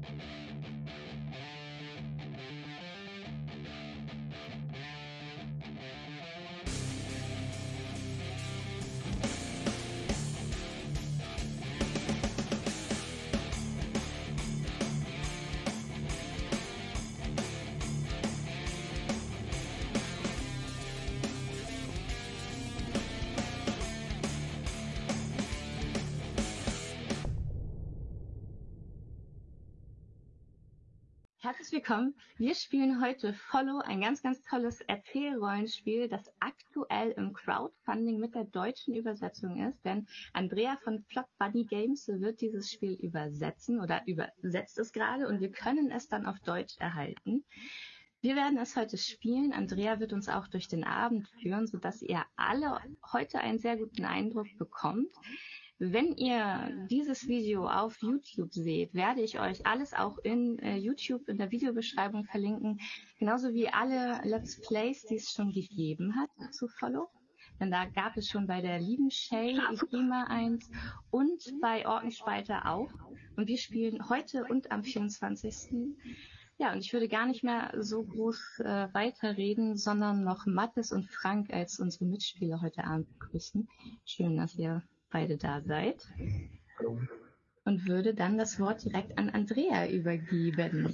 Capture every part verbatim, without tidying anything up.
Herzlich willkommen. Wir spielen heute Follow, ein ganz, ganz tolles Erzählrollenspiel, das aktuell im Crowdfunding mit der deutschen Übersetzung ist. Denn Andrea von Plot Bunny Games wird dieses Spiel übersetzen oder übersetzt es gerade und wir können es dann auf Deutsch erhalten. Wir werden es heute spielen. Andrea wird uns auch durch den Abend führen, sodass ihr alle heute einen sehr guten Eindruck bekommt. Wenn ihr dieses Video auf YouTube seht, werde ich euch alles auch in äh, YouTube in der Videobeschreibung verlinken, genauso wie alle Let's Plays, die es schon gegeben hat zu Follow. Denn da gab es schon bei der lieben Shay Prima eins und bei Orkenspalter auch. Und wir spielen heute und am vierundzwanzigsten Ja, und ich würde gar nicht mehr so groß äh, weiterreden, sondern noch Mathis und Frank als unsere Mitspieler heute Abend begrüßen. Schön, dass ihr beide da seid. Hallo. Und würde dann das Wort direkt an Andrea übergeben.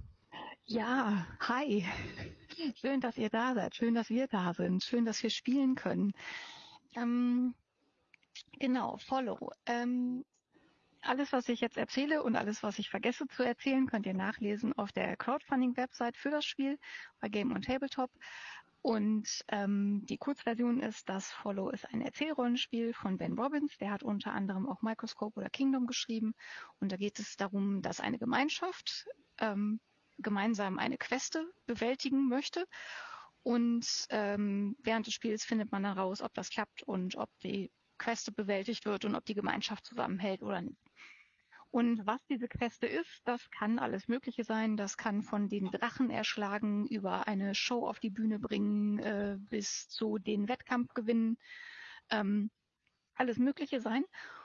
Ja, hi. Schön, dass ihr da seid. Schön, dass wir da sind. Schön, dass wir spielen können. Ähm, genau, Follow. Ähm, alles, was ich jetzt erzähle und alles, was ich vergesse zu erzählen, könnt ihr nachlesen auf der Crowdfunding-Website für das Spiel bei Game on Tabletop. Und ähm, die Kurzversion ist, dass Follow ist ein Erzählrollenspiel von Ben Robbins. Der hat unter anderem auch Microscope oder Kingdom geschrieben. Und da geht es darum, dass eine Gemeinschaft ähm, gemeinsam eine Queste bewältigen möchte. Und ähm, während des Spiels findet man dann raus, ob das klappt und ob die Queste bewältigt wird und ob die Gemeinschaft zusammenhält oder nicht. Und was diese Queste ist, das kann alles Mögliche sein. Das kann von den Drachen erschlagen, über eine Show auf die Bühne bringen, äh, bis zu den Wettkampf gewinnen. Ähm, alles Mögliche sein.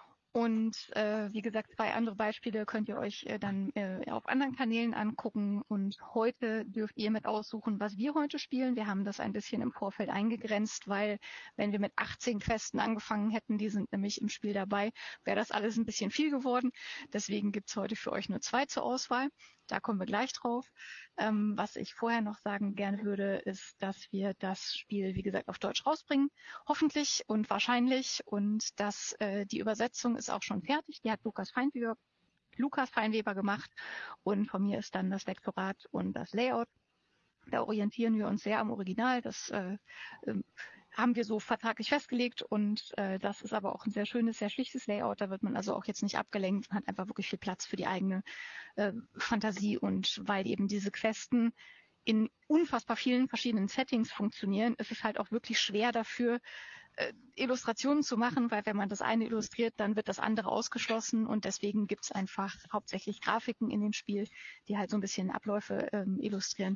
Und äh, wie gesagt, zwei andere Beispiele könnt ihr euch äh, dann äh, auf anderen Kanälen angucken. Und heute dürft ihr mit aussuchen, was wir heute spielen. Wir haben das ein bisschen im Vorfeld eingegrenzt, weil wenn wir mit achtzehn Questen angefangen hätten, die sind nämlich im Spiel dabei, wäre das alles ein bisschen viel geworden. Deswegen gibt's heute für euch nur zwei zur Auswahl. Da kommen wir gleich drauf. Ähm, was ich vorher noch sagen gerne würde, ist, dass wir das Spiel, wie gesagt, auf Deutsch rausbringen. Hoffentlich und wahrscheinlich. Und dass äh, die Übersetzung ist auch schon fertig. Die hat Lukas Feinweber, Lukas Feinweber gemacht. Und von mir ist dann das Lektorat und das Layout. Da orientieren wir uns sehr am Original. Das äh, äh, haben wir so vertraglich festgelegt und äh, das ist aber auch ein sehr schönes, sehr schlichtes Layout. Da wird man also auch jetzt nicht abgelenkt und hat einfach wirklich viel Platz für die eigene äh, Fantasie. Und weil eben diese Questen in unfassbar vielen verschiedenen Settings funktionieren, ist es halt auch wirklich schwer dafür, äh, Illustrationen zu machen, weil wenn man das eine illustriert, dann wird das andere ausgeschlossen und deswegen gibt es einfach hauptsächlich Grafiken in dem Spiel, die halt so ein bisschen Abläufe ähm, illustrieren.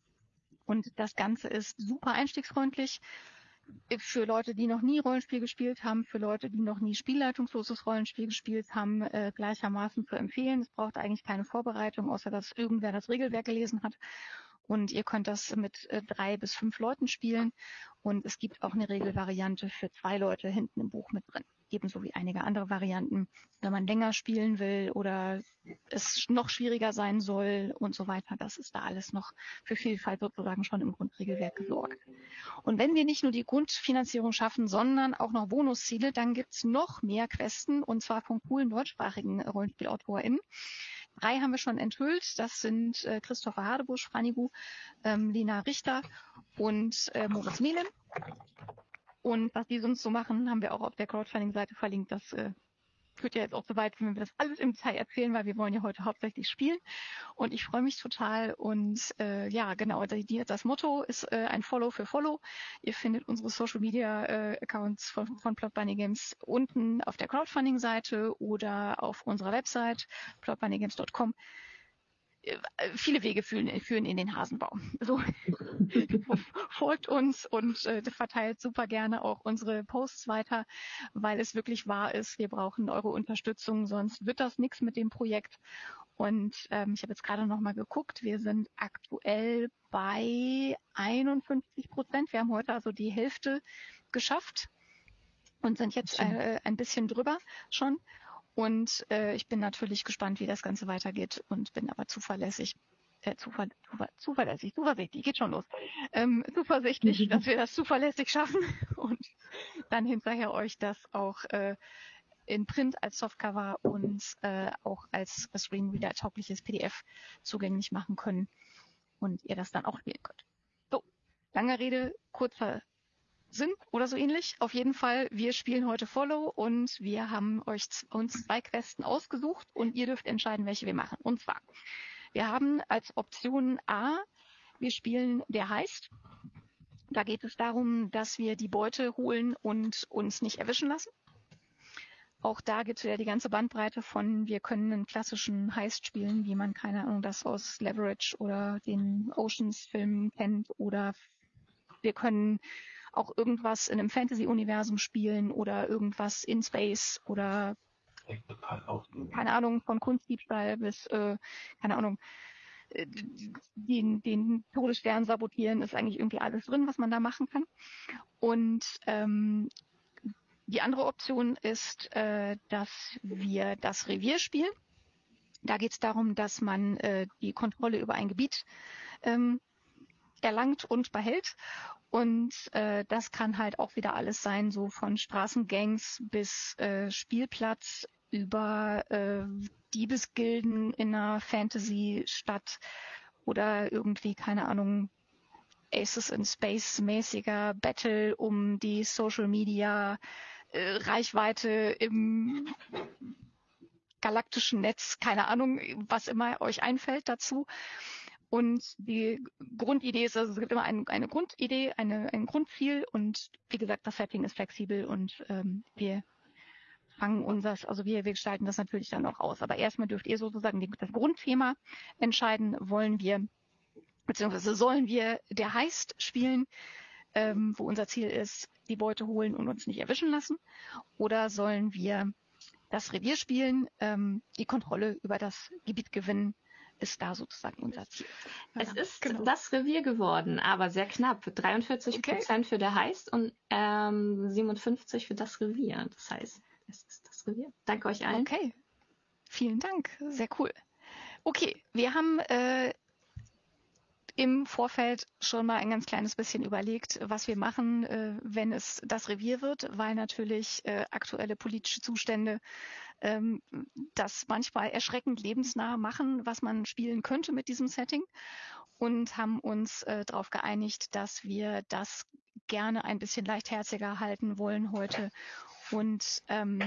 Und das Ganze ist super einstiegsfreundlich für Leute, die noch nie Rollenspiel gespielt haben, für Leute, die noch nie spielleitungsloses Rollenspiel gespielt haben, äh, gleichermaßen zu empfehlen. Es braucht eigentlich keine Vorbereitung, außer dass irgendwer das Regelwerk gelesen hat. Und ihr könnt das mit äh, drei bis fünf Leuten spielen. Und es gibt auch eine Regelvariante für zwei Leute hinten im Buch mit drin. Ebenso wie einige andere Varianten, wenn man länger spielen will oder es noch schwieriger sein soll und so weiter. Das ist da alles noch für Vielfalt sozusagen schon im Grundregelwerk gesorgt. Und wenn wir nicht nur die Grundfinanzierung schaffen, sondern auch noch Bonusziele, dann gibt's noch mehr Questen und zwar von coolen deutschsprachigen RollenspielautorInnen. Drei haben wir schon enthüllt. Das sind äh, Christopher Hadebusch, Franigu, ähm, Lena Richter und äh, Moritz Melin. Und was die sonst so machen, haben wir auch auf der Crowdfunding-Seite verlinkt. Das äh, führt ja jetzt auch so weit, wenn wir das alles im Detail erzählen, weil wir wollen ja heute hauptsächlich spielen. Und ich freue mich total. Und äh, ja, genau, die, das Motto ist äh, ein Follow für Follow. Ihr findet unsere Social-Media-Accounts von, von Plot Bunny Games unten auf der Crowdfunding-Seite oder auf unserer Website plot bunny games dot com. Viele Wege führen, führen in den Hasenbaum. So folgt uns und äh, verteilt super gerne auch unsere Posts weiter, weil es wirklich wahr ist, wir brauchen eure Unterstützung, sonst wird das nichts mit dem Projekt. Und ähm, ich habe jetzt gerade noch mal geguckt, wir sind aktuell bei einundfünfzig Prozent. Wir haben heute also die Hälfte geschafft und sind jetzt äh, ein bisschen drüber schon. Und äh, ich bin natürlich gespannt, wie das Ganze weitergeht und bin aber zuverlässig, äh, zuver, zuver, zuverlässig, zuversichtlich, geht schon los, ähm, zuversichtlich, mhm. dass wir das zuverlässig schaffen und dann hinterher euch das auch äh, in Print als Softcover und äh, auch als Screenreader-taugliches P D F zugänglich machen können und ihr das dann auch spielen könnt. So, lange Rede, kurzer Sinn oder so ähnlich. Auf jeden Fall, wir spielen heute Follow und wir haben euch uns zwei Questen ausgesucht und ihr dürft entscheiden, welche wir machen. Und zwar, wir haben als Option A, wir spielen Der Heist. Da geht es darum, dass wir die Beute holen und uns nicht erwischen lassen. Auch da gibt es ja die ganze Bandbreite von, wir können einen klassischen Heist spielen, wie man, keine Ahnung, das aus Leverage oder den Oceans-Filmen kennt, oder wir können auch irgendwas in einem Fantasy-Universum spielen oder irgendwas in Space oder keine Ahnung, von Kunstdiebstahl bis, äh, keine Ahnung, den, den Todesstern sabotieren, ist eigentlich irgendwie alles drin, was man da machen kann. Und ähm, die andere Option ist, äh, dass wir das Revier spielen. Da geht es darum, dass man äh, die Kontrolle über ein Gebiet ähm, erlangt und behält. Und äh, das kann halt auch wieder alles sein, so von Straßengangs bis äh, Spielplatz über äh, Diebesgilden in einer Fantasy-Stadt oder irgendwie, keine Ahnung, Aces in Space-mäßiger Battle um die Social-Media äh, Reichweite im galaktischen Netz, keine Ahnung, was immer euch einfällt dazu. Und die Grundidee ist, also es gibt immer ein, eine Grundidee, eine, ein Grundziel und wie gesagt, das Setting ist flexibel und ähm, wir fangen unser, also wir, wir gestalten das natürlich dann auch aus. Aber erstmal dürft ihr sozusagen die, das Grundthema entscheiden, wollen wir, beziehungsweise sollen wir Der Heist spielen, ähm, wo unser Ziel ist, die Beute holen und uns nicht erwischen lassen, oder sollen wir das Revier spielen, ähm, die Kontrolle über das Gebiet gewinnen, ist da sozusagen unser Ziel. Es ja, ist genau. das Revier geworden, aber sehr knapp. dreiundvierzig Prozent okay. für Der Heist und ähm, siebenundfünfzig für das Revier. Das heißt, es ist das Revier. Danke euch allen. Okay, vielen Dank. Sehr cool. Okay, wir haben äh, im Vorfeld schon mal ein ganz kleines bisschen überlegt, was wir machen, äh, wenn es das Revier wird, weil natürlich äh, aktuelle politische Zustände ähm, das manchmal erschreckend lebensnah machen, was man spielen könnte mit diesem Setting, und haben uns äh, darauf geeinigt, dass wir das gerne ein bisschen leichtherziger halten wollen heute und ähm,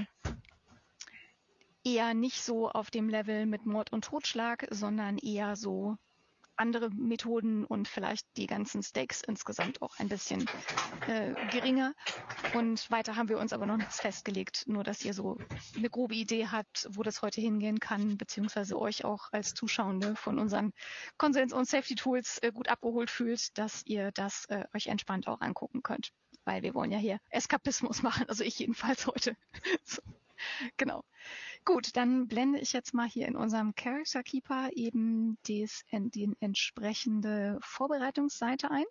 eher nicht so auf dem Level mit Mord und Totschlag, sondern eher so andere Methoden und vielleicht die ganzen Stakes insgesamt auch ein bisschen äh, geringer. Und weiter haben wir uns aber noch nichts festgelegt, nur dass ihr so eine grobe Idee habt, wo das heute hingehen kann, beziehungsweise euch auch als Zuschauende von unseren Konsens- und Safety-Tools äh, gut abgeholt fühlt, dass ihr das äh, euch entspannt auch angucken könnt. Weil wir wollen ja hier Eskapismus machen, also ich jedenfalls heute. So, genau. Gut, dann blende ich jetzt mal hier in unserem Character Keeper eben des, die entsprechende Vorbereitungsseite ein.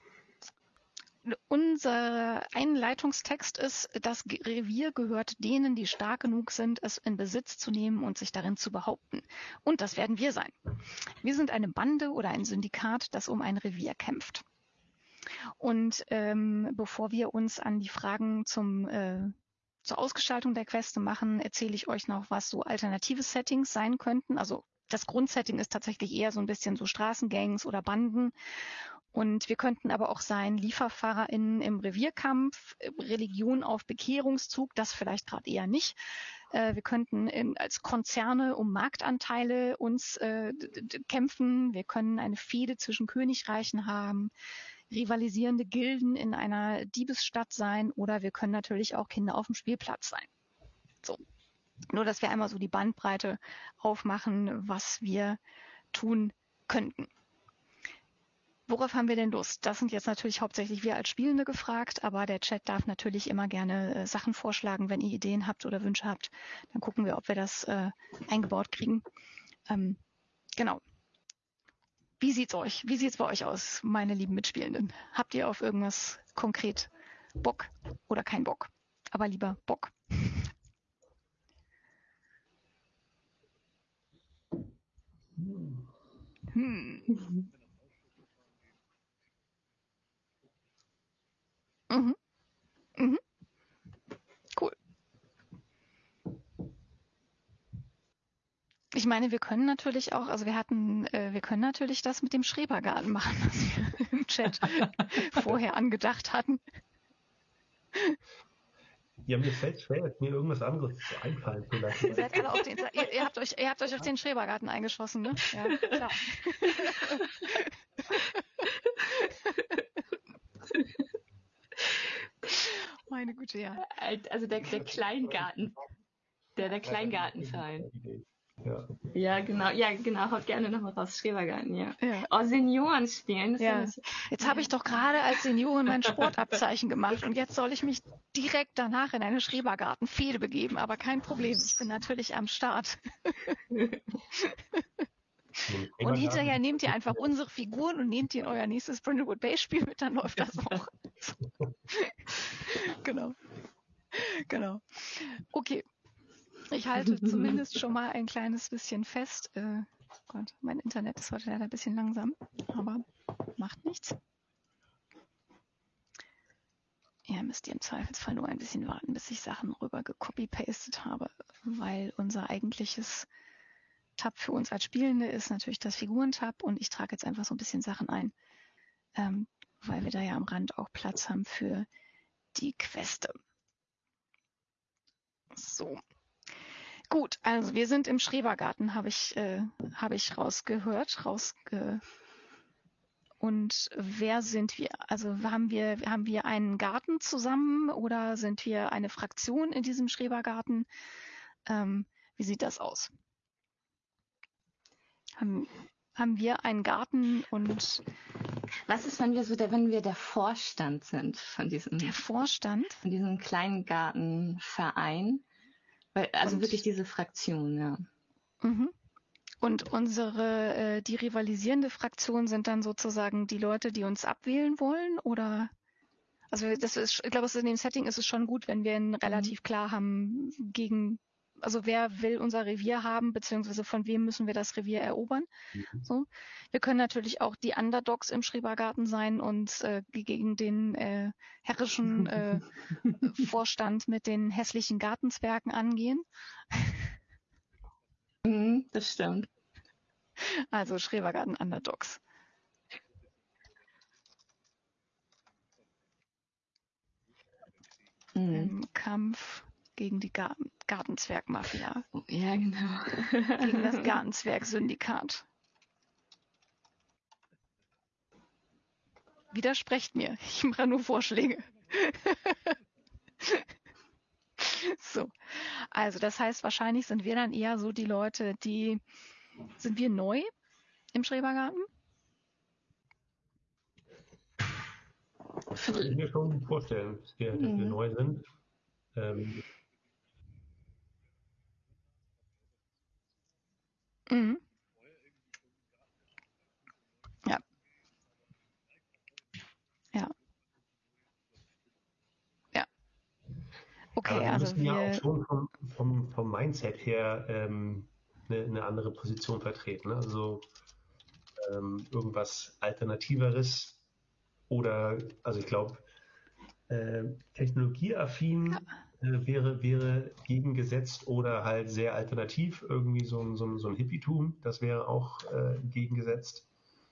Unser Einleitungstext ist, das Revier gehört denen, die stark genug sind, es in Besitz zu nehmen und sich darin zu behaupten. Und das werden wir sein. Wir sind eine Bande oder ein Syndikat, das um ein Revier kämpft. Und ähm, bevor wir uns an die Fragen zum äh, zur Ausgestaltung der Queste machen, erzähle ich euch noch, was so alternative Settings sein könnten. Also das Grundsetting ist tatsächlich eher so ein bisschen so Straßengangs oder Banden. Und wir könnten aber auch sein LieferfahrerInnen im Revierkampf, Religion auf Bekehrungszug, das vielleicht gerade eher nicht. Äh, wir könnten in, als Konzerne um Marktanteile uns äh, d- d- kämpfen. Wir können eine Fehde zwischen Königreichen haben, rivalisierende Gilden in einer Diebesstadt sein, oder wir können natürlich auch Kinder auf dem Spielplatz sein. So. Nur, dass wir einmal so die Bandbreite aufmachen, was wir tun könnten. Worauf haben wir denn Lust? Das sind jetzt natürlich hauptsächlich wir als Spielende gefragt, aber der Chat darf natürlich immer gerne äh, Sachen vorschlagen, wenn ihr Ideen habt oder Wünsche habt. Dann gucken wir, ob wir das äh, eingebaut kriegen. Ähm, genau. Wie sieht's euch? Wie sieht's bei euch aus, meine lieben Mitspielenden? Habt ihr auf irgendwas konkret Bock oder kein Bock? Aber lieber Bock. Hm. Mhm. Mhm. Cool. Ich meine, wir können natürlich auch, also wir hatten, äh, wir können natürlich das mit dem Schrebergarten machen, was wir im Chat vorher angedacht hatten. Ja, mir fällt schwer, mir irgendwas anderes einfallen zu lassen. Ihr seid alle auf den, ihr, ihr habt euch, ihr habt euch auf den Schrebergarten eingeschossen, ne? Ja, klar. Meine Güte, ja. Also der, der Kleingarten, der, der Kleingartenverein. Ja. Ja, genau, ja, genau, haut gerne nochmal raus, Schrebergarten, ja. Ja. Oh, Senioren spielen. Das Ja. ist ja Jetzt habe ich doch gerade als Seniorin mein Sportabzeichen gemacht und jetzt soll ich mich direkt danach in eine Schrebergartenfehde begeben, aber kein Problem, ich bin natürlich am Start. Und hinterher nehmt ihr einfach unsere Figuren und nehmt die in euer nächstes Brindlewood Bay Spiel mit, dann läuft das auch. Genau. Genau. Okay. Ich halte zumindest schon mal ein kleines bisschen fest. Äh, Gott, mein Internet ist heute leider ein bisschen langsam, aber macht nichts. Ja, müsst ihr im Zweifelsfall nur ein bisschen warten, bis ich Sachen rüber gecopy-pastet habe, weil unser eigentliches Tab für uns als Spielende ist natürlich das Figurentab und ich trage jetzt einfach so ein bisschen Sachen ein, ähm, weil wir da ja am Rand auch Platz haben für die Queste. So. Gut, also wir sind im Schrebergarten, habe ich, äh, habe ich rausgehört, rausge und wer sind wir? Also haben wir, haben wir einen Garten zusammen oder sind wir eine Fraktion in diesem Schrebergarten? Ähm, wie sieht das aus? Haben, haben wir einen Garten und Was ist, wenn wir so der, wenn wir der Vorstand sind von diesem, der Vorstand? von diesem kleinen Gartenverein? Weil, also Und- wirklich diese Fraktion, ja. Mhm. Und unsere, äh, die rivalisierende Fraktion sind dann sozusagen die Leute, die uns abwählen wollen, oder? Also das ist, ich glaube, in dem Setting ist es schon gut, wenn wir ihn relativ klar haben, gegen, also wer will unser Revier haben, beziehungsweise von wem müssen wir das Revier erobern. Mhm. So. Wir können natürlich auch die Underdogs im Schrebergarten sein und äh, gegen den äh, herrischen äh, Vorstand mit den hässlichen Gartenzwergen angehen. Mhm, das stimmt. Also Schrebergarten Underdogs. Mhm. Im Kampf gegen die Garten Gartenzwergmafia. Ja, genau. Gegen das Gartenzwerg-Syndikat. Widersprecht mir. Ich mache nur Vorschläge. So. Also das heißt, wahrscheinlich sind wir dann eher so die Leute, die, sind wir neu im Schrebergarten? Das kann ich mir schon vorstellen, dass wir, dass wir Mhm. neu sind. Ähm, Mhm. Ja. Ja. Ja. Okay, aber wir also müssen ja auch wir, schon vom, vom, vom Mindset her ähm, eine, eine andere Position vertreten. Ne? Also ähm, irgendwas Alternativeres oder, also ich glaube, äh, technologieaffin äh, wäre, wäre gegengesetzt oder halt sehr alternativ, irgendwie so ein, so ein, so ein Hippietum, das wäre auch äh, gegengesetzt.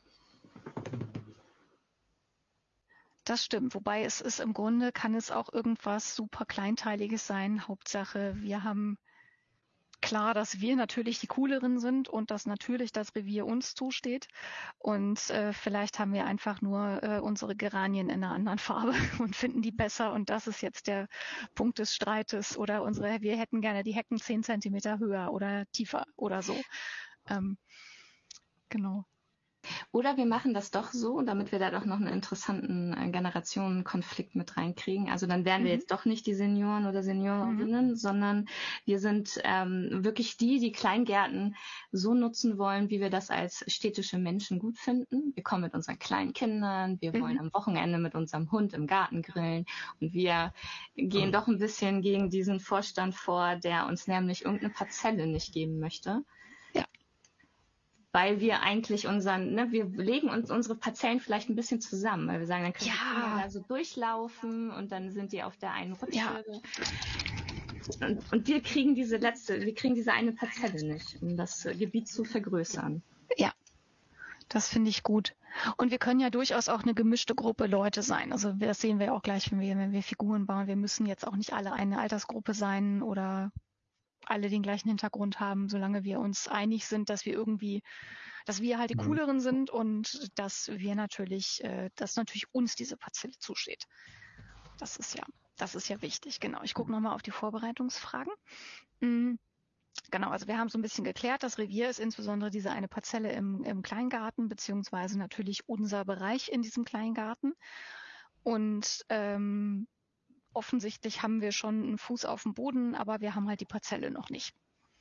das stimmt. Wobei es ist im Grunde, kann es auch irgendwas super Kleinteiliges sein. Hauptsache, wir haben klar, dass wir natürlich die Cooleren sind und dass natürlich das Revier uns zusteht. Und äh, vielleicht haben wir einfach nur äh, unsere Geranien in einer anderen Farbe und finden die besser. Und das ist jetzt der Punkt des Streites. Oder unsere, wir hätten gerne die Hecken zehn Zentimeter höher oder tiefer oder so. Ähm, genau. Oder wir machen das doch so, damit wir da doch noch einen interessanten äh, Generationenkonflikt mit reinkriegen. Also dann wären wir Mhm. jetzt doch nicht die Senioren oder Seniorinnen, Mhm. sondern wir sind ähm, wirklich die, die Kleingärten so nutzen wollen, wie wir das als städtische Menschen gut finden. Wir kommen mit unseren kleinen Kindern, wir wollen Mhm. am Wochenende mit unserem Hund im Garten grillen und wir gehen doch ein bisschen gegen diesen Vorstand vor, der uns nämlich irgendeine Parzelle nicht geben möchte. Ja. Weil wir eigentlich unseren, ne, wir legen uns unsere Parzellen vielleicht ein bisschen zusammen, weil wir sagen, dann können Ja. die Kinder da so durchlaufen und dann sind die auf der einen Rutsche. Ja. Und, und wir kriegen diese letzte, wir kriegen diese eine Parzelle nicht, um das äh, Gebiet zu vergrößern. Ja, das finde ich gut. Und wir können ja durchaus auch eine gemischte Gruppe Leute sein. Also das sehen wir auch gleich, wenn wir, wenn wir Figuren bauen. Wir müssen jetzt auch nicht alle eine Altersgruppe sein oder alle den gleichen Hintergrund haben, solange wir uns einig sind, dass wir irgendwie, dass wir halt die Mhm. Cooleren sind und dass wir natürlich, äh, dass natürlich uns diese Parzelle zusteht. Das ist ja, das ist ja wichtig, genau. Ich gucke nochmal auf die Vorbereitungsfragen. Mhm. Genau, also wir haben so ein bisschen geklärt, das Revier ist insbesondere diese eine Parzelle im, im Kleingarten, beziehungsweise natürlich unser Bereich in diesem Kleingarten. Und ähm, offensichtlich haben wir schon einen Fuß auf dem Boden, aber wir haben halt die Parzelle noch nicht.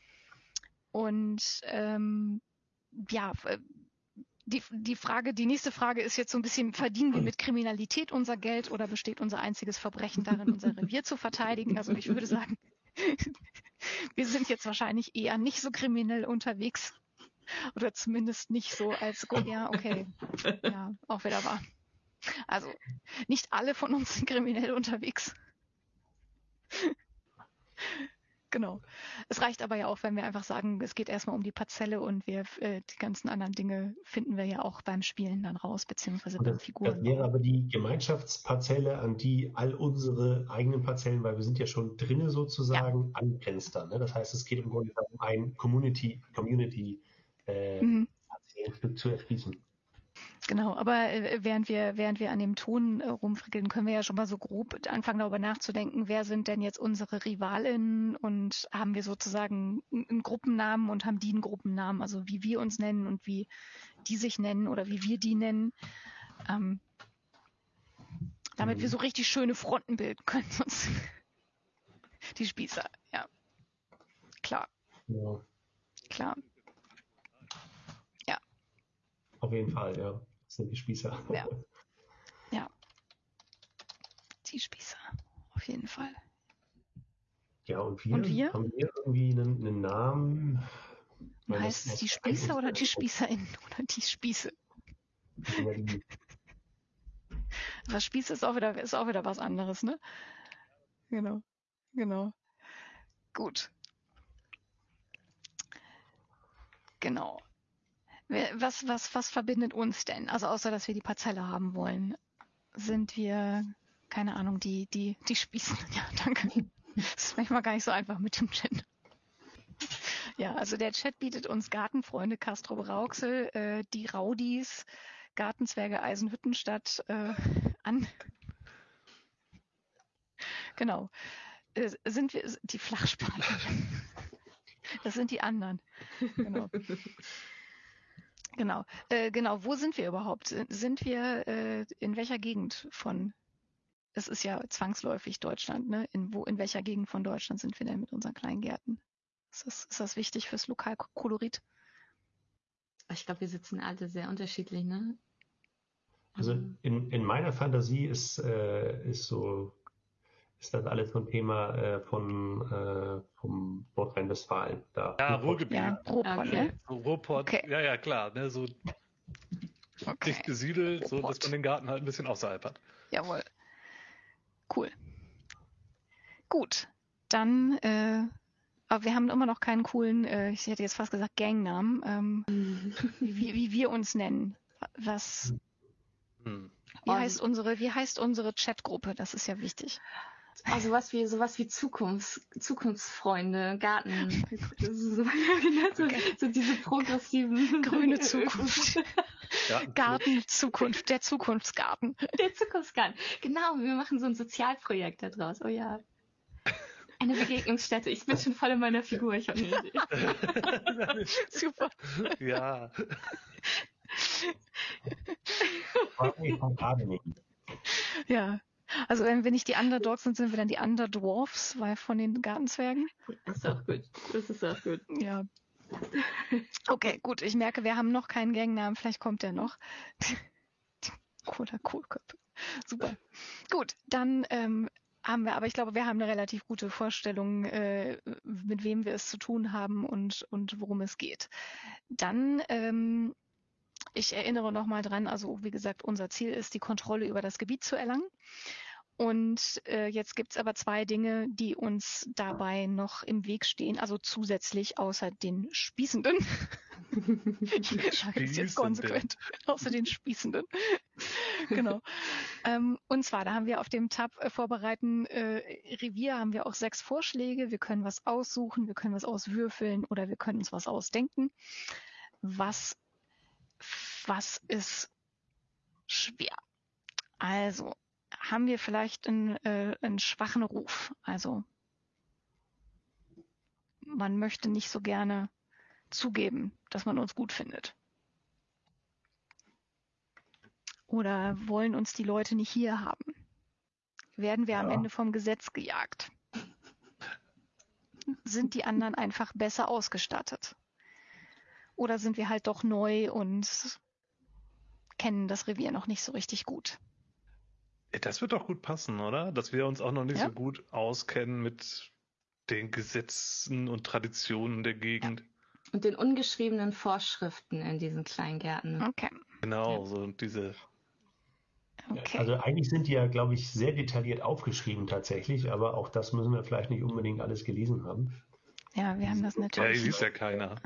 Und ähm, ja, die, die Frage, die nächste Frage ist jetzt so ein bisschen, verdienen wir mit Kriminalität unser Geld oder besteht unser einziges Verbrechen darin, unser Revier zu verteidigen? Also ich würde sagen, wir sind jetzt wahrscheinlich eher nicht so kriminell unterwegs. Oder zumindest nicht so als, ja, okay, ja, auch wieder wahr. Also nicht alle von uns sind kriminell unterwegs. Genau. Es reicht aber ja auch, wenn wir einfach sagen, es geht erstmal um die Parzelle und wir äh, die ganzen anderen Dinge finden wir ja auch beim Spielen dann raus, beziehungsweise Und beim das, das Figuren. wäre aber die Gemeinschaftsparzelle, an die all unsere eigenen Parzellen, weil wir sind ja schon drinne sozusagen, angrenzt dann. Ne? Das heißt, es geht im Grunde darum, ein Community, Community äh, Mhm. Parzellenstück zu erschließen. Genau, aber äh, während wir während wir an dem Ton äh, rumfrickeln, können wir ja schon mal so grob anfangen darüber nachzudenken, wer sind denn jetzt unsere Rivalinnen und haben wir sozusagen einen, einen Gruppennamen und haben die einen Gruppennamen, also wie wir uns nennen und wie die sich nennen oder wie wir die nennen, ähm, damit Mhm. wir so richtig schöne Fronten bilden können. Sonst die Spießer, ja, klar, Ja, klar, auf jeden Fall, ja. Das sind die Spießer. Ja. ja, die Spießer, auf jeden Fall. Ja, und wir, Und wir? haben wir irgendwie einen, einen Namen? Weil Heißt das- es die das- Spießer oder die SpießerInnen oder die Spieße? Ja, die, Was Spieß ist auch wieder, ist auch wieder was anderes, ne? Genau, genau. Gut. Genau. Wer- Was, was, was verbindet uns denn? Also außer, dass wir die Parzelle haben wollen, sind wir, keine Ahnung, die, die, die Spießen. Ja, danke. Das ist manchmal gar nicht so einfach mit dem Chat. Ja, also der Chat bietet uns Gartenfreunde Castro Brauxel, äh, die Raudis, Gartenzwerge Eisenhüttenstadt äh, an. Genau. Äh, sind wir die Flachspaten? Das sind die anderen. Genau. Genau. Äh, genau. Wo sind wir überhaupt? Sind wir äh, in welcher Gegend von? Es ist ja zwangsläufig Deutschland, ne? In wo? In welcher Gegend von Deutschland sind wir denn mit unseren Kleingärten? Ist das, ist das wichtig fürs Lokalkolorit? Ich glaube, wir sitzen alle sehr unterschiedlich, ne? also in, in meiner Fantasie ist, äh, ist so, ist das alles so ein Thema äh, von äh, vom Nordrhein-Westfalen. Da Ja, Ruhrpott. Ruhrgebiet. Ja, Ruhrpott, Okay. ne? So Ruhrpott, Okay. ja, ja, klar, ne, so Okay. dicht besiedelt, so dass Ruhrpott. man den Garten halt ein bisschen außerhalb hat. Jawohl. Cool. Gut. Dann, äh, aber wir haben immer noch keinen coolen, äh, ich hätte jetzt fast gesagt Gangnamen, ähm, wie, wie wir uns nennen. Was, Hm. wie Oh, heißt unsere, wie heißt unsere Chatgruppe? Das ist ja wichtig. Oh, sowas wie, sowas wie Zukunfts, Zukunftsfreunde, Garten. Das ist so, ja, genau, so, so diese progressiven. Grüne Zukunft. Ja, Garten, Zukunft, der Zukunftsgarten. Der Zukunftsgarten. Genau, wir machen so ein Sozialprojekt da draus. Oh ja. Eine Begegnungsstätte. Ich bin schon voll in meiner Figur. Ich habe eine Idee. Super. ja. zwei von gerade nicht. Ja. Also wenn wir nicht die Underdogs sind, sind wir dann die Underdwarfs, weil von den Gartenzwergen. Das ist auch gut. Das ist auch gut. Ja. Okay, gut. Ich merke, wir haben noch keinen Gangnamen. Vielleicht kommt der noch. Cooler Kohlköpfe. Super. Gut, dann ähm, haben wir, aber ich glaube, wir haben eine relativ gute Vorstellung, äh, mit wem wir es zu tun haben und, und worum es geht. Dann, ähm, ich erinnere nochmal dran, also wie gesagt, unser Ziel ist, die Kontrolle über das Gebiet zu erlangen. Und äh, jetzt gibt's aber zwei Dinge, die uns dabei noch im Weg stehen, also zusätzlich außer den Spießenden. Ich sage das jetzt konsequent. Außer den Spießenden. Genau. Ähm, und zwar, da haben wir auf dem Tab äh, Vorbereiten äh, Revier haben wir auch sechs Vorschläge. Wir können was aussuchen, wir können was auswürfeln oder wir können uns was ausdenken. Was, was ist schwer? Also, haben wir vielleicht einen, äh, einen schwachen Ruf. Also man möchte nicht so gerne zugeben, dass man uns gut findet. Oder wollen uns die Leute nicht hier haben? Werden wir ja. am Ende vom Gesetz gejagt? Sind die anderen einfach besser ausgestattet? Oder sind wir halt doch neu und kennen das Revier noch nicht so richtig gut? Das wird doch gut passen, oder? Dass wir uns auch noch nicht ja. so gut auskennen mit den Gesetzen und Traditionen der Gegend. Ja. Und den ungeschriebenen Vorschriften in diesen Kleingärten. Okay. Genau, ja. so diese. Okay. Also eigentlich sind die ja, glaube ich, sehr detailliert aufgeschrieben tatsächlich, aber auch das müssen wir vielleicht nicht unbedingt alles gelesen haben. Ja, wir haben das Ja, natürlich. hier liest ja keiner.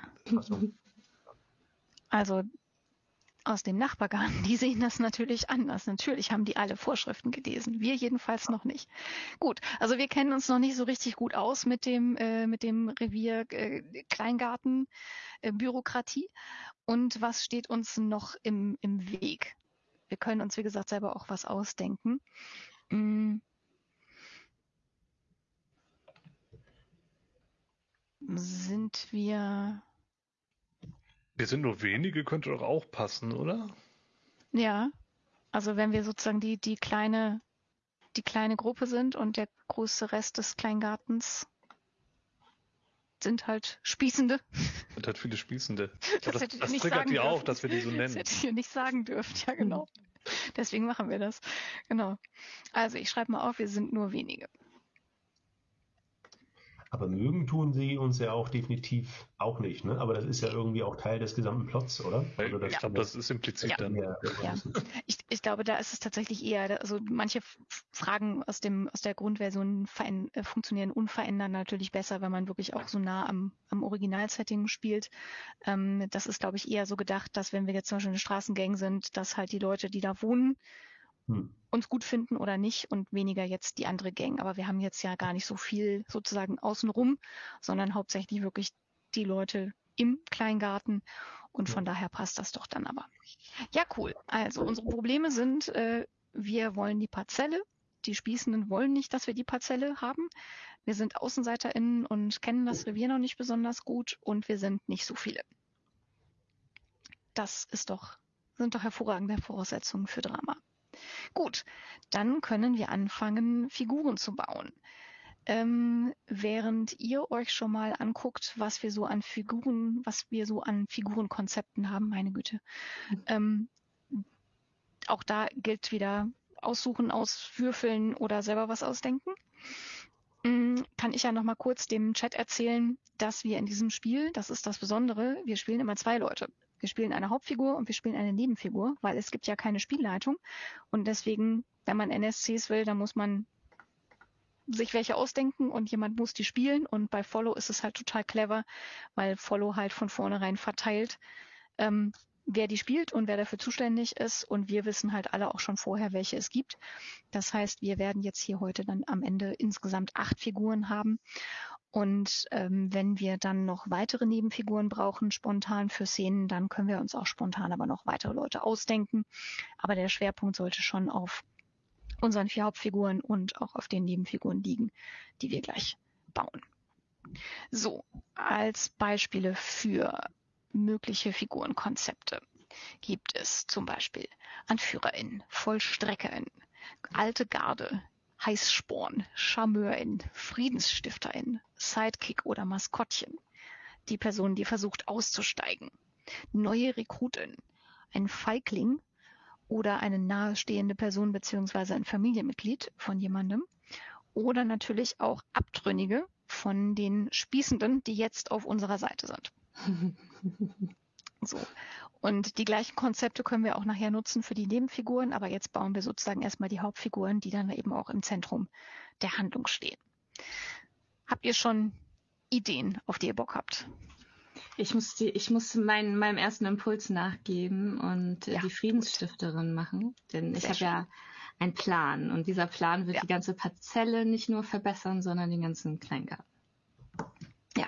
Also aus dem Nachbargarten, die sehen das natürlich anders. Natürlich haben die alle Vorschriften gelesen. Wir jedenfalls noch nicht. Gut, also wir kennen uns noch nicht so richtig gut aus mit dem äh, mit dem Revier äh, Kleingarten äh, Bürokratie. Und was steht uns noch im im Weg? Wir können uns, wie gesagt, selber auch was ausdenken. Hm. Sind wir... Wir sind nur wenige, könnte doch auch passen, oder? Ja, also wenn wir sozusagen die, die kleine, die kleine Gruppe sind und der größte Rest des Kleingartens sind halt Spießende. Sind halt viele Spießende. Das, das das triggert die auch, dass wir die so nennen. Das hätte ich nicht sagen dürfen, ja genau. Deswegen machen wir das. Genau. Also ich schreibe mal auf, wir sind nur wenige. Aber mögen tun sie uns ja auch definitiv auch nicht, ne? Aber das ist ja irgendwie auch Teil des gesamten Plots, oder? Also das, ja. Ich glaube, das ist implizit ja. dann. Ja. Ja. Ich, ich glaube, da ist es tatsächlich eher, also manche Fragen aus dem aus der Grundversion äh, funktionieren unverändert natürlich besser, wenn man wirklich auch so nah am, am Originalsetting spielt. Ähm, das ist, glaube ich, eher so gedacht, dass wenn wir jetzt zum Beispiel eine Straßengang sind, dass halt die Leute, die da wohnen, Hm. uns gut finden oder nicht und weniger jetzt die andere Gang. Aber wir haben jetzt ja gar nicht so viel sozusagen außenrum, sondern hauptsächlich wirklich die Leute im Kleingarten und von daher passt das doch dann aber. Ja, cool. Also unsere Probleme sind, äh, wir wollen die Parzelle, die Spießenden wollen nicht, dass wir die Parzelle haben. Wir sind AußenseiterInnen und kennen das Revier noch nicht besonders gut und wir sind nicht so viele. Das ist doch, sind doch hervorragende Voraussetzungen für Drama. Gut, dann können wir anfangen, Figuren zu bauen. Ähm, während ihr euch schon mal anguckt, was wir so an Figuren, was wir so an Figurenkonzepten haben, meine Güte. Ähm, auch da gilt wieder aussuchen, auswürfeln oder selber was ausdenken. Ähm, kann ich ja noch mal kurz dem Chat erzählen, dass wir in diesem Spiel, das ist das Besondere, wir spielen immer zwei Leute. Wir spielen eine Hauptfigur und wir spielen eine Nebenfigur, weil es gibt ja keine Spielleitung. Und deswegen, wenn man N S Cs will, dann muss man sich welche ausdenken und jemand muss die spielen. Und bei Follow ist es halt total clever, weil Follow halt von vornherein verteilt, ähm, wer die spielt und wer dafür zuständig ist. Und wir wissen halt alle auch schon vorher, welche es gibt. Das heißt, wir werden jetzt hier heute dann am Ende insgesamt acht Figuren haben. Und ähm, wenn wir dann noch weitere Nebenfiguren brauchen, spontan für Szenen, dann können wir uns auch spontan aber noch weitere Leute ausdenken. Aber der Schwerpunkt sollte schon auf unseren vier Hauptfiguren und auch auf den Nebenfiguren liegen, die wir gleich bauen. So, als Beispiele für mögliche Figurenkonzepte. gibt es zum Beispiel AnführerInnen, VollstreckerInnen, Alte Garde, Heißsporn, CharmeurInnen, FriedensstifterInnen, Sidekick oder Maskottchen, die Person, die versucht auszusteigen, neue Rekrutin, ein Feigling oder eine nahestehende Person beziehungsweise ein Familienmitglied von jemandem oder natürlich auch Abtrünnige von den Spießenden, die jetzt auf unserer Seite sind. So. Und die gleichen Konzepte können wir auch nachher nutzen für die Nebenfiguren, aber jetzt bauen wir sozusagen erstmal die Hauptfiguren, die dann eben auch im Zentrum der Handlung stehen. Habt ihr schon Ideen, auf die ihr Bock habt? Ich muss, die, ich muss mein, meinem ersten Impuls nachgeben und äh, Ja, die Friedensstifterin machen, denn ich Sehr habe schön. ja einen Plan und dieser Plan wird Ja. die ganze Parzelle nicht nur verbessern, sondern den ganzen Kleingarten. Ja,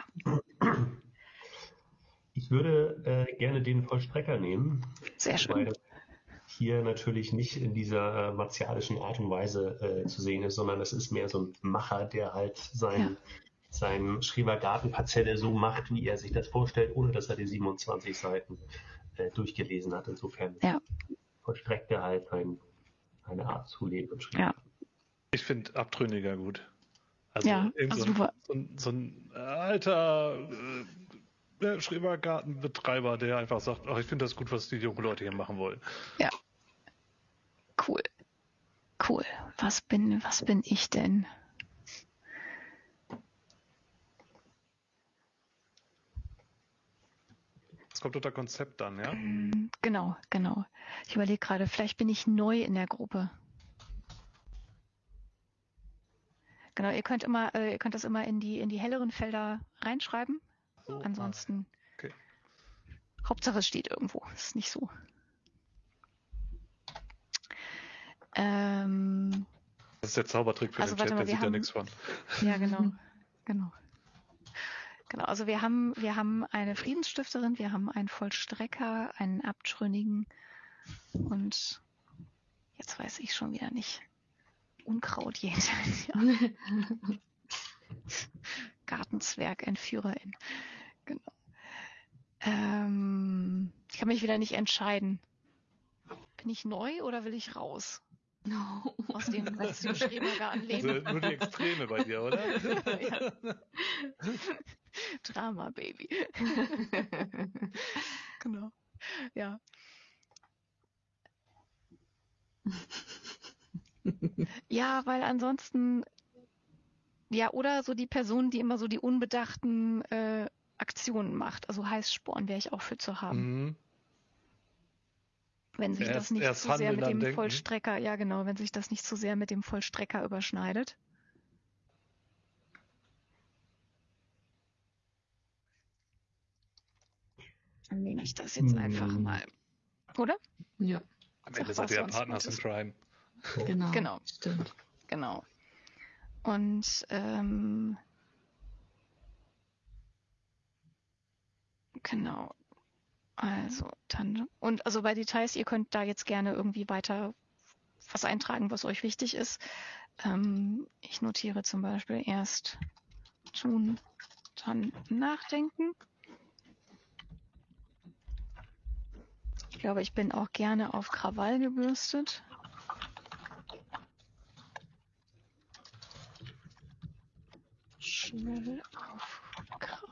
Ich würde äh, gerne den Vollstrecker nehmen, sehr schön. weil das hier natürlich nicht in dieser äh, martialischen Art und Weise äh, zu sehen ist, sondern es ist mehr so ein Macher, der halt sein, Ja. sein Schrebergarten-Parzelle so macht, wie er sich das vorstellt, ohne dass er die siebenundzwanzig Seiten äh, durchgelesen hat. Insofern Ja. vollstreckt er halt ein, eine Art zu leben im Ja. Schrebergarten. Ich finde Abtrünniger gut. Also, Ja, irgend also so, du ein, war- so, ein, so ein alter äh, Schrebergartenbetreiber, der einfach sagt, ach, ich finde das gut, was die jungen Leute hier machen wollen. Ja. Cool. Cool. Was bin, was bin ich denn? Das kommt unter Konzept dann, ja? Hm, Genau, genau. Ich überlege gerade, vielleicht bin ich neu in der Gruppe. Genau, ihr könnt immer, äh, ihr könnt das immer in die in die helleren Felder reinschreiben. So, Ansonsten, ah, okay. Hauptsache es steht irgendwo. Ist nicht so. Ähm, Das ist der Zaubertrick für Also den warte Chat, mal, der wir sieht ja haben- nichts von. ja, genau, genau. Genau, also wir haben, wir haben eine Friedensstifterin, wir haben einen Vollstrecker, einen Abtrünnigen und jetzt weiß ich schon wieder nicht. Unkrautjäger, ja. Gartenzwerg, Entführerin. Genau. Ähm, ich kann mich wieder nicht entscheiden. Bin ich neu oder will ich raus No. aus dem, aus dem Schrebergarten Also leben? nur die Extreme bei dir, oder? Ja. Drama, Baby. Genau. Ja. Ja, weil ansonsten, ja, oder so die Person, die immer so die unbedachten äh, Aktionen macht. Also Heißsporn wäre ich auch für zu haben. Mhm. Wenn sich Erst- das nicht erst zu sehr handeln, mit dann dem denken. Vollstrecker, ja genau, wenn sich das nicht zu sehr mit dem Vollstrecker überschneidet. Dann nehme ich das jetzt Hm. einfach mal. Oder? Ja, Am Sag, Ende was seid ihr ja sonst Partners in Gutes. Crime. genau. Genau. Stimmt. Genau. Und ähm, genau. Also dann und also bei Details, ihr könnt da jetzt gerne irgendwie weiter was eintragen, was euch wichtig ist. Ähm, ich notiere zum Beispiel erst tun, dann nachdenken. Ich glaube, ich bin auch gerne auf Krawall gebürstet. Schnell auf Krawall.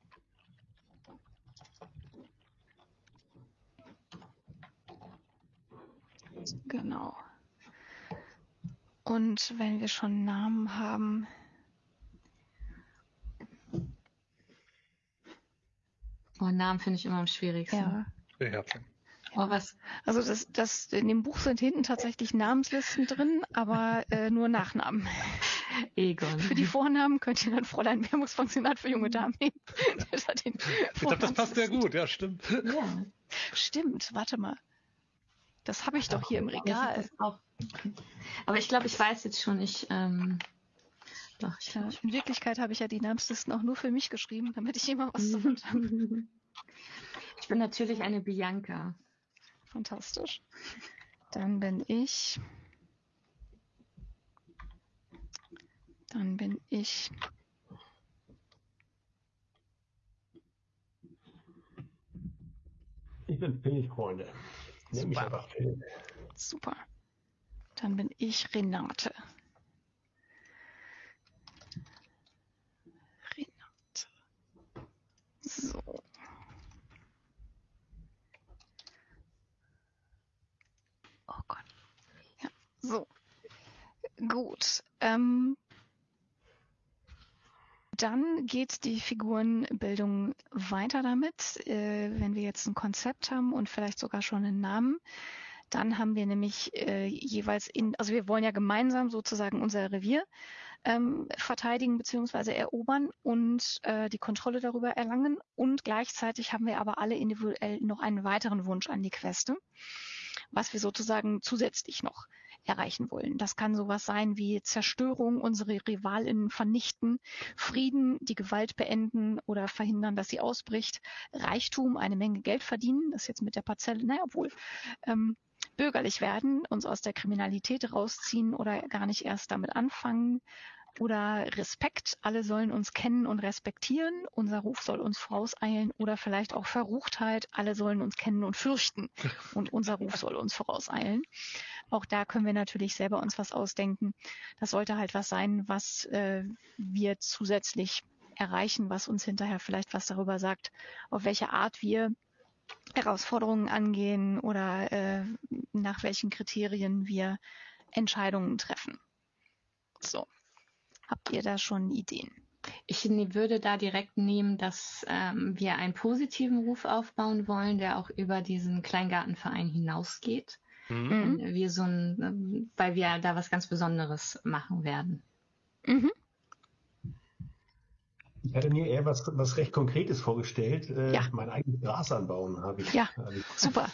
Genau. Und wenn wir schon Namen haben, Oh, Namen finde ich immer am schwierigsten. ja. Ja, klar. Oh, was? Also das, das, in dem Buch sind hinten tatsächlich Namenslisten drin, aber äh, nur Nachnamen. Egon. Für die Vornamen könnt ihr dann Fräulein Wehrmutspensionat für junge Damen nehmen. Das hat den Ich glaube, das passt sehr Vornamenslisten. gut, ja, stimmt. Ja. Stimmt, warte mal. Das habe ich doch hier im Ich hab Regal. das auch. Aber ich glaube, ich weiß jetzt schon, ich, ähm, doch, ich Ja, glaube, in Wirklichkeit habe ich ja die Namenslisten auch nur für mich geschrieben, damit ich immer was zu Wort habe. ich bin natürlich eine Bianca. Fantastisch. Dann bin ich. Dann bin ich. Ich bin Phil, Freunde. Nenn mich Super. einfach Phil. Super. Dann bin ich Renate. Renate. So. Oh Gott. Ja, so. Gut. Ähm, dann geht die Figurenbildung weiter damit. Äh, wenn wir jetzt ein Konzept haben und vielleicht sogar schon einen Namen, dann haben wir nämlich äh, jeweils in, also wir wollen ja gemeinsam sozusagen unser Revier ähm, verteidigen bzw. erobern und äh, die Kontrolle darüber erlangen. Und gleichzeitig haben wir aber alle individuell noch einen weiteren Wunsch an die Queste, was wir sozusagen zusätzlich noch erreichen wollen. Das kann sowas sein wie Zerstörung, unsere Rivalinnen vernichten, Frieden, die Gewalt beenden oder verhindern, dass sie ausbricht, Reichtum, eine Menge Geld verdienen, das jetzt mit der Parzelle, naja, obwohl, ähm, bürgerlich werden, uns aus der Kriminalität rausziehen oder gar nicht erst damit anfangen. Oder Respekt, alle sollen uns kennen und respektieren, unser Ruf soll uns vorauseilen. Oder vielleicht auch Verruchtheit, alle sollen uns kennen und fürchten und unser Ruf soll uns vorauseilen. Auch da können wir natürlich selber uns was ausdenken. Das sollte halt was sein, was äh, wir zusätzlich erreichen, was uns hinterher vielleicht was darüber sagt, auf welche Art wir Herausforderungen angehen oder äh, nach welchen Kriterien wir Entscheidungen treffen. So, habt ihr da schon Ideen? Ich ne- würde da direkt nehmen, dass ähm, wir einen positiven Ruf aufbauen wollen, der auch über diesen Kleingartenverein hinausgeht. Mhm. Wenn wir so ein, ähm, weil wir da was ganz Besonderes machen werden. Mhm. Ich hatte mir eher was, was recht Konkretes vorgestellt. Äh, Ja. Mein eigenes Gras anbauen habe ich. Ja. Hab ich. Super.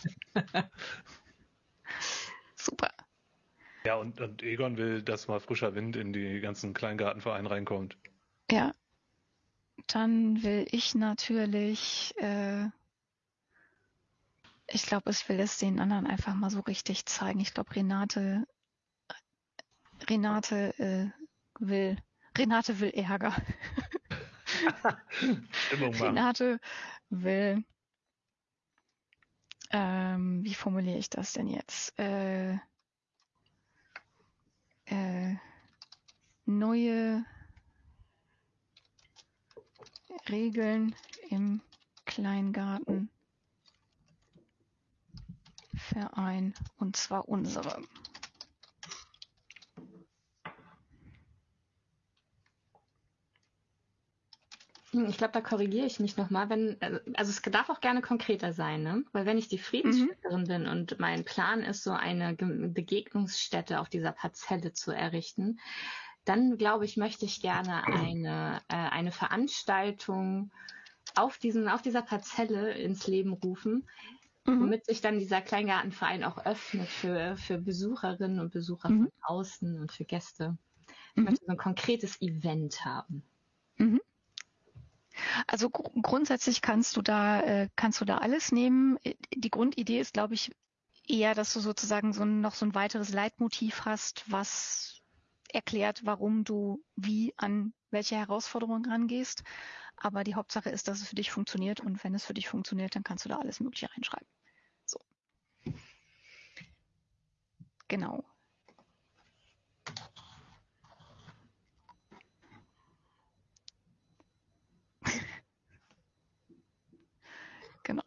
Super. Ja, und, und Egon will, dass mal frischer Wind in die ganzen Kleingartenvereine reinkommt. Ja. Dann will ich natürlich, äh, ich glaube, ich will es den anderen einfach mal so richtig zeigen. Ich glaube, Renate, Renate äh, will, Renate will Ärger. Stimmung machen. Renate will, ähm, wie formuliere ich das denn jetzt? Äh, äh, neue Regeln im Kleingartenverein, und zwar unsere. Hm, Ich glaube, da korrigiere ich mich nochmal, wenn, also es darf auch gerne konkreter sein, ne? Weil wenn ich die Friedensstifterin bin und mein Plan ist, so eine Ge- Begegnungsstätte auf dieser Parzelle zu errichten, dann glaube ich, möchte ich gerne eine, äh, eine Veranstaltung auf diesen, auf dieser Parzelle ins Leben rufen, Mhm. womit sich dann dieser Kleingartenverein auch öffnet für, für Besucherinnen und Besucher Mhm. von außen und für Gäste. Ich Mhm. möchte so ein konkretes Event haben. Mhm. Also gr grundsätzlich kannst du da äh, kannst du da alles nehmen. Die Grundidee ist, glaube ich, eher, dass du sozusagen so ein, noch so ein weiteres Leitmotiv hast, was erklärt, warum du wie an welche Herausforderungen rangehst. Aber die Hauptsache ist, dass es für dich funktioniert, und wenn es für dich funktioniert, dann kannst du da alles Mögliche reinschreiben. So. Genau. Genau.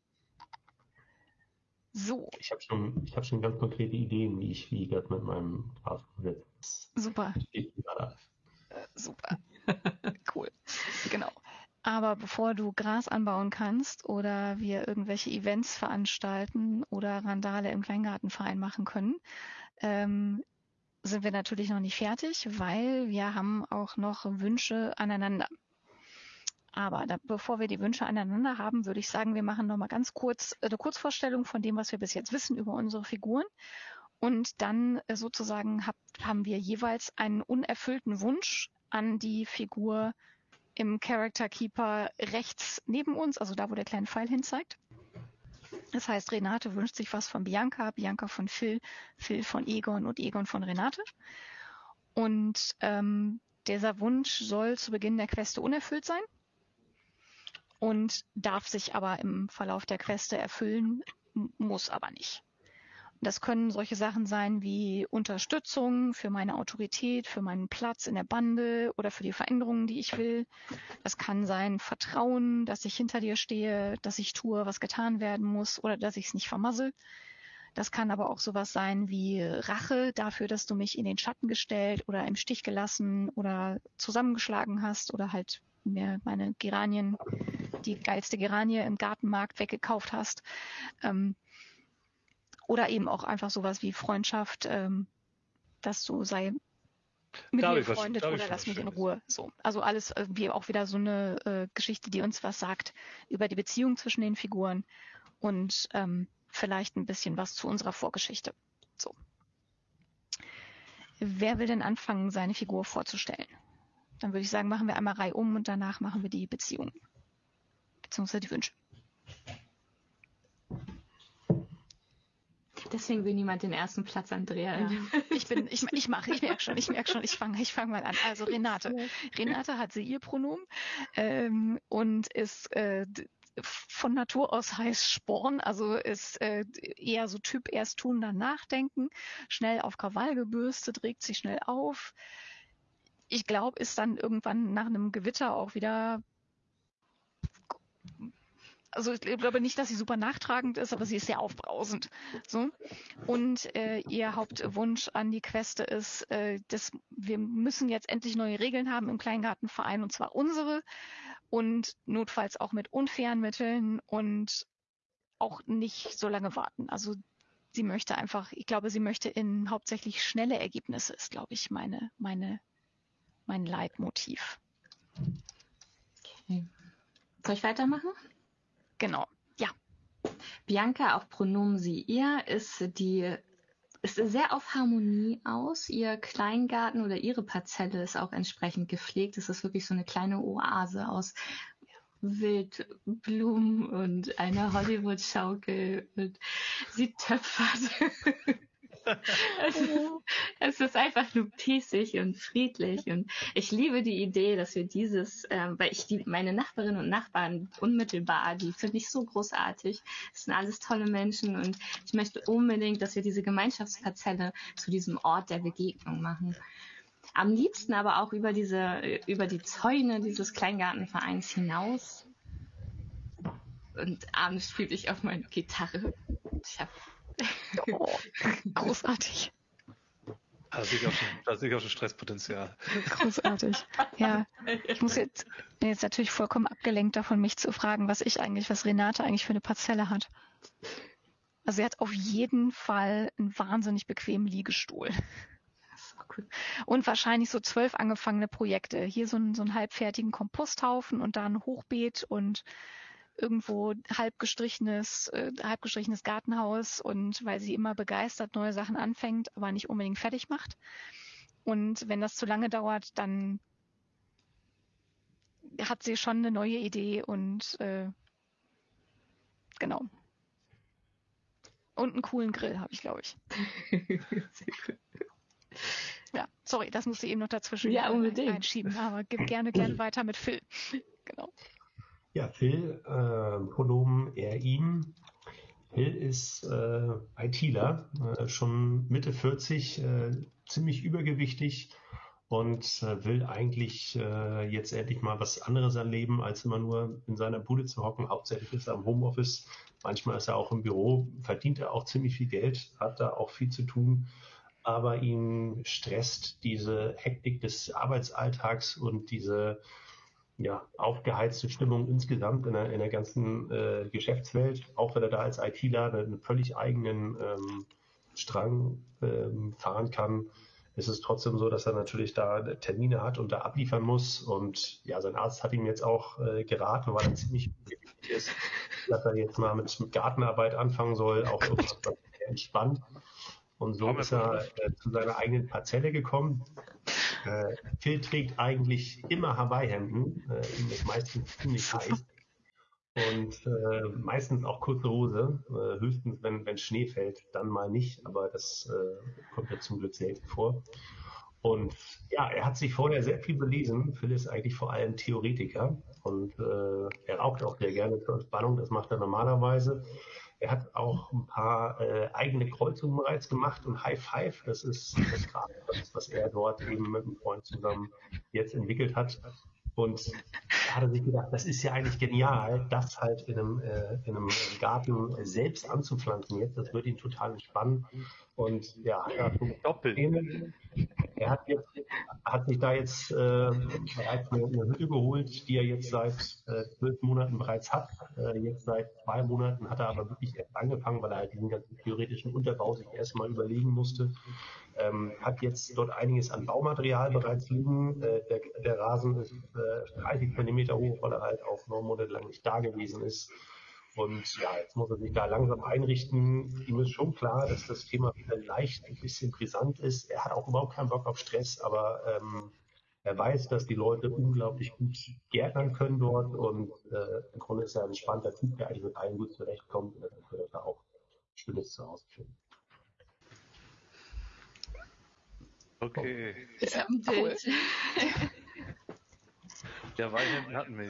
So, Ich habe schon, ich hab schon ganz konkrete Ideen, wie ich, wie ich das mit meinem Gras umsetze. Das super, steht gerade alles. äh, super. Cool. Genau. Aber bevor du Gras anbauen kannst oder wir irgendwelche Events veranstalten oder Randale im Kleingartenverein machen können, ähm, sind wir natürlich noch nicht fertig, weil wir haben auch noch Wünsche aneinander. Aber da, bevor wir die Wünsche aneinander haben, würde ich sagen, wir machen noch mal ganz kurz äh, eine Kurzvorstellung von dem, was wir bis jetzt wissen über unsere Figuren. Und dann äh, sozusagen hab, haben wir jeweils einen unerfüllten Wunsch an die Figur im Character Keeper rechts neben uns, also da, wo der kleine Pfeil hin zeigt. Das heißt, Renate wünscht sich was von Bianca, Bianca von Phil, Phil von Egon und Egon von Renate. Und ähm, dieser Wunsch soll zu Beginn der Queste unerfüllt sein. und darf sich aber im Verlauf der Queste erfüllen, muss aber nicht. Das können solche Sachen sein wie Unterstützung für meine Autorität, für meinen Platz in der Bande oder für die Veränderungen, die ich will. Das kann sein Vertrauen, dass ich hinter dir stehe, dass ich tue, was getan werden muss oder dass ich es nicht vermassel. Das kann aber auch sowas sein wie Rache dafür, dass du mich in den Schatten gestellt oder im Stich gelassen oder zusammengeschlagen hast oder halt mir meine Geranien, die geilste Geranie im Gartenmarkt weggekauft hast. Ähm, Oder eben auch einfach sowas wie Freundschaft, ähm, dass du sei mit Da hab mir ich was- befreundet da hab ich oder schon lass was mich in Schönes. Ruhe. So. Also alles äh, wie auch wieder so eine äh, Geschichte, die uns was sagt über die Beziehung zwischen den Figuren und ähm, vielleicht ein bisschen was zu unserer Vorgeschichte. So. Wer will denn anfangen, seine Figur vorzustellen? Dann würde ich sagen, machen wir einmal Reihe um und danach machen wir die Beziehung. Beziehungsweise die Wünsche. Deswegen will niemand den ersten Platz, Andrea. Ja. Ich bin, ich, ich mache, ich merke schon, ich merke schon, ich fange ich fang mal an. Also Renate. Renate hat sie ihr Pronomen ähm, und ist äh, d- von Natur aus heißt Sporn, also ist äh, eher so Typ erst tun, dann nachdenken, schnell auf Krawall gebürstet, regt sich schnell auf. Ich glaube, ist dann irgendwann nach einem Gewitter auch wieder. Also ich glaube nicht, dass sie super nachtragend ist, aber sie ist sehr aufbrausend. So. Und äh, ihr Hauptwunsch an die Queste ist, äh, dass wir müssen jetzt endlich neue Regeln haben im Kleingartenverein, und zwar unsere und notfalls auch mit unfairen Mitteln und auch nicht so lange warten. Also sie möchte einfach, ich glaube, sie möchte in hauptsächlich schnelle Ergebnisse, ist, glaube ich, meine, meine, mein Leitmotiv. Okay. Soll ich weitermachen? Genau. Ja. Bianca, auch Pronomen sie, ihr, ist die ist sehr auf Harmonie aus. Ihr Kleingarten oder ihre Parzelle ist auch entsprechend gepflegt. Es ist wirklich so eine kleine Oase aus Wildblumen und einer Hollywood-Schaukel und sie töpfert. es, ist, es ist einfach nur pießig und friedlich und ich liebe die Idee, dass wir dieses, ähm, weil ich die, meine Nachbarinnen und Nachbarn unmittelbar, die finde ich so großartig. Das sind alles tolle Menschen und ich möchte unbedingt, dass wir diese Gemeinschaftsparzelle zu diesem Ort der Begegnung machen. Am liebsten aber auch über diese, über die Zäune dieses Kleingartenvereins hinaus. Und abends spiele ich auf meine Gitarre. Ich hab Oh, großartig. Da sehe ich auch schon, da sehe ich auch schon Stresspotenzial. Großartig. Ja, ich muss jetzt, bin jetzt natürlich vollkommen abgelenkt davon, mich zu fragen, was ich eigentlich, was Renate eigentlich für eine Parzelle hat. Also sie hat auf jeden Fall einen wahnsinnig bequemen Liegestuhl. Das ist auch cool. Und wahrscheinlich so zwölf angefangene Projekte. Hier so einen, so einen halbfertigen Komposthaufen und da ein Hochbeet und irgendwo halb gestrichenes, äh, halb gestrichenes Gartenhaus und weil sie immer begeistert neue Sachen anfängt, aber nicht unbedingt fertig macht. Und wenn das zu lange dauert, dann hat sie schon eine neue Idee und äh, genau. Und einen coolen Grill habe ich, glaube ich. Sehr cool. Ja, sorry, das musste ich eben noch dazwischen Ja, äh, unbedingt. einschieben, aber gib gerne, gerne weiter mit Phil. Genau. Ja, Phil, äh, Pronomen er, ihm. Phil ist äh, ITler, äh, schon Mitte vierzig, äh, ziemlich übergewichtig und äh, will eigentlich äh, jetzt endlich mal was anderes erleben, als immer nur in seiner Bude zu hocken. Hauptsächlich ist er am Homeoffice, manchmal ist er auch im Büro, verdient er auch ziemlich viel Geld, hat da auch viel zu tun, aber ihn stresst diese Hektik des Arbeitsalltags und diese ja, aufgeheizte Stimmung insgesamt in der, in der ganzen äh, Geschäftswelt, auch wenn er da als ITler einen völlig eigenen ähm, Strang ähm, fahren kann, ist es trotzdem so, dass er natürlich da Termine hat und da abliefern muss. Und ja, sein Arzt hat ihm jetzt auch äh, geraten, weil er ziemlich wichtig ist, dass er jetzt mal mit, mit Gartenarbeit anfangen soll, auch irgendwas was sehr entspannt. Und so ist er äh, zu seiner eigenen Parzelle gekommen. Äh, Phil trägt eigentlich immer Hawaii-Hemden, äh, ihm ist meistens ziemlich heiß und äh, meistens auch kurze Hose, äh, höchstens wenn, wenn Schnee fällt, dann mal nicht, aber das äh, kommt ja zum Glück selten vor. Und ja, er hat sich vorher sehr viel belesen. Phil ist eigentlich vor allem Theoretiker und äh, er raucht auch sehr gerne zur Entspannung, das macht er normalerweise. Er hat auch ein paar äh, eigene Kreuzungen bereits gemacht und High Five, das ist das gerade das, was er dort eben mit einem Freund zusammen jetzt entwickelt hat. Und da hat er sich gedacht, das ist ja eigentlich genial, das halt in einem, äh, in einem Garten selbst anzupflanzen jetzt. Das wird ihn total entspannen. Und ja, ja Doppelt. er hat jetzt hat sich da jetzt äh, bereits eine, eine Hütte geholt, die er jetzt seit äh, zwölf Monaten bereits hat. Äh, jetzt seit zwei Monaten hat er aber wirklich erst angefangen, weil er halt diesen ganzen theoretischen Unterbau sich erstmal überlegen musste. Ähm, hat jetzt dort einiges an Baumaterial bereits liegen. Äh, der, der Rasen ist äh, dreißig Zentimeter hoch, weil er halt auch neun Monate lang nicht da gewesen ist. Und ja, jetzt muss er sich da langsam einrichten. Ihm ist schon klar, dass das Thema vielleicht ein bisschen brisant ist. Er hat auch überhaupt keinen Bock auf Stress, aber ähm, er weiß, dass die Leute unglaublich gut gärtnern können dort und äh, im Grunde ist er ein entspannter Typ, der eigentlich mit allen gut zurechtkommt und dann wird er auch ein schönes Zuhause finden. Okay. Ist am Bild. Der Weihhemden hatten mich.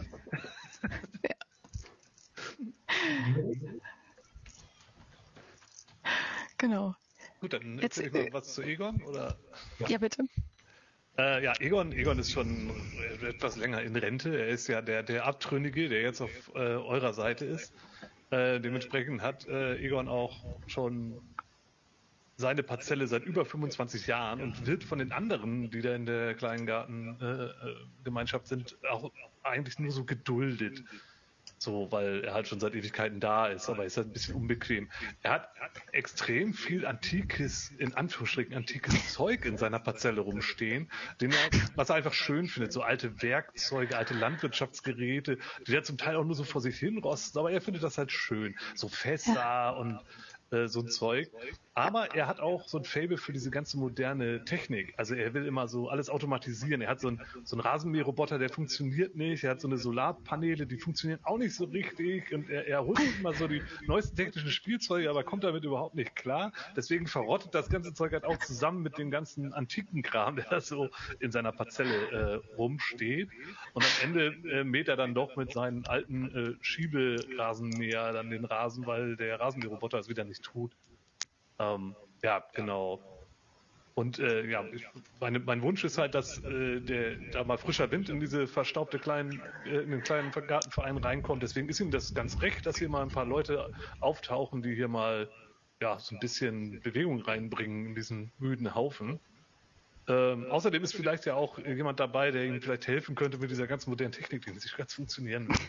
Genau. Gut, dann Jetzt, erzähl ich mal was zu Egon, oder? Ja, ja bitte. Äh, ja, Egon, Egon ist schon etwas länger in Rente. Er ist ja der, der Abtrünnige, der jetzt auf äh, eurer Seite ist. Äh, dementsprechend hat äh, Egon auch schon seine Parzelle seit über fünfundzwanzig Jahren und wird von den anderen, die da in der Kleingartengemeinschaft äh, sind, auch eigentlich nur so geduldet. So, weil er halt schon seit Ewigkeiten da ist, aber ist halt ein bisschen unbequem. Er hat extrem viel antikes, in Anführungsstrichen antikes Zeug in seiner Parzelle rumstehen, den er, was er einfach schön findet, so alte Werkzeuge, alte Landwirtschaftsgeräte, die er zum Teil auch nur so vor sich hin rosten, aber er findet das halt schön. So Fässer ja. und äh, so ein Zeug. Aber er hat auch so ein Faible für diese ganze moderne Technik. Also er will immer so alles automatisieren. Er hat so einen, so einen Rasenmäherroboter, der funktioniert nicht. Er hat so eine Solarpaneele, die funktionieren auch nicht so richtig. Und er, er holt immer so die neuesten technischen Spielzeuge, aber kommt damit überhaupt nicht klar. Deswegen verrottet das ganze Zeug halt auch zusammen mit dem ganzen antiken Kram, der da so in seiner Parzelle äh, rumsteht. Und am Ende äh, mäht er dann doch mit seinen alten äh, Schieberasenmäher dann den Rasen, weil der Rasenmäherroboter es wieder nicht tut. Ähm, ja, genau. Und äh, ja, ich, meine, mein Wunsch ist halt, dass äh, der, da mal frischer Wind in diese verstaubte kleinen, äh, in den kleinen Gartenverein reinkommt. Deswegen ist ihm das ganz recht, dass hier mal ein paar Leute auftauchen, die hier mal ja so ein bisschen Bewegung reinbringen in diesen müden Haufen. Ähm, außerdem ist vielleicht ja auch jemand dabei, der ihm vielleicht helfen könnte mit dieser ganzen modernen Technik, die nicht ganz funktionieren will.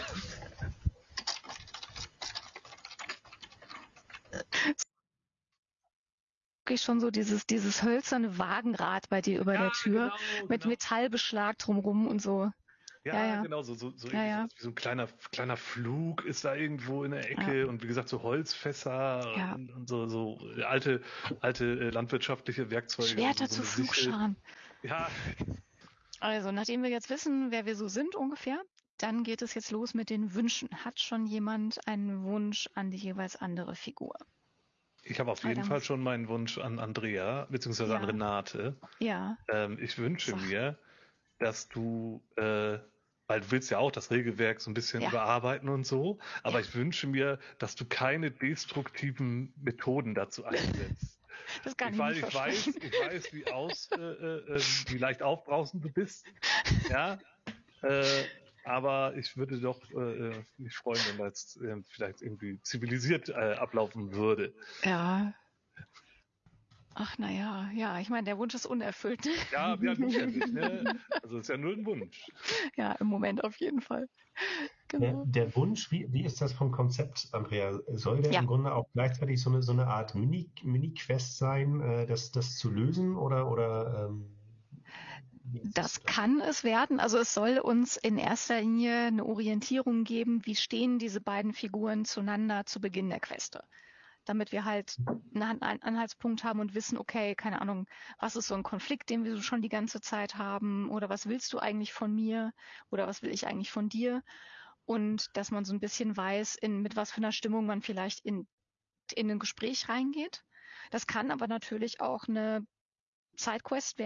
Schon so dieses dieses hölzerne Wagenrad bei dir über ja, der Tür genau, mit genau. Metallbeschlag drumrum und so. Ja, ja, ja. genau, so, so, so, ja, ja. wie so ein kleiner, kleiner Flug ist da irgendwo in der Ecke ja. und wie gesagt so Holzfässer ja. und, und so, so alte, alte landwirtschaftliche Werkzeuge. Schwerter so, zu Flugscharen. Ja. Also, nachdem wir jetzt wissen, wer wir so sind ungefähr, dann geht es jetzt los mit den Wünschen. Hat schon jemand einen Wunsch an die jeweils andere Figur? Ich habe auf jeden Fall schon meinen Wunsch an Andrea, beziehungsweise ja. an Renate. Ja. Ähm, ich wünsche so. mir, dass du, äh, weil du willst ja auch das Regelwerk so ein bisschen ja. überarbeiten und so, aber ja. ich wünsche mir, dass du keine destruktiven Methoden dazu einsetzt. Das kann ich, weil nicht ich weiß, ich weiß, wie aus, äh, äh, wie leicht aufbrausend du bist. Ja. Äh, Aber ich würde doch äh, mich freuen, wenn das äh, vielleicht irgendwie zivilisiert äh, ablaufen würde. Ja. Ach naja, ja, ich meine, der Wunsch ist unerfüllt. Ja, ja, muss ja nicht, ne? Also es ist ja nur ein Wunsch. Ja, im Moment auf jeden Fall. Genau. Der, der Wunsch, wie, wie ist das vom Konzept, Andrea? Soll der ja. im Grunde auch gleichzeitig so eine, so eine Art Mini, Mini-Quest sein, äh, das, das zu lösen oder, oder ähm Das kann es werden. Also es soll uns in erster Linie eine Orientierung geben, wie stehen diese beiden Figuren zueinander zu Beginn der Queste. Damit wir halt einen Anhaltspunkt haben und wissen, okay, keine Ahnung, was ist so ein Konflikt, den wir schon die ganze Zeit haben oder was willst du eigentlich von mir oder was will ich eigentlich von dir? Und dass man so ein bisschen weiß, in, mit was für einer Stimmung man vielleicht in, in ein Gespräch reingeht. Das kann aber natürlich auch eine Sidequest werden,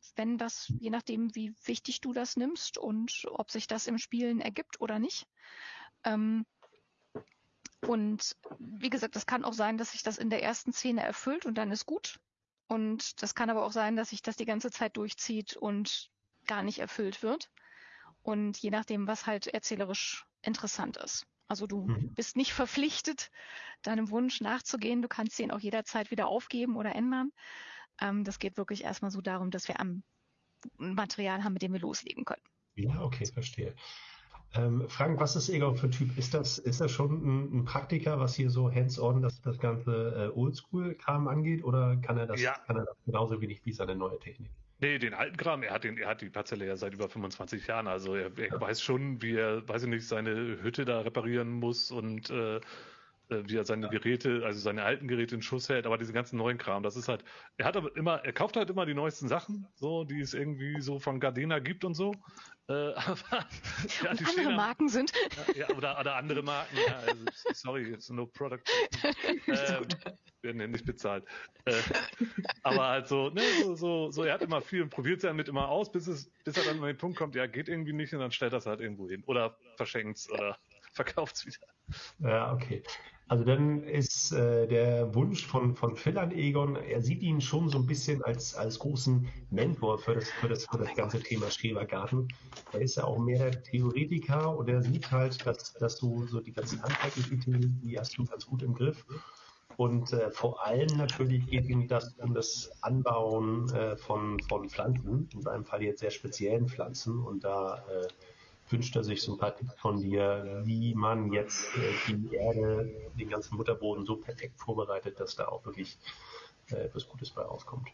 wenn das, je nachdem, wie wichtig du das nimmst und ob sich das im Spielen ergibt oder nicht. Ähm, und wie gesagt, das kann auch sein, dass sich das in der ersten Szene erfüllt und dann ist gut. Und das kann aber auch sein, dass sich das die ganze Zeit durchzieht und gar nicht erfüllt wird. Und je nachdem, was halt erzählerisch interessant ist. Also du Mhm. bist nicht verpflichtet, deinem Wunsch nachzugehen. Du kannst den auch jederzeit wieder aufgeben oder ändern. Ähm, das geht wirklich erstmal so darum, dass wir am Material haben, mit dem wir loslegen können. Ja, okay, verstehe. Ähm, Frank, was ist Egon für ein Typ? Ist das, ist das schon ein, ein Praktiker, was hier so hands-on das, das ganze äh, Oldschool-Kram angeht, oder kann er das, Ja. kann er das genauso wenig wie seine neue Technik? Nee, den alten Kram, er hat den, er hat die Parzelle ja seit über fünfundzwanzig Jahren. Also er, er weiß schon, wie er, weiß ich nicht, seine Hütte da reparieren muss und äh, wie er seine Geräte, also seine alten Geräte in Schuss hält, aber diese ganzen neuen Kram, das ist halt, er hat aber immer, er kauft halt immer die neuesten Sachen, so, die es irgendwie so von Gardena gibt und so. Äh, aber ja, Und die andere stehen Marken sind. Ja, oder, oder andere Marken, ja, also, sorry, it's no product. Ähm, werden nicht bezahlt. Äh, aber halt so, ne, so, so, so, er hat immer viel und probiert es damit immer aus, bis es, bis er dann an den Punkt kommt, ja, geht irgendwie nicht und dann stellt er es halt irgendwo hin. Oder verschenkt es oder verkauft es wieder. Ja, okay. Also dann ist äh, der Wunsch von, von Phil an Egon, er sieht ihn schon so ein bisschen als, als großen Mentor für das, für das, für das ganze Thema Schrebergarten. Er ist ja auch mehr der Theoretiker und er sieht halt, dass, dass du so die ganzen handwerklichen Themen, die hast du ganz gut im Griff. Und äh, vor allem natürlich geht ihm das um das Anbauen äh, von, von Pflanzen, in seinem Fall jetzt sehr speziellen Pflanzen. Und da äh, wünscht er sich so ein paar Tipps von dir, wie man jetzt äh, die Erde, den ganzen Mutterboden so perfekt vorbereitet, dass da auch wirklich äh, etwas Gutes bei rauskommt.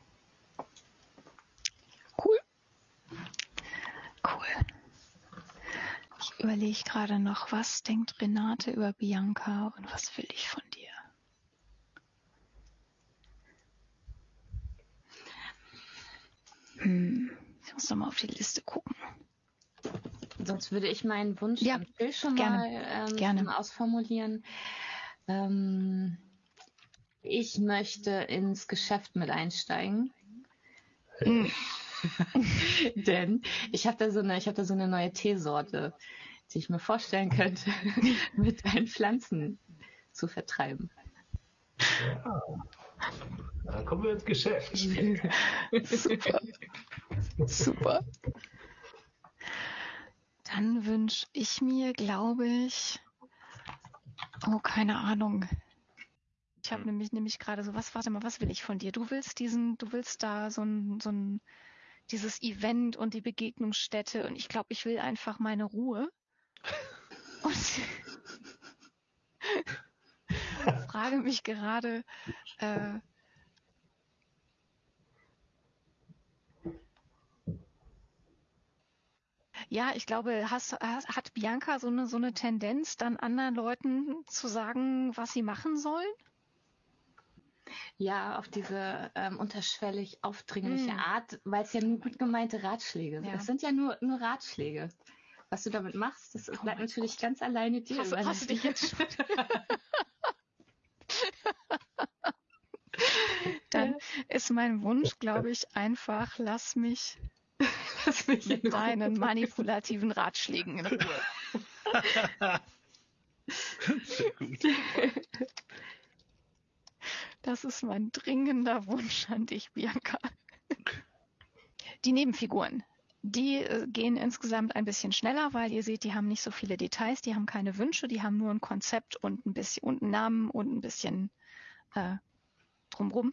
Cool. Cool. Ich überlege gerade noch, was denkt Renate über Bianca und was will ich von dir? Hm, ich muss noch mal auf die Liste gucken. Sonst würde ich meinen Wunsch Ja, an Phil schon gerne, mal ähm, gerne. schon mal ausformulieren. Ähm, ich möchte ins Geschäft mit einsteigen. Hm. Denn ich habe da so eine, ich habe da so eine neue Teesorte, die ich mir vorstellen könnte, mit deinen Pflanzen zu vertreiben. Ja, da kommen wir ins Geschäft. Super. Super. Dann wünsche ich mir, glaube ich, oh, keine Ahnung. Ich habe Hm. nämlich nämlich gerade so, was, warte mal, was will ich von dir? Du willst diesen, du willst da so ein, so ein, dieses Event und die Begegnungsstätte und ich glaube, ich will einfach meine Ruhe. Und frage mich gerade, äh, ja, ich glaube, hast, hast, hat Bianca so eine, so eine Tendenz, dann anderen Leuten zu sagen, was sie machen sollen? Ja, auf diese ähm, unterschwellig aufdringliche Mm. Art, weil es ja nur gut gemeinte Ratschläge sind. Ja. Es sind ja nur, nur Ratschläge. Was du damit machst, das Oh bleibt mein natürlich Gott. ganz alleine dir Hast, hast du dich jetzt schon? Dann ist mein Wunsch, glaube ich, einfach, lass mich Lass mich in mit Ruhe. deinen manipulativen Ratschlägen in Ruhe. Sehr gut. Das ist mein dringender Wunsch an dich, Bianca. Die Nebenfiguren, die äh, gehen insgesamt ein bisschen schneller, weil ihr seht, die haben nicht so viele Details, die haben keine Wünsche, die haben nur ein Konzept und ein bisschen und einen Namen und ein bisschen äh, drumrum.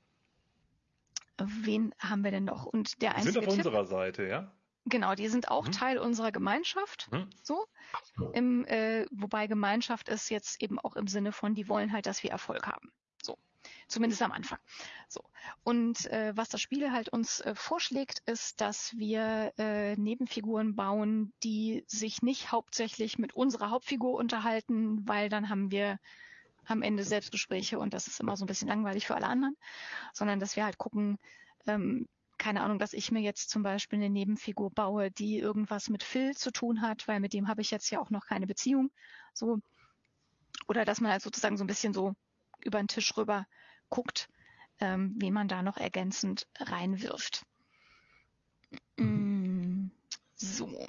Wen haben wir denn noch? Und der Die sind einzige auf Tipp, unserer Seite, ja? genau, die sind auch Mhm. Teil unserer Gemeinschaft. Mhm. So, im, äh, wobei Gemeinschaft ist jetzt eben auch im Sinne von, die wollen halt, dass wir Erfolg haben. So, zumindest am Anfang. So, und äh, was das Spiel halt uns äh, vorschlägt, ist, dass wir äh, Nebenfiguren bauen, die sich nicht hauptsächlich mit unserer Hauptfigur unterhalten, weil dann haben wir am Ende Selbstgespräche und das ist immer so ein bisschen langweilig für alle anderen, sondern dass wir halt gucken, ähm, keine Ahnung, dass ich mir jetzt zum Beispiel eine Nebenfigur baue, die irgendwas mit Phil zu tun hat, weil mit dem habe ich jetzt ja auch noch keine Beziehung. So. Oder dass man halt sozusagen so ein bisschen so über den Tisch rüber guckt, ähm, wie man da noch ergänzend reinwirft. Mm, so.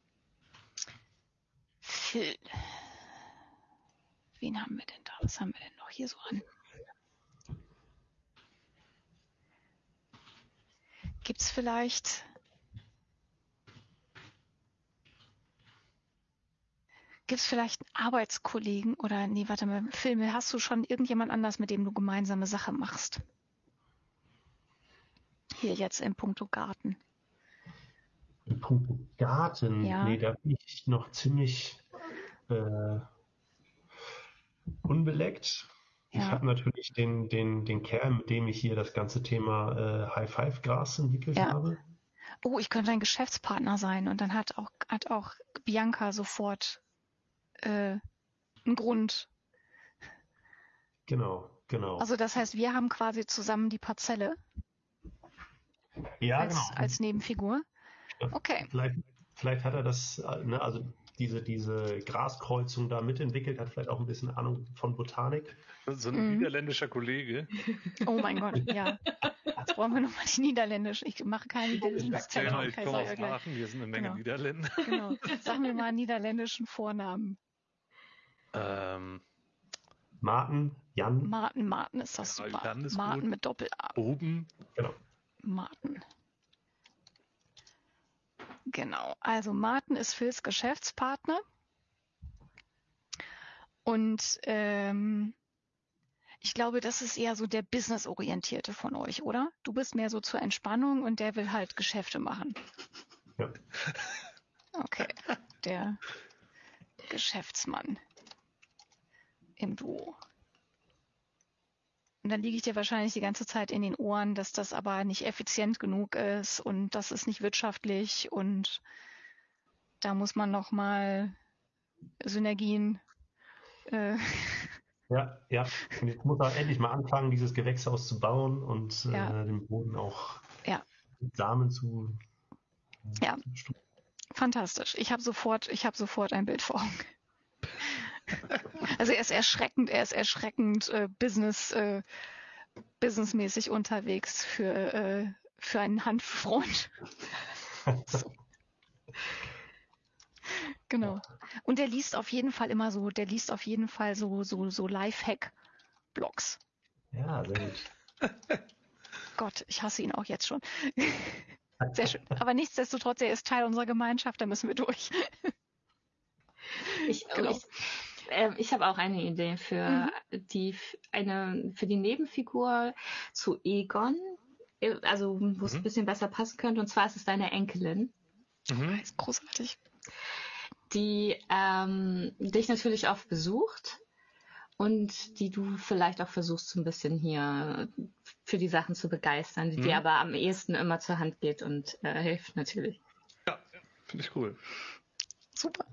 Phil. Wen haben wir denn da? Was haben wir denn noch hier so an? Gibt's vielleicht Gibt's vielleicht einen Arbeitskollegen oder nee, warte mal, Phil, hast du schon irgendjemand anders, mit dem du gemeinsame Sache machst? Hier jetzt im Puncto Garten. Im Puncto Garten, Ja. nee, da bin ich noch ziemlich äh, unbeleckt. Ich Ja. habe natürlich den, den, den Kerl, mit dem ich hier das ganze Thema äh, High-Five-Gras entwickelt Ja. habe. Oh, ich könnte ein Geschäftspartner sein und dann hat auch, hat auch Bianca sofort äh, einen Grund. Genau, genau. Also das heißt, wir haben quasi zusammen die Parzelle ja, als, genau. als Nebenfigur. Ja, Okay. Vielleicht, vielleicht hat er das, äh, ne, also diese, diese Graskreuzung da mitentwickelt, hat vielleicht auch ein bisschen Ahnung von Botanik. So ein Mhm. niederländischer Kollege. Oh mein Gott, ja. Jetzt brauchen wir nochmal die Niederländisch. Ich mache kein niederländisches Ja, Akzent. ich komme aus Aachen, hier sind eine Menge Genau. Niederländer. Genau. Sag mir mal einen niederländischen Vornamen. Ähm, Martin, Jan, Martin, Martin ist das Ja, super. Jan ist Martin gut. mit Doppel-A. Ruben. genau. Martin. Genau. Also Martin ist Phils Geschäftspartner. Und ähm, ich glaube, das ist eher so der Business-Orientierte von euch, oder? Du bist mehr so zur Entspannung und der will halt Geschäfte machen. Ja. Okay. Der Geschäftsmann im Duo. Und dann liege ich dir wahrscheinlich die ganze Zeit in den Ohren, dass das aber nicht effizient genug ist und das ist nicht wirtschaftlich und da muss man nochmal Synergien äh, Ja, ja. Und jetzt muss er endlich mal anfangen, dieses Gewächshaus zu bauen und Ja. äh, den Boden auch Ja. mit Samen zu, Ja. zu bestücken. fantastisch. Ich habe sofort, ich habe sofort ein Bild vor Augen. Also er ist erschreckend, er ist erschreckend äh, Business, äh, businessmäßig unterwegs für, äh, für einen Hanffreund. So. Genau. Und der liest auf jeden Fall immer so, der liest auf jeden Fall so, so, so Lifehack-Blogs. Ja, sehr gut. Gott, ich hasse ihn auch jetzt schon. Sehr schön. Aber nichtsdestotrotz, er ist Teil unserer Gemeinschaft, da müssen wir durch. Ich, Genau. ich, äh, ich habe auch eine Idee für Mhm. die eine für die Nebenfigur zu Egon, äh, also wo es Mhm. ein bisschen besser passen könnte. Und zwar ist es deine Enkelin, Mhm. Das ist großartig. die ähm, dich natürlich oft besucht und die du vielleicht auch versuchst, so ein bisschen hier für die Sachen zu begeistern, die Mhm. dir aber am ehesten immer zur Hand geht und äh, hilft natürlich. Ja, finde ich cool. Super.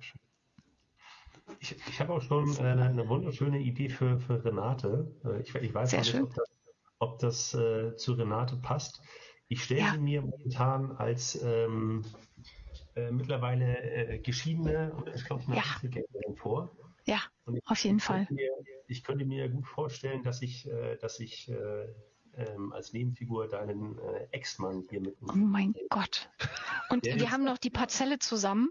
Ich, ich habe auch schon äh, eine, eine wunderschöne Idee für, für Renate. Äh, ich, ich weiß Sehr noch nicht, schön. ob das, ob das äh, zu Renate passt. Ich stelle Ja. sie mir momentan als ähm, äh, mittlerweile äh, geschiedene und entschlossene Ja. Einzelgängerin vor. Ja, Und ich, auf jeden ich Fall. könnte mir, ich könnte mir gut vorstellen, dass ich, äh, dass ich äh, ähm, als Nebenfigur deinen äh, Ex-Mann hier mit. Oh mein Gott. Und Der wir ist- haben noch die Parzelle zusammen.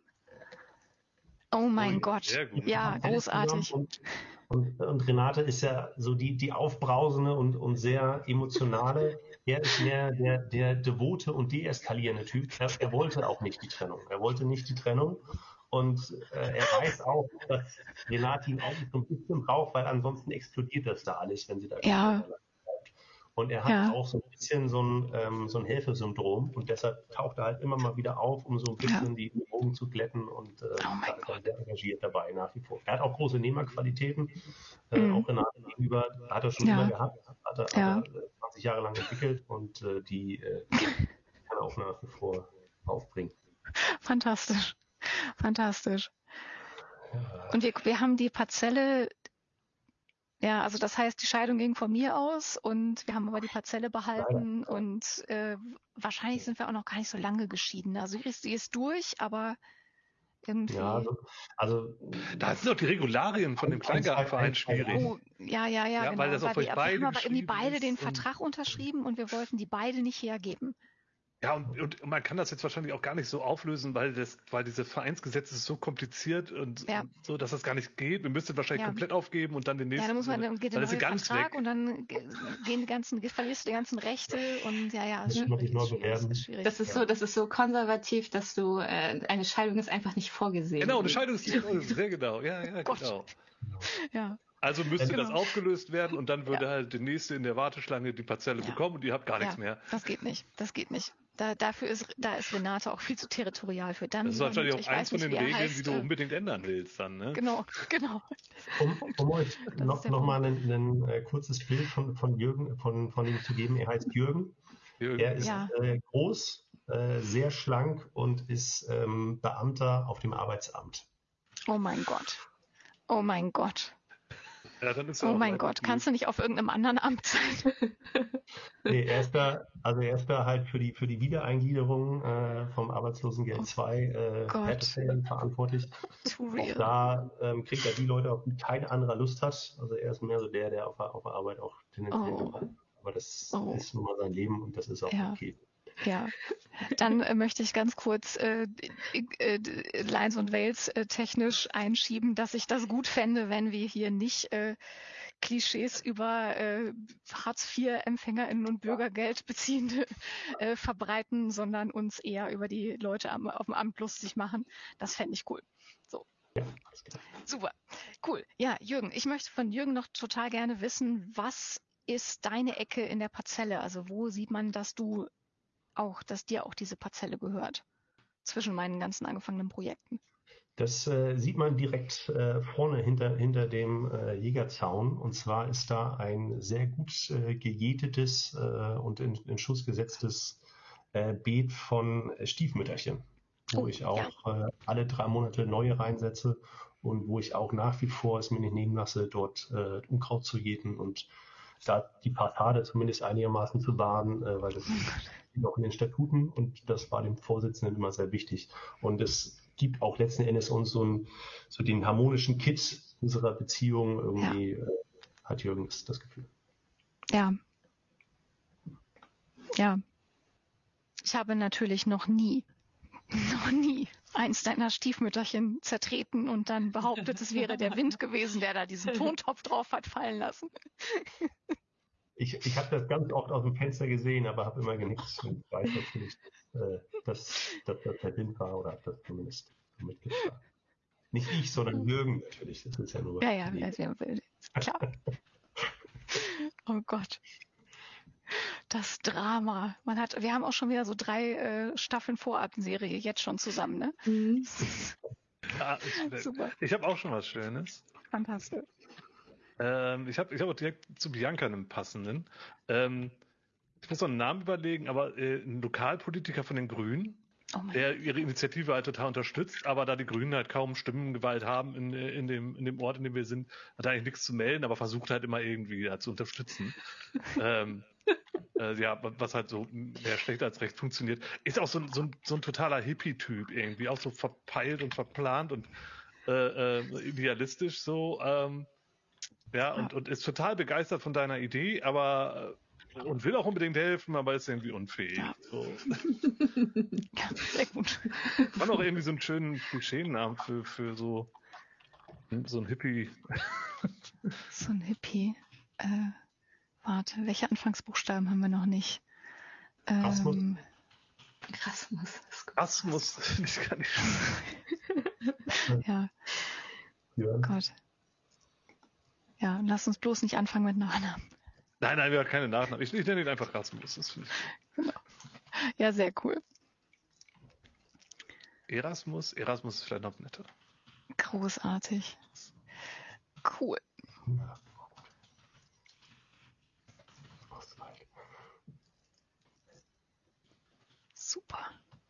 Oh mein Ui, Gott. sehr gut. Ja, großartig. Und, und, und Renate ist ja so die, die aufbrausende und, und sehr emotionale. Er ist mehr der, der devote und deeskalierende Typ. Er, er wollte auch nicht die Trennung. Er wollte nicht die Trennung. Und äh, er weiß auch, dass Renate ihn eigentlich so ein bisschen braucht, weil ansonsten explodiert das da alles, wenn sie da Ja. bleibt. Und er hat Ja. auch so ein bisschen so ein, ähm, so ein Helfersyndrom und deshalb taucht er halt immer mal wieder auf, um so ein bisschen die Wogen zu glätten und äh, Oh mein da ist er sehr engagiert dabei nach wie vor. Er hat auch große Nehmerqualitäten, äh, Mhm. auch Renate gegenüber, hat er schon Ja. immer gehabt, hat er, Ja. hat er zwanzig Jahre lang entwickelt und äh, die äh, kann er auch nach wie vor aufbringen. Fantastisch. Fantastisch. Und wir, wir haben die Parzelle, ja, also das heißt, die Scheidung ging von mir aus und wir haben aber die Parzelle behalten und äh, wahrscheinlich sind wir auch noch gar nicht so lange geschieden. Also sie ist, sie ist durch, aber irgendwie. Ja, also, also Da sind doch die Regularien von dem Kleingartenverein schwierig. Oh, ja, ja, ja, Ja, genau. weil das auf wir, euch wir beide haben aber irgendwie geschrieben beide den ist und- Vertrag unterschrieben und wir wollten die beide nicht hergeben. Ja, und, und man kann das jetzt wahrscheinlich auch gar nicht so auflösen, weil das, weil diese Vereinsgesetze ist so kompliziert und, Ja. und so, dass das gar nicht geht. Wir müssen wahrscheinlich Ja. komplett aufgeben und dann den nächsten. Ja, dann muss man, dann geht der dann ist sie neue ganz Vertrag weg. und dann ge- gehen die ganzen, verlierst du die ganzen Rechte und ja, ja, ist Muss man sich schwierig, neu ist schwierig, bewerben. ist schwierig. Das ist so, das ist so konservativ, dass du äh, eine Scheidung ist einfach nicht vorgesehen. Genau, eine Scheidung ist sehr genau. Ja, ja, Gott. genau. Ja, Also müsste Genau. das aufgelöst werden und dann würde halt der nächste in der Warteschlange die Parzelle Ja. bekommen und ihr habt gar nichts ja, mehr. das geht nicht, das geht nicht. Da, dafür ist, da ist Renate auch viel zu territorial für. Dann Das ist lieber wahrscheinlich mit, auch ich eins weiß von nicht, den wie er Regeln, heißt, die du äh, unbedingt ändern willst dann, ne? Genau, genau. Um, um euch Das noch, ist der noch mal ein, ein äh, kurzes Bild von, von Jürgen, von, von ihm zu geben. Er heißt Jürgen. Er ist Ja. äh, groß, äh, sehr schlank und ist ähm, Beamter auf dem Arbeitsamt. Oh mein Gott. Oh mein Gott. Ja, dann ist er Oh auch mein leider Gott. gut. Kannst du nicht auf irgendeinem anderen Amt sein? Nee, er ist da, also er ist da halt für die für die Wiedereingliederung äh, vom Arbeitslosengeld zwei äh, Gott. Härtefällen verantwortlich. Too Auch real. da ähm, kriegt er die Leute, auf die kein anderer Lust hat. Also er ist mehr so der, der auf der, auf der Arbeit auch tendenziell Oh. hat. Aber das Oh. ist nun mal sein Leben und das ist auch Ja. okay. Ja, dann äh, möchte ich ganz kurz äh, äh, Lions und Wales äh, technisch einschieben, dass ich das gut fände, wenn wir hier nicht äh, Klischees über äh, Hartz-vier-EmpfängerInnen und Bürgergeldbeziehende äh, verbreiten, sondern uns eher über die Leute am, auf dem Amt lustig machen. Das fände ich cool. So. Ja, alles klar. Super, cool. Ja, Jürgen, ich möchte von Jürgen noch total gerne wissen, was ist deine Ecke in der Parzelle? Also wo sieht man, dass du auch, dass dir auch diese Parzelle gehört? Zwischen meinen ganzen angefangenen Projekten. Das äh, sieht man direkt äh, vorne hinter, hinter dem äh, Jägerzaun. Und zwar ist da ein sehr gut äh, gejätetes äh, und in, in Schuss gesetztes äh, Beet von Stiefmütterchen, wo Oh, ich auch äh, alle drei Monate neue reinsetze und wo ich auch nach wie vor es mir nicht nehmen lasse, dort äh, Unkraut zu jäten und da die Passade zumindest einigermaßen zu wahren, äh, weil das steht auch in den Statuten und das war dem Vorsitzenden immer sehr wichtig. Und es gibt auch letzten Endes uns so, ein, so den harmonischen Kit unserer Beziehung irgendwie, äh, hat Jürgen das, das Gefühl. Ja. Ja. Ich habe natürlich noch nie, noch nie eins deiner Stiefmütterchen zertreten und dann behauptet, es wäre der Wind gewesen, der da diesen Tontopf drauf hat fallen lassen. Ich, ich habe das ganz oft aus dem Fenster gesehen, aber habe immer genickt und weiß natürlich, äh, dass, dass das der Wind war oder habe das zumindest so mitgetragen. Nicht ich, sondern Jürgen natürlich. Das ist ja nur. Ja, ja, die- ja, ja, klar. Oh Gott. Das Drama. Man hat, wir haben auch schon wieder so drei äh, Staffeln Vorabendserie jetzt schon zusammen, ne? Mhm. Ja, ich Super. ich habe auch schon was Schönes. Fantastisch. Ähm, ich habe ich hab auch direkt zu Bianca einen passenden. Ähm, ich muss noch einen Namen überlegen, aber äh, ein Lokalpolitiker von den Grünen, Oh mein der ihre Initiative halt total unterstützt, aber da die Grünen halt kaum Stimmengewalt haben in, in, dem, in dem Ort, in dem wir sind, hat er eigentlich nichts zu melden, aber versucht halt immer irgendwie ja, zu unterstützen. ähm, äh, ja, was halt so mehr schlecht als recht funktioniert. Ist auch so, ein- so, ein, so ein totaler Hippie-Typ irgendwie, auch so verpeilt und verplant und äh, äh, idealistisch so. Ähm, ja, und, und ist total begeistert von deiner Idee, aber äh, und will auch unbedingt helfen, aber ist irgendwie unfähig. Ja. So. Ja, sehr gut. War noch irgendwie so einen schönen Klischeenamen für, für so, so ein Hippie. So ein Hippie. Äh, warte, welche Anfangsbuchstaben haben wir noch nicht? Asmus. Ähm, Rasmus. ist gut. Asmus, finde ich gar nicht. ja, Jürgen. Gott. Ja, und lass uns bloß nicht anfangen mit Nachnamen. Nein, nein, wir haben keine Nachnamen. Ich, ich nenne ihn einfach Rasmus. Das finde ich. Ja, sehr cool. Erasmus? Erasmus ist vielleicht noch netter. Großartig. Cool. Super.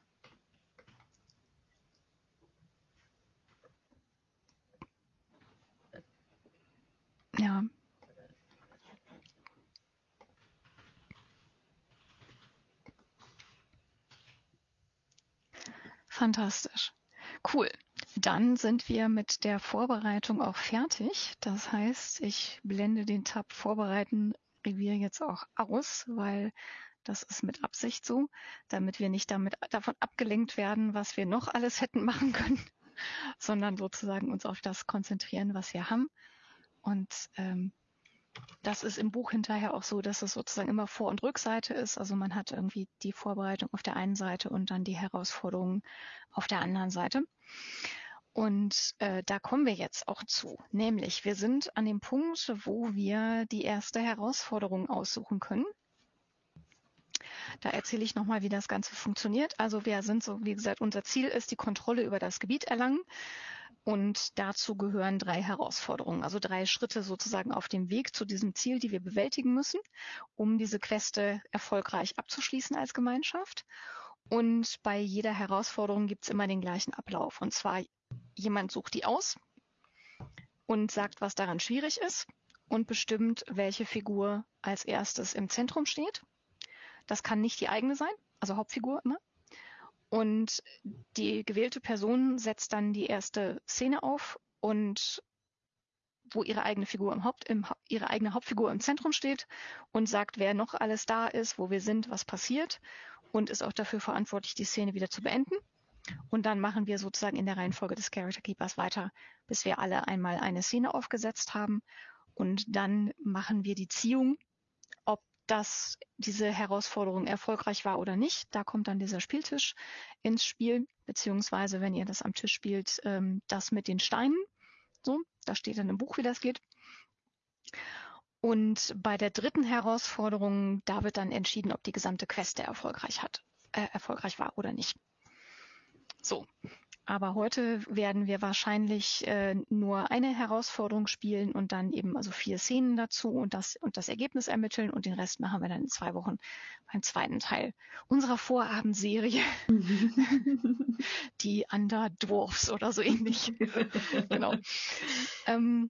Ja. Fantastisch. Cool. Dann sind wir mit der Vorbereitung auch fertig. Das heißt, ich blende den Tab Vorbereiten Revier jetzt auch aus, weil Das ist mit Absicht so, damit wir nicht damit davon abgelenkt werden, was wir noch alles hätten machen können, sondern sozusagen uns auf das konzentrieren, was wir haben. Und ähm, das ist im Buch hinterher auch so, dass es sozusagen immer Vor- und Rückseite ist. Also man hat irgendwie die Vorbereitung auf der einen Seite und dann die Herausforderungen auf der anderen Seite. Und äh, da kommen wir jetzt auch zu. Nämlich, wir sind an dem Punkt, wo wir die erste Herausforderung aussuchen können. Da erzähle ich nochmal, wie das Ganze funktioniert. Also wir sind so, wie gesagt, unser Ziel ist die Kontrolle über das Gebiet erlangen. Und dazu gehören drei Herausforderungen, also drei Schritte sozusagen auf dem Weg zu diesem Ziel, die wir bewältigen müssen, um diese Queste erfolgreich abzuschließen als Gemeinschaft. Und bei jeder Herausforderung gibt es immer den gleichen Ablauf. Und zwar, jemand sucht die aus und sagt, was daran schwierig ist und bestimmt, welche Figur als erstes im Zentrum steht. Das kann nicht die eigene sein, also Hauptfigur immer. Und die gewählte Person setzt dann die erste Szene auf und wo ihre eigene Figur im Haupt, im, ihre eigene Hauptfigur im Zentrum steht und sagt, wer noch alles da ist, wo wir sind, was passiert und ist auch dafür verantwortlich, die Szene wieder zu beenden. Und dann machen wir sozusagen in der Reihenfolge des Character Keepers weiter, bis wir alle einmal eine Szene aufgesetzt haben. Und dann machen wir die Ziehung, ob dass diese Herausforderung erfolgreich war oder nicht. Da kommt dann dieser Spieltisch ins Spiel, beziehungsweise wenn ihr das am Tisch spielt, ähm, das mit den Steinen. So, da steht dann im Buch, wie das geht. Und bei der dritten Herausforderung, da wird dann entschieden, ob die gesamte Queste erfolgreich hat, äh, erfolgreich war oder nicht. So. Aber heute werden wir wahrscheinlich äh, nur eine Herausforderung spielen und dann eben also vier Szenen dazu und das und das Ergebnis ermitteln und den Rest machen wir dann in zwei Wochen beim zweiten Teil unserer Vorabendserie, die Underdwarfs oder so ähnlich. Genau. Ähm,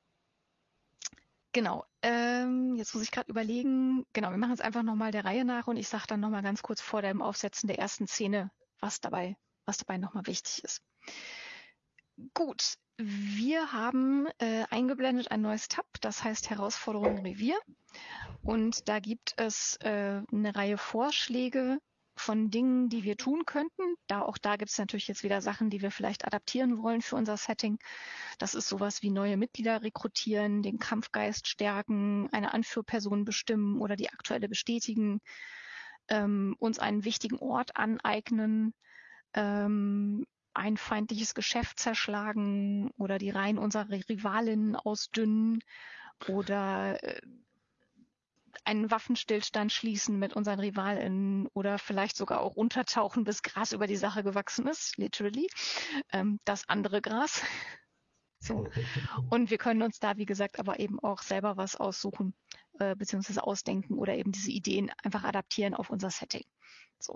genau. Ähm, jetzt muss ich gerade überlegen. Genau, wir machen es einfach nochmal der Reihe nach und ich sage dann nochmal ganz kurz vor dem Aufsetzen der ersten Szene, was dabei was dabei nochmal wichtig ist. Gut, wir haben äh, eingeblendet ein neues Tab, das heißt Herausforderungen Revier. Und da gibt es äh, eine Reihe Vorschläge von Dingen, die wir tun könnten. Da auch da gibt es natürlich jetzt wieder Sachen, die wir vielleicht adaptieren wollen für unser Setting. Das ist sowas wie neue Mitglieder rekrutieren, den Kampfgeist stärken, eine Anführperson bestimmen oder die aktuelle bestätigen, ähm, uns einen wichtigen Ort aneignen, ähm, ein feindliches Geschäft zerschlagen oder die Reihen unserer Rivalinnen ausdünnen oder äh, einen Waffenstillstand schließen mit unseren Rivalinnen oder vielleicht sogar auch untertauchen, bis Gras über die Sache gewachsen ist, literally, ähm, das andere Gras. So. Und wir können uns da, wie gesagt, aber eben auch selber was aussuchen, äh, beziehungsweise ausdenken oder eben diese Ideen einfach adaptieren auf unser Setting. So.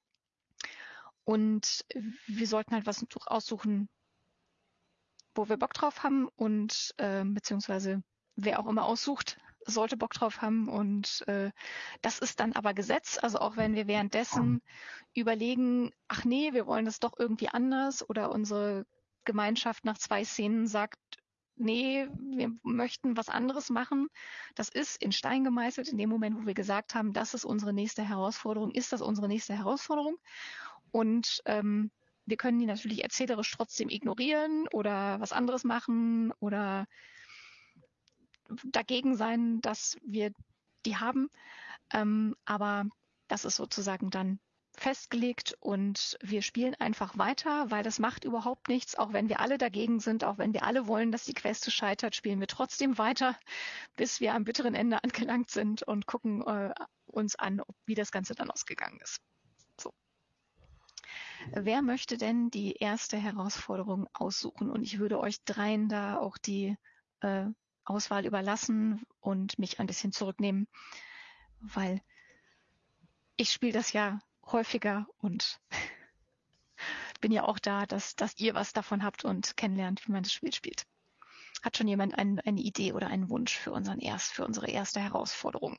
Und wir sollten halt was aussuchen, wo wir Bock drauf haben und äh, beziehungsweise wer auch immer aussucht, sollte Bock drauf haben. Und äh, das ist dann aber Gesetz. Also auch wenn wir währenddessen überlegen, ach nee, wir wollen das doch irgendwie anders oder unsere Gemeinschaft nach zwei Szenen sagt, nee, wir möchten was anderes machen. Das ist in Stein gemeißelt. In dem Moment, wo wir gesagt haben, das ist unsere nächste Herausforderung, ist das unsere nächste Herausforderung. Und ähm, wir können die natürlich erzählerisch trotzdem ignorieren oder was anderes machen oder dagegen sein, dass wir die haben. Ähm, aber das ist sozusagen dann festgelegt und wir spielen einfach weiter, weil das macht überhaupt nichts. Auch wenn wir alle dagegen sind, auch wenn wir alle wollen, dass die Queste scheitert, spielen wir trotzdem weiter, bis wir am bitteren Ende angelangt sind und gucken äh, uns an, wie das Ganze dann ausgegangen ist. So. Wer möchte denn die erste Herausforderung aussuchen? Und ich würde euch dreien da auch die äh, Auswahl überlassen und mich ein bisschen zurücknehmen, weil ich spiele das ja häufiger und bin ja auch da, dass, dass ihr was davon habt und kennenlernt, wie man das Spiel spielt. Hat schon jemand ein, eine Idee oder einen Wunsch für, unseren erst, für unsere erste Herausforderung?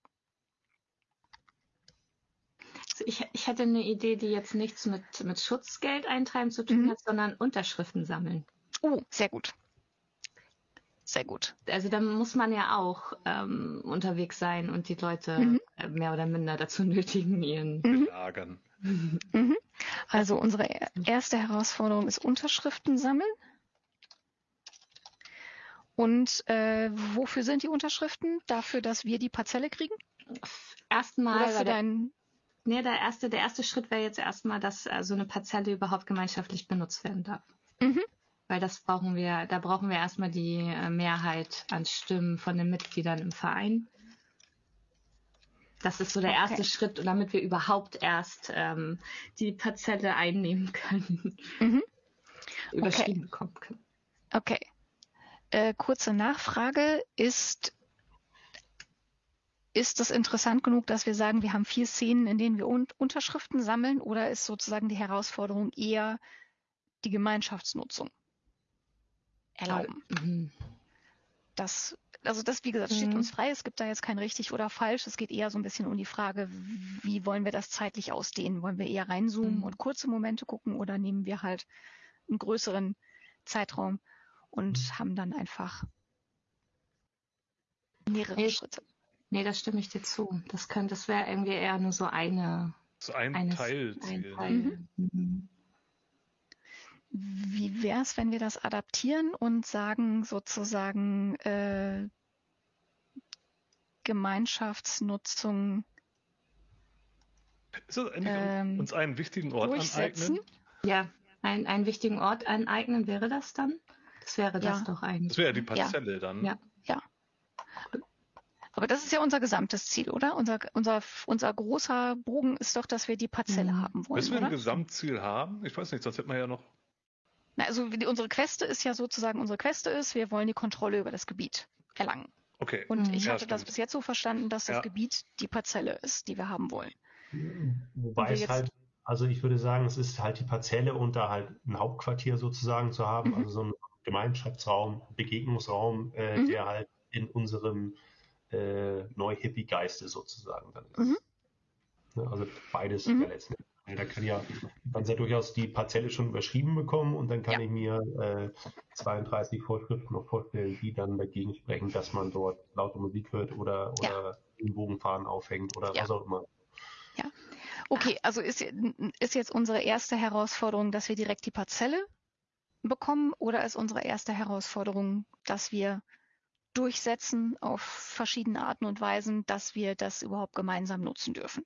Ich, ich hätte eine Idee, die jetzt nichts mit, mit Schutzgeld eintreiben zu tun Mhm. hat, sondern Unterschriften sammeln. Oh, sehr gut. sehr gut. Also da muss man ja auch ähm, unterwegs sein und die Leute Mhm. äh, mehr oder minder dazu nötigen, ihren... Mhm. Lagern. Mhm. Also unsere erste Herausforderung ist Unterschriften sammeln. Und äh, wofür sind die Unterschriften? Dafür, dass wir die Parzelle kriegen? Erstmal, Oder weil für der, deinen... nee, der erste, der erste Schritt wäre jetzt erstmal, dass äh, so eine Parzelle überhaupt gemeinschaftlich benutzt werden darf. Mhm. Weil das brauchen wir, da brauchen wir erstmal die äh, Mehrheit an Stimmen von den Mitgliedern im Verein. Das ist so der Okay. erste Schritt, damit wir überhaupt erst ähm, die Parzelle einnehmen können, Mhm. überschrieben bekommen können. Okay. Äh, kurze Nachfrage. Ist, ist das interessant genug, dass wir sagen, wir haben vier Szenen, in denen wir un Unterschriften sammeln, oder ist sozusagen die Herausforderung eher die Gemeinschaftsnutzung erlauben? Mhm. Das, also das, wie gesagt, steht Mhm. uns frei. Es gibt da jetzt kein richtig oder falsch. Es geht eher so ein bisschen um die Frage, wie wollen wir das zeitlich ausdehnen? Wollen wir eher reinzoomen Mhm. und kurze Momente gucken, oder nehmen wir halt einen größeren Zeitraum und haben dann einfach mehrere Nee, Schritte? nee, da stimme ich dir zu. Das könnte, das wäre irgendwie eher nur so eine, So ein eines, Teilziel. ein Teil. Mhm. Wie wäre es, wenn wir das adaptieren und sagen sozusagen äh, Gemeinschaftsnutzung Ist das eigentlich ähm, uns einen wichtigen Ort durchsetzen? aneignen? Ja, ein, einen wichtigen Ort aneignen wäre das dann? Das wäre das Ja. doch eigentlich. Das wäre ja die Parzelle dann. Ja. Ja. Aber das ist ja unser gesamtes Ziel, oder? Unser, unser, unser großer Bogen ist doch, dass wir die Parzelle Mhm. haben wollen, Müssen wir ein oder? Gesamtziel haben? Ich weiß nicht, sonst hätten wir ja noch. Na, also die, unsere Queste ist ja sozusagen, unsere Queste ist, wir wollen die Kontrolle über das Gebiet erlangen. Okay. Und Mhm. ich Ja, hatte das stimmt. bis jetzt so verstanden, dass das Ja. Gebiet die Parzelle ist, die wir haben wollen. Wobei wir es jetzt- halt, also ich würde sagen, es ist halt die Parzelle und da halt ein Hauptquartier sozusagen zu haben, Mhm. also so ein Gemeinschaftsraum, Begegnungsraum, äh, Mhm. der halt in unserem äh, Neu-Hippie-Geiste sozusagen dann ist. Mhm. Ne, also beides Mhm. ja letztendlich. Da kann ja, man ja durchaus die Parzelle schon überschrieben bekommen und dann kann Ja. ich mir äh, zweiunddreißig Vorschriften noch vorstellen, die dann dagegen sprechen, dass man dort laute Musik hört oder, Ja. oder Bogenfahren aufhängt oder Ja. was auch immer. Okay, also ist, ist jetzt unsere erste Herausforderung, dass wir direkt die Parzelle bekommen, oder ist unsere erste Herausforderung, dass wir durchsetzen auf verschiedene Arten und Weisen, dass wir das überhaupt gemeinsam nutzen dürfen?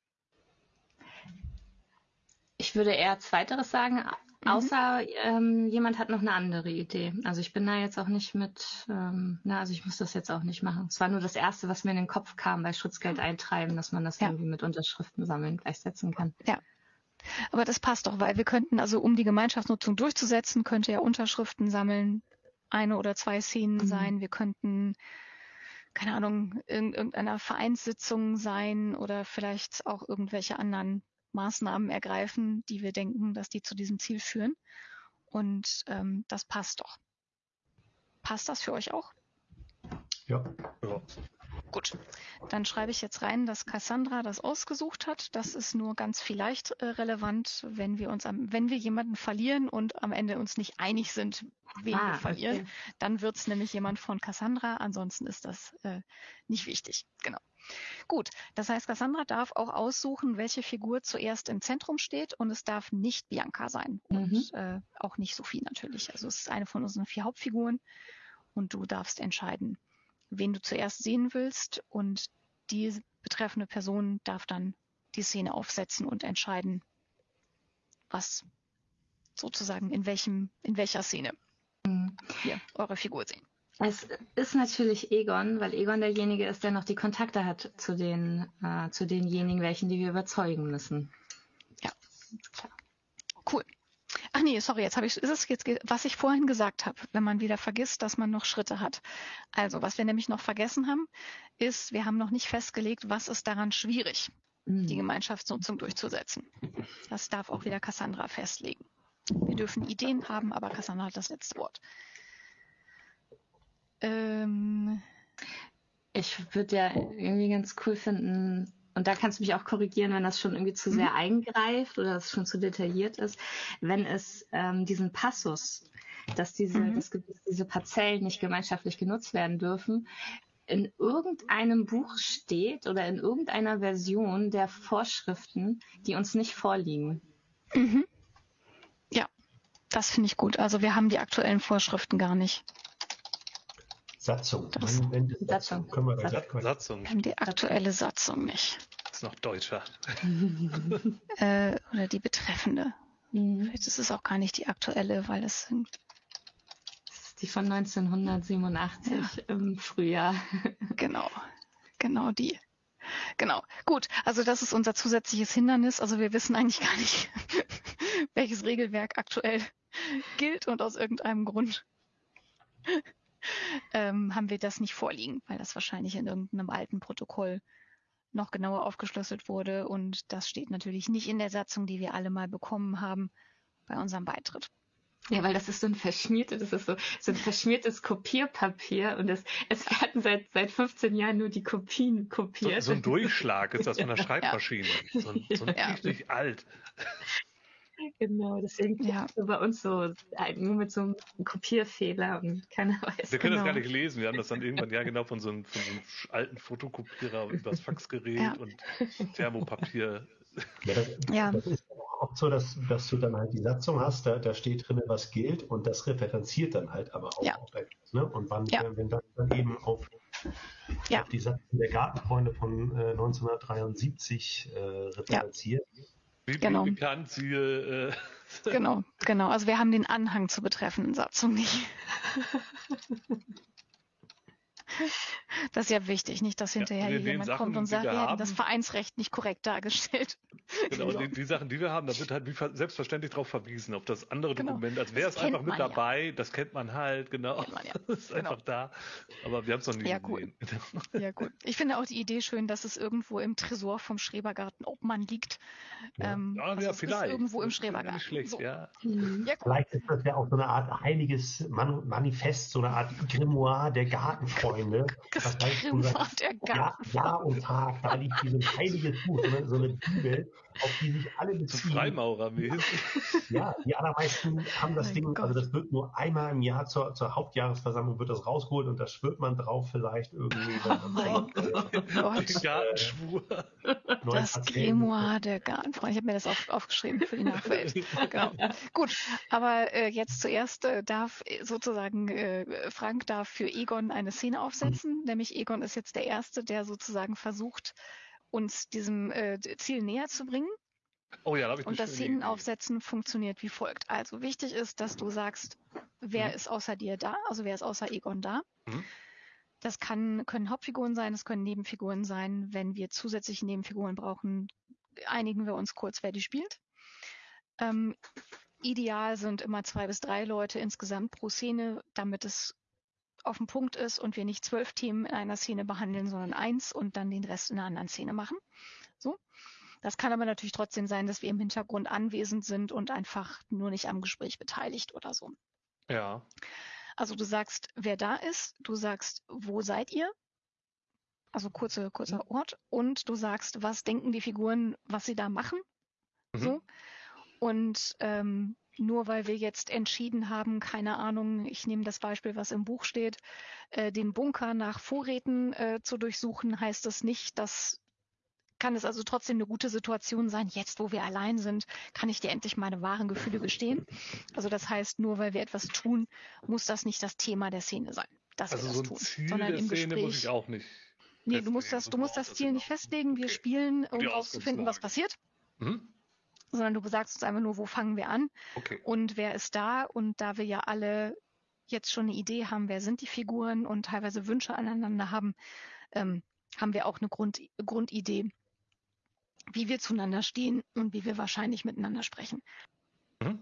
Ich würde eher Zweiteres sagen, Mhm. außer ähm, jemand hat noch eine andere Idee. Also ich bin da jetzt auch nicht mit, ähm, na, also ich muss das jetzt auch nicht machen. Es war nur das Erste, was mir in den Kopf kam bei Schutzgeld eintreiben, dass man das Ja. irgendwie mit Unterschriften sammeln gleichsetzen kann. Aber das passt doch, weil wir könnten, also um die Gemeinschaftsnutzung durchzusetzen, könnte ja Unterschriften sammeln, eine oder zwei Szenen Mhm. sein. Wir könnten, keine Ahnung, in irgendeiner Vereinssitzung sein oder vielleicht auch irgendwelche anderen Maßnahmen ergreifen, die wir denken, dass die zu diesem Ziel führen. Und ähm, das passt doch. Passt das für euch auch? Ja. Ja. Gut, dann schreibe ich jetzt rein, dass Cassandra das ausgesucht hat. Das ist nur ganz vielleicht äh, relevant, wenn wir uns am, wenn wir jemanden verlieren und am Ende uns nicht einig sind, wen Ah, wir verlieren, okay. dann wird es nämlich jemand von Cassandra. Ansonsten ist das äh, nicht wichtig. Genau. Gut, das heißt, Cassandra darf auch aussuchen, welche Figur zuerst im Zentrum steht, und es darf nicht Bianca sein und Mhm. äh, auch nicht Sophie natürlich. Also es ist eine von unseren vier Hauptfiguren und du darfst entscheiden, wen du zuerst sehen willst, und die betreffende Person darf dann die Szene aufsetzen und entscheiden, was sozusagen in welchem, in welcher Szene Mhm. wir eure Figur sehen. Es ist natürlich Egon, weil Egon derjenige ist, der noch die Kontakte hat zu den, äh, zu denjenigen, welchen die wir überzeugen müssen. Ja. Klar. Cool. Ach nee, sorry, jetzt habe ich, ist es jetzt, ge- was ich vorhin gesagt habe, wenn man wieder vergisst, dass man noch Schritte hat. Also, was wir nämlich noch vergessen haben, ist, wir haben noch nicht festgelegt, was ist daran schwierig, die Mhm. Gemeinschaftsnutzung durchzusetzen. Das darf auch wieder Cassandra festlegen. Wir dürfen Ideen haben, aber Cassandra hat das letzte Wort. Ähm, Ich würde ja irgendwie ganz cool finden, und da kannst du mich auch korrigieren, wenn das schon irgendwie zu Mhm. sehr eingreift oder es schon zu detailliert ist, wenn es ähm, diesen Passus dass diese, Mhm. dass diese Parzellen nicht gemeinschaftlich genutzt werden dürfen, in irgendeinem Buch steht oder in irgendeiner Version der Vorschriften, die uns nicht vorliegen. Mhm. Ja, das finde ich gut. Also wir haben die aktuellen Vorschriften gar nicht. Satzung. Das- Monument ist Satzung. Satzung. Können wir da Satzung. glatt mal- Satzung Wir haben die aktuelle Satzung nicht. ist noch deutscher. Äh, oder die betreffende. Mhm. Vielleicht ist es auch gar nicht die aktuelle, weil es sind. Das ist die von neunzehnhundertsiebenundachtzig im Frühjahr. Genau, genau die. Genau. Gut, also das ist unser zusätzliches Hindernis. Also wir wissen eigentlich gar nicht, welches Regelwerk aktuell gilt und aus irgendeinem Grund ähm, haben wir das nicht vorliegen, weil das wahrscheinlich in irgendeinem alten Protokoll noch genauer aufgeschlüsselt wurde und das steht natürlich nicht in der Satzung, die wir alle mal bekommen haben bei unserem Beitritt. Ja, weil das ist so ein verschmiertes, das ist so, so ein verschmiertes Kopierpapier und es, es werden seit, seit fünfzehn Jahren nur die Kopien So, kopiert. so ein Durchschlag ist das von der Schreibmaschine. So ein, so ein Ja. richtig alt. Genau, deswegen Ja. ist es bei uns so halt nur mit so einem Kopierfehler und keiner weiß. Wir können das Genau. gar nicht lesen. Wir haben das dann irgendwann ja genau von so einem, von so einem alten Fotokopierer übers Faxgerät Ja. und Thermopapier. Ja, das, Ja. das ist auch so, dass, dass du dann halt die Satzung hast, da, da steht drin, was gilt und das referenziert dann halt aber auch Ja. auf etwas. Ne? Und wann, Ja. wenn das dann eben auf, Ja. auf die Satzung der Gartenfreunde von äh, neunzehnhundertdreiundsiebzig äh, referenziert, Wie, Genau. wie bekannt siehe, äh, Genau, genau. Also wir haben den Anhang zur betreffenden Satzung nicht. Das ist ja wichtig, nicht, dass hinterher und in hier den jemand Sachen, kommt und die sagt, wir wir hätten haben- das Vereinsrecht nicht korrekt dargestellt. genau, die, die Sachen, die wir haben, da wird halt wie ver- selbstverständlich darauf verwiesen, auf das andere Genau. Dokument, als wäre Das es einfach kennt mit man ja. dabei, das kennt man halt, genau. Kennt man ja. Das ist Genau. einfach da. Aber wir haben es noch nie Ja, cool. gesehen. Ja, gut. Ich finde auch die Idee schön, dass es irgendwo im Tresor vom Schrebergarten Obmann liegt. Ja. Ähm, Ja, also ja, es vielleicht. ist irgendwo im Das ist ja Schrebergarten. Nicht schlecht, So. ja. Mhm. Ja, cool. vielleicht ist das ja auch so eine Art heiliges Man Manifest, so eine Art Grimoire der Gartenfreunde. Das Das heißt, Grimoire unser der Jahr, Jahr und Tag, da liegt dieses heiliges Buch, so eine, so eine Bibel, auf die sich alle So beziehen. Freimaurermäßig. Ja, die allermeisten haben das Mein Ding, Gott. also das wird nur einmal im Jahr zur, zur Hauptjahresversammlung wird das rausgeholt und da schwört man drauf vielleicht irgendwie. Wenn man Mein Gott. Den Gartenschwur. neue Das Parzellen- Grimoire der Gartenfreunde. Ich habe mir das auf, aufgeschrieben für die Nachwelt. Genau. Gut, aber äh, jetzt zuerst äh, darf äh, sozusagen äh, Frank darf für Egon eine Szene aufsetzen. Nämlich Egon ist jetzt der Erste, der sozusagen versucht, uns diesem äh, Ziel näher zu bringen. Oh ja, da habe ich Und eine das schöne Idee. Szenenaufsetzen funktioniert wie folgt. Also wichtig ist, dass du sagst, wer Mhm. ist außer dir da, also wer ist außer Egon da. Mhm. Das kann, können Hauptfiguren sein, es können Nebenfiguren sein. Wenn wir zusätzliche Nebenfiguren brauchen, einigen wir uns kurz, wer die spielt. Ähm, ideal sind immer zwei bis drei Leute insgesamt pro Szene, damit es auf den Punkt ist und wir nicht zwölf Themen in einer Szene behandeln, sondern eins und dann den Rest in einer anderen Szene machen. So. Das kann aber natürlich trotzdem sein, dass wir im Hintergrund anwesend sind und einfach nur nicht am Gespräch beteiligt oder so. Ja. Also du sagst, wer da ist, du sagst, wo seid ihr? Also kurze, kurzer Ort. Und du sagst, was denken die Figuren, was sie da machen? Mhm. So. Und ähm, nur weil wir jetzt entschieden haben, keine Ahnung, ich nehme das Beispiel, was im Buch steht, äh, den Bunker nach Vorräten äh, zu durchsuchen, heißt das nicht, dass kann es also trotzdem eine gute Situation sein, jetzt wo wir allein sind, kann ich dir endlich meine wahren Gefühle gestehen. Also das heißt, nur weil wir etwas tun, muss das nicht das Thema der Szene sein, dass Also wir so das ein tun, Ziel sondern der im Szene Gespräch. muss ich auch nicht. Nee, du musst festlegen. das, du musst das brauchst Ziel immer. nicht festlegen. Wir Okay. spielen, um Die rauszufinden, was Ausgangslage. passiert, Mhm. sondern du sagst uns einfach nur, wo fangen wir an Okay. und wer ist da. Und da wir ja alle jetzt schon eine Idee haben, wer sind die Figuren und teilweise Wünsche aneinander haben, ähm, haben wir auch eine Grund, Grundidee, wie wir zueinander stehen und wie wir wahrscheinlich miteinander sprechen. Mhm.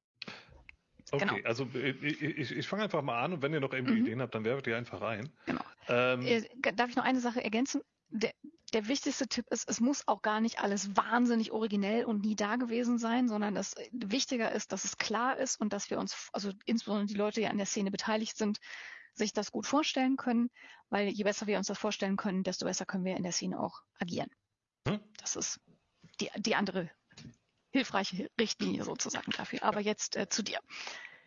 Okay, Genau. also ich, ich, ich fange einfach mal an und wenn ihr noch irgendwie Mhm. Ideen habt, dann werft ihr einfach rein. Genau. Ähm, Äh, darf ich noch eine Sache ergänzen? Der, der wichtigste Tipp ist, es muss auch gar nicht alles wahnsinnig originell und nie da gewesen sein, sondern es wichtiger ist, dass es klar ist und dass wir uns, also insbesondere die Leute, die an der Szene beteiligt sind, sich das gut vorstellen können, weil je besser wir uns das vorstellen können, desto besser können wir in der Szene auch agieren. Hm? Das ist die, die andere hilfreiche Richtlinie sozusagen dafür. Aber jetzt äh, zu dir.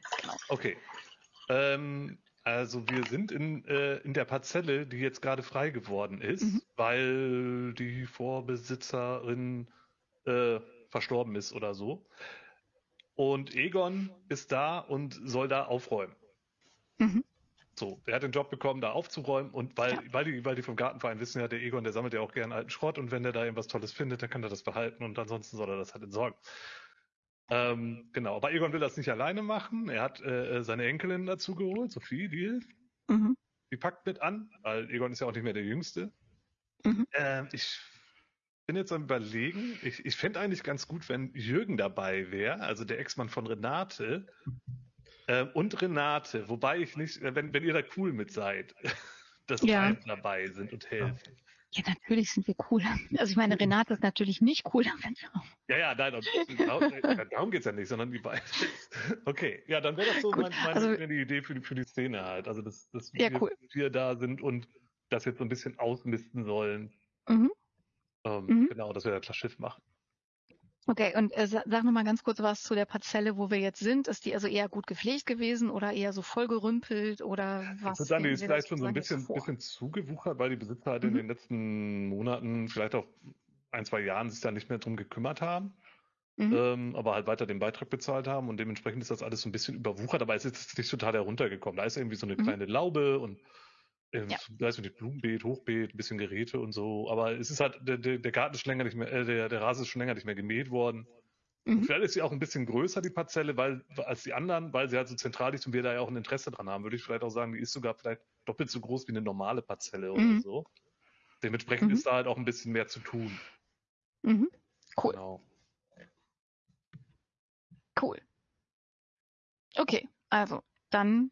Genau. Okay. Ähm, also wir sind in, äh, in der Parzelle, die jetzt gerade frei geworden ist, Mhm. weil die Vorbesitzerin äh, verstorben ist oder so. Und Egon ist da und soll da aufräumen. Mhm. So, er hat den Job bekommen, da aufzuräumen, und weil, Ja. weil die, weil die vom Gartenverein wissen ja, der Egon, der sammelt ja auch gern alten Schrott, und wenn der da irgendwas Tolles findet, dann kann er das behalten, und ansonsten soll er das halt entsorgen. Ähm, genau, aber Egon will das nicht alleine machen. Er hat äh, seine Enkelin dazu geholt, Sophie, die hilft. Mhm. Die packt mit an, weil Egon ist ja auch nicht mehr der Jüngste. Mhm. Ähm, ich bin jetzt am Überlegen, ich, ich fände eigentlich ganz gut, wenn Jürgen dabei wäre, also der Ex-Mann von Renate. Ähm, und Renate, wobei ich nicht, äh, wenn, wenn ihr da cool mit seid, dass Ja. beide dabei sind und helfen. Ja, natürlich sind wir cool. Also ich meine, Renate ist natürlich nicht cool damit. Ja, ja, nein, und, darum, darum geht's ja nicht, sondern die beiden. Okay, ja, dann wäre das so Gut, mein, meine, also- meine Idee für die, für die Szene halt. Also, dass, dass Ja, wir cool. vier da sind und das jetzt so ein bisschen ausmisten sollen. Mhm. Ähm, Mhm. Genau, dass wir das Schiff machen. Okay, und äh, sa- sag noch mal ganz kurz was zu der Parzelle, wo wir jetzt sind. Ist die also eher gut gepflegt gewesen oder eher so vollgerümpelt oder Ich was? würde sagen, die finden ist Sie da vielleicht schon so ein sozusagen jetzt bisschen, vor? bisschen zugewuchert, weil die Besitzer halt in Mhm. den letzten Monaten, vielleicht auch ein, zwei Jahren, sich da nicht mehr drum gekümmert haben. Mhm. Ähm, aber halt weiter den Beitrag bezahlt haben, und dementsprechend ist das alles so ein bisschen überwuchert, aber es ist jetzt nicht total heruntergekommen. Da ist irgendwie so eine Mhm. kleine Laube und äh, Ja. da ist ein Blumenbeet, Hochbeet, ein bisschen Geräte und so, aber es ist halt, der, der der Garten ist schon länger nicht mehr, äh, der, der Rasen ist schon länger nicht mehr gemäht worden. Und Mhm. vielleicht ist sie auch ein bisschen größer, die Parzelle, weil, als die anderen, weil sie halt so zentral ist und wir da ja auch ein Interesse dran haben, würde ich vielleicht auch sagen, die ist sogar vielleicht doppelt so groß wie eine normale Parzelle oder Mhm. so. Dementsprechend Mhm. ist da halt auch ein bisschen mehr zu tun. Mhm. Cool, Genau. cool. Okay, also dann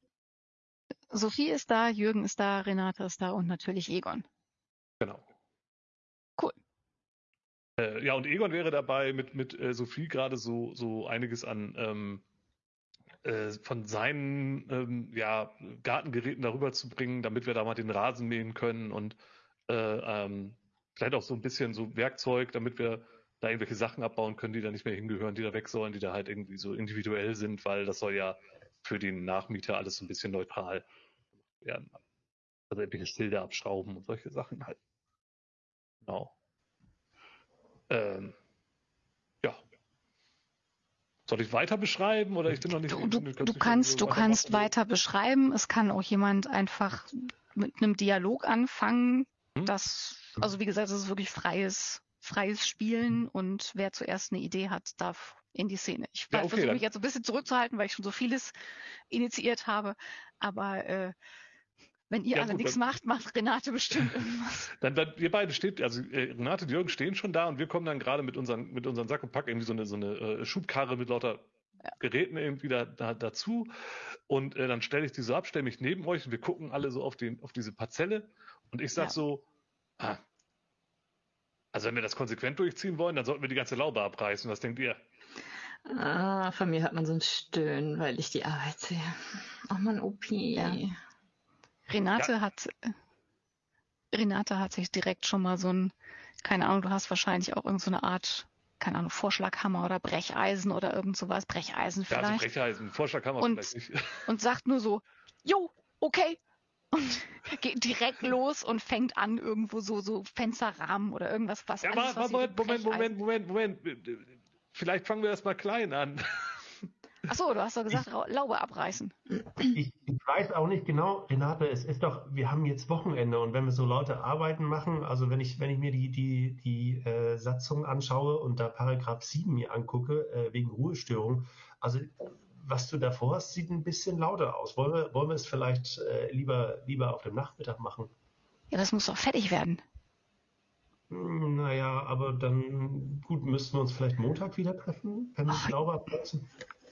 Sophie ist da, Jürgen ist da, Renate ist da und natürlich Egon. Genau. Cool. Äh, ja, und Egon wäre dabei mit, mit äh, Sophie gerade so, so einiges an ähm, äh, von seinen ähm, ja, Gartengeräten darüber zu bringen, damit wir da mal den Rasen mähen können, und äh, ähm, vielleicht auch so ein bisschen so Werkzeug, damit wir da irgendwelche Sachen abbauen können, die da nicht mehr hingehören, die da weg sollen, die da halt irgendwie so individuell sind, weil das soll ja für den Nachmieter alles so ein bisschen neutral werden. Also irgendwelche Schilder abschrauben und solche Sachen halt. Genau. Ähm, ja. Soll ich weiter beschreiben, oder ich bin noch nicht. Du, du, ich du nicht kannst, du kannst weitermachen. weiter beschreiben. Es kann auch jemand einfach mit einem Dialog anfangen. Hm? Das, also wie gesagt, es ist wirklich freies, freies Spielen, und wer zuerst eine Idee hat, darf in die Szene. Ich Ja, okay, versuche dann- mich jetzt so ein bisschen zurückzuhalten, weil ich schon so vieles initiiert habe. Aber äh, wenn ihr Ja, alle gut, nichts dann- macht, macht Renate bestimmt irgendwas. Dann, dann wir beide steht, also äh, Renate und Jürgen stehen schon da, und wir kommen dann gerade mit unseren mit unseren Sack und Pack irgendwie so eine so eine äh, Schubkarre mit lauter Geräten irgendwie da, da dazu, und äh, dann stelle ich die so ab, stelle mich neben euch, und wir gucken alle so auf den auf diese Parzelle, und ich sag Ja. so, ah, also wenn wir das konsequent durchziehen wollen, dann sollten wir die ganze Laube abreißen. Was denkt ihr? Ah, von mir hört man so ein Stöhnen, weil ich die Arbeit sehe. Oh Mann, O P. Ja. Renate Ja. hat Renate hat sich direkt schon mal so ein, keine Ahnung, du hast wahrscheinlich auch irgend so eine Art, keine Ahnung, Vorschlaghammer oder Brecheisen oder irgend sowas, Brecheisen Ja, also vielleicht, Brecheisen, Vorschlag haben wir Und- vielleicht nicht. und sagt nur so, jo, okay, und geht direkt los und fängt an, irgendwo so, so Fensterrahmen oder irgendwas, was Ja, alles, aber was Moment, wie Moment, Brecheisen- Moment, Moment, Moment. Vielleicht fangen wir erst mal klein an. Ach so, du hast doch gesagt, Ra- Laube abreißen. Ich, ich weiß auch nicht genau, Renate, es ist doch, wir haben jetzt Wochenende, und wenn wir so Leute Arbeiten machen, also wenn ich, wenn ich mir die, die, die äh, Satzung anschaue und da Paragraph sieben mir angucke, äh, wegen Ruhestörung, also was du davor hast, sieht ein bisschen lauter aus. Wollen wir, wollen wir es vielleicht äh, lieber, lieber auf dem Nachmittag machen? Ja, das muss doch fertig werden. Hm, Naja, aber dann, gut, müssten wir uns vielleicht Montag wieder treffen, wenn wir Ach. die Laube abreißen.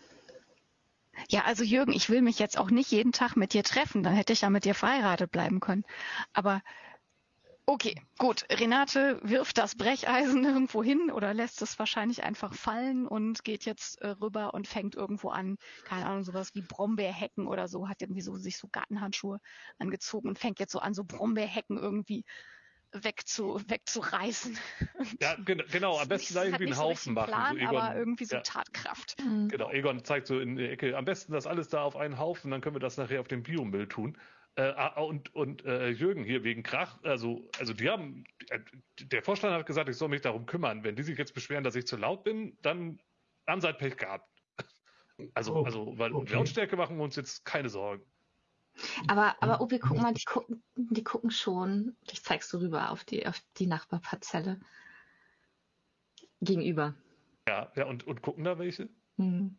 Ja, also Jürgen, ich will mich jetzt auch nicht jeden Tag mit dir treffen, dann hätte ich ja mit dir verheiratet bleiben können. Aber okay, gut. Renate wirft das Brecheisen irgendwo hin oder lässt es wahrscheinlich einfach fallen und geht jetzt äh, rüber und fängt irgendwo an, keine Ahnung, sowas wie Brombeerhecken oder so, hat irgendwie so sich so Gartenhandschuhe angezogen und fängt jetzt so an, so Brombeerhecken irgendwie wegzu, wegzureißen. Ja, gen genau, am besten da irgendwie einen so Haufen machen. Plan, so Egon, aber irgendwie so ja. Tatkraft. Genau, Egon zeigt so in der Ecke, am besten das alles da auf einen Haufen, dann können wir das nachher auf den Biomüll tun. Äh, und und äh, Jürgen hier wegen Krach, also, also die haben, äh, der Vorstand hat gesagt, ich soll mich darum kümmern. Wenn die sich jetzt beschweren, dass ich zu laut bin, dann haben sie halt Pech gehabt. Also, Oh, also weil um okay. Lautstärke machen wir uns jetzt keine Sorgen. Aber, aber Obi, guck mal, die gucken, die gucken schon. Ich zeig's so rüber auf die, auf die Nachbarparzelle. Gegenüber. Ja, ja, und, und gucken da welche? Hm.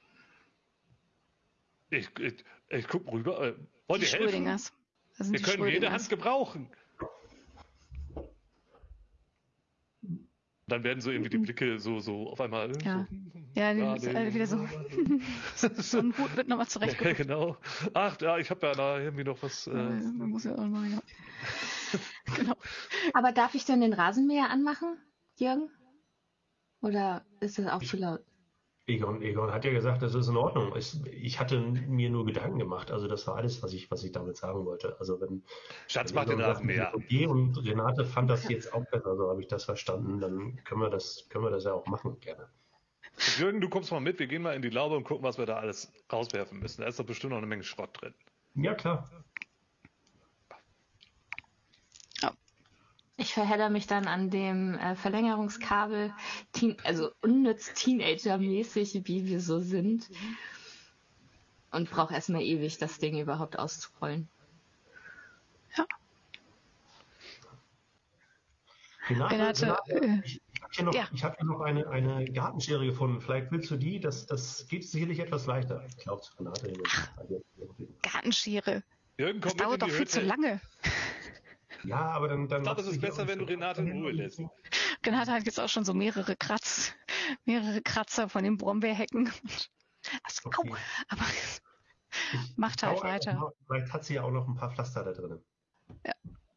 Ich, ich, ich guck rüber. Äh, wollt Die ihr helfen? Schrödingers. Das sind Wir die können jede Schrödingers. Hand gebrauchen. Dann werden so irgendwie die Blicke so, so auf einmal. äh, Ja. So, Ja, die ja, ist, nee, äh, wieder so. So ein Hut wird nochmal Ja, zurechtgerückt. genau. Ach, ja, ich habe ja da irgendwie noch was. Äh, Äh, man muss ja auch mal, ja. Genau. Aber darf ich denn den Rasenmäher anmachen, Jürgen? Oder ist das auch zu laut? Egon, Egon hat ja gesagt, das ist in Ordnung. Ich, ich hatte mir nur Gedanken gemacht. Also das war alles, was ich, was ich damit sagen wollte. Also wenn, Schatz, wenn mach den Egon sagt, Rasenmäher. okay, und Renate fand das jetzt auch besser, so habe ich das verstanden, dann können wir das, können wir das ja auch machen, gerne. Und Jürgen, du kommst mal mit, wir gehen mal in die Laube und gucken, was wir da alles rauswerfen müssen. Da ist doch bestimmt noch eine Menge Schrott drin. Ja, klar. Ich verhedder mich dann an dem äh, Verlängerungskabel, teen, also unnütz Teenager-mäßig, wie wir so sind. Und brauche erstmal ewig, das Ding überhaupt auszurollen. Renate, Renate, Renate, äh, ich, ich habe hier noch, ja. ich hab hier noch eine, eine Gartenschere gefunden. Vielleicht willst du die? Das, das geht sicherlich etwas leichter. Ich glaube, zu Renate. Gartenschere. Jürgen, Das komm mit dauert in doch die viel zu Hütte. lange. Ja, aber dann... dann Ich glaube, es machst ist du hier besser, auch wenn du nicht so- Renate in Ruhe lässt. Renate hat jetzt auch schon so mehrere Kratz, mehrere Kratzer von den Brombeerhecken. Also, Okay. au, aber Ich macht schau halt einfach weiter. mal, vielleicht hat sie ja auch noch ein paar Pflaster da drin. Ja.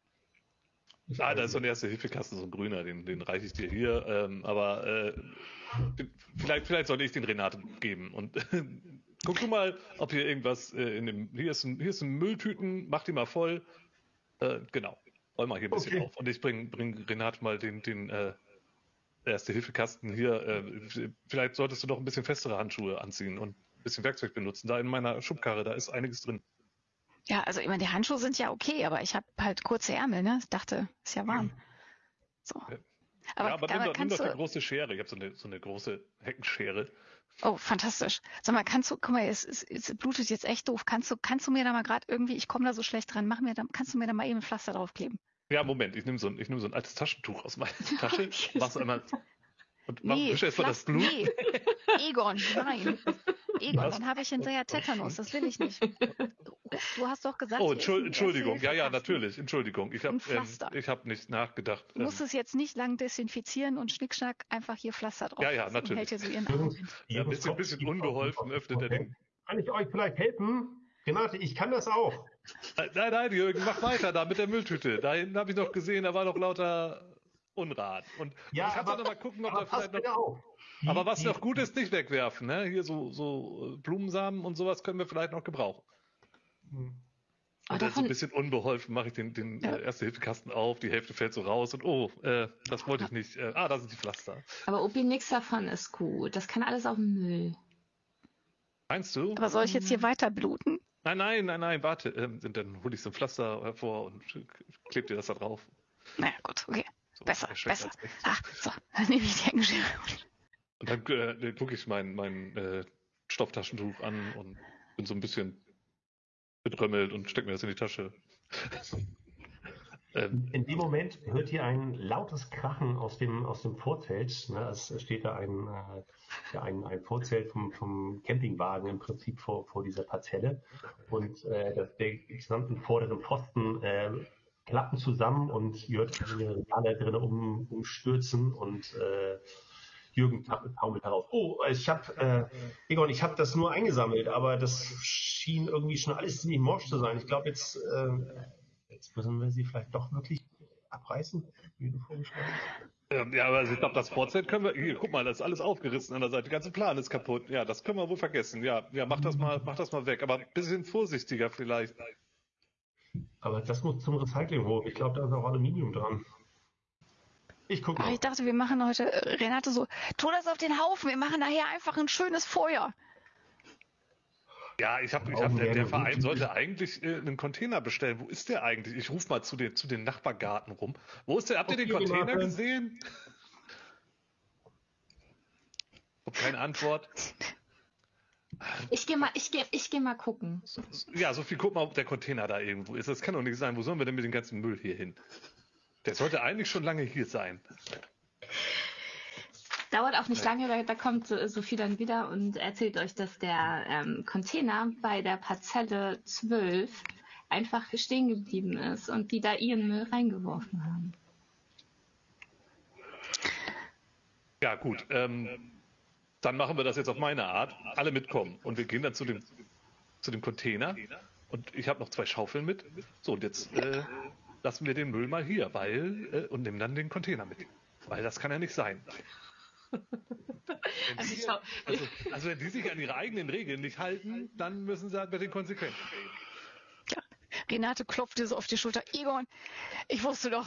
Ich Ah, da weiß ist so ein nicht. Erste-Hilfe-Kasten, so ein grüner, den, den reiche ich dir hier. Ähm, aber äh, vielleicht, vielleicht sollte ich den Renate geben. Und guck du mal, ob hier irgendwas äh, in dem. Hier ist ein, hier ist ein Mülltüten, mach die mal voll. Äh, genau. Roll mal hier ein bisschen Okay. auf. Und ich bring, bring Renate mal den, den äh, Erste-Hilfe-Kasten hier. Äh, vielleicht solltest du doch ein bisschen festere Handschuhe anziehen und ein bisschen Werkzeug benutzen. Da in meiner Schubkarre, da ist einiges drin. Ja, also ich meine, die Handschuhe sind ja okay, aber ich habe halt kurze Ärmel, ne? Ich dachte, ist ja warm. So. Ja. Aber, ja, aber nimm aber doch, nimm kannst doch die du. große Schere. Ich habe so eine, so eine große Heckenschere. Oh, fantastisch. Sag mal, kannst du, guck mal, es, es, es blutet jetzt echt doof. Kannst du, kannst du mir da mal gerade irgendwie, ich komme da so schlecht dran, mach mir da, kannst du mir da mal eben ein Pflaster draufkleben? Ja, Moment, ich nehme so, ein- ich nehm so ein altes Taschentuch aus meiner Tasche, mach's einmal und mach, Nee, wisch erstmal das Pflaster- Blut. nee. Egon, nein. Egon, Was? dann habe ich hinterher Tetanus, das will ich nicht. Du, du hast doch gesagt, Oh, hier ist Entschuld, ein Entschuldigung, ja, ja, Erste-Hilfe-Kasten. natürlich, Entschuldigung. Ich habe Ein Pflaster. ähm, ich hab nicht nachgedacht. Du musst Ähm, es jetzt nicht lang desinfizieren und Schnickschnack einfach hier Pflaster drauf. Ja, ja, Und natürlich. hält hier so ihren Arm hin. ja, ein bisschen, bisschen unbeholfen öffnet er den. Kann ich euch vielleicht helfen? Renate, ich kann das auch. Äh, Nein, nein, Jürgen, mach weiter da mit der Mülltüte. Da hinten habe ich noch gesehen, da war noch lauter Unrat. Und Ja, ich kann aber- noch mal gucken, ob Aber da passt vielleicht bitte noch. auf. Die- Aber was die- noch gut ist, nicht wegwerfen. Ne? Hier so, so äh, Blumensamen und sowas können wir vielleicht noch gebrauchen. Hm. Aber Und dann so davon- ein bisschen unbeholfen mache ich den, den Ja. äh, Erste-Hilfe-Kasten auf, die Hälfte fällt so raus und oh, äh, das wollte ich nicht. Äh, ah, da sind die Pflaster. Aber Opi, nix davon ist gut. Das kann alles auf den Müll. Meinst du? Aber soll ich jetzt hier weiter bluten? Nein, nein, nein, nein, warte. Ähm, dann hole ich so ein Pflaster hervor und klebe dir das da drauf. Naja, gut, okay. So, Besser, erschreckt besser. als recht. Ah, so, dann nehme ich die Heckenschere. Und dann äh, gucke ich mein, mein äh, Stofftaschentuch an und bin so ein bisschen bedrömmelt und stecke mir das in die Tasche. ähm, In dem Moment hört ihr ein lautes Krachen aus dem, aus dem Vorzelt. Ne? Es steht da ein, äh, ja, ein, ein Vorzelt vom, vom Campingwagen im Prinzip vor, vor dieser Parzelle. Und äh, das, der gesamten vorderen Pfosten äh, klappen zusammen und ihr hört die Regale drin um, umstürzen und äh, Jürgen taumelt heraus. Oh, ich habe, äh, Egon, ich habe das nur eingesammelt, aber das schien irgendwie schon alles ziemlich morsch zu sein. Ich glaube, jetzt, äh, jetzt müssen wir sie vielleicht doch wirklich abreißen, wie du vorgeschlagen hast. ähm, ja, aber also ich glaube, das Vorzelt können wir. Hier, guck mal, das ist alles aufgerissen an der Seite. Der ganze Plan ist kaputt. Ja, das können wir wohl vergessen. Ja, ja, mach das mal, mach das mal weg. Aber ein bisschen vorsichtiger vielleicht. Aber das muss zum Recyclinghof. Ich glaube, da ist auch Aluminium dran. Ich gucke Ach, mal. ich dachte, wir machen heute, äh, Renate so, tu das auf den Haufen, wir machen nachher einfach ein schönes Feuer. Ja, ich habe, ich hab, der, der Verein sollte eigentlich äh, einen Container bestellen. Wo ist der eigentlich? Ich rufe mal zu den, zu den Nachbargarten rum. Wo ist der? Habt ihr den Okay, Container Renate. gesehen? Keine Antwort. Ich gehe mal, ich geh, ich geh mal gucken. Ja, Sophie, guck mal, ob der Container da irgendwo ist. Das kann doch nicht sein. Wo sollen wir denn mit dem ganzen Müll hier hin? Der sollte eigentlich schon lange hier sein. Dauert auch nicht lange, da, da kommt so- Sophie dann wieder und erzählt euch, dass der ähm, Container bei der Parzelle zwölf einfach stehen geblieben ist und die da ihren Müll reingeworfen haben. Ja, gut. Ähm, dann machen wir das jetzt auf meine Art. Alle mitkommen. Und wir gehen dann zu dem, zu dem Container. Und ich habe noch zwei Schaufeln mit. So, und jetzt äh, lassen wir den Müll mal hier, weil äh, und nehmen dann den Container mit. Weil das kann ja nicht sein. Wenn Also die, ich schau- also, also wenn die sich an ihre eigenen Regeln nicht halten, dann müssen sie halt mit den Konsequenzen gehen. Renate klopfte so auf die Schulter. Egon, ich wusste doch,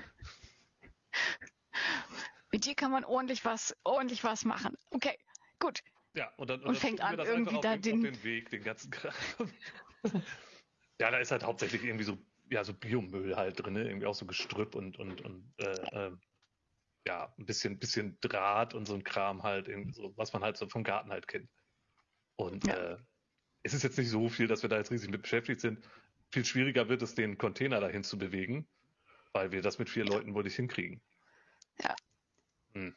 mit dir kann man ordentlich was, ordentlich was machen. Okay, gut. Ja, und dann, Und dann fängt schicken wir an, das irgendwie einfach da auf den, den- auf den Weg, den ganzen Kram. Ja, da ist halt hauptsächlich irgendwie so, ja, so Biomüll halt drin, ne? Irgendwie auch so Gestrüpp und, und, und äh, äh, ja, ein bisschen, bisschen Draht und so ein Kram halt, irgendwie so, was man halt so vom Garten halt kennt. Und Ja. äh, es ist jetzt nicht so viel, dass wir da jetzt riesig mit beschäftigt sind. Viel schwieriger wird es, den Container dahin zu bewegen, weil wir das mit vier Leuten wohl nicht hinkriegen. Ja. Hm.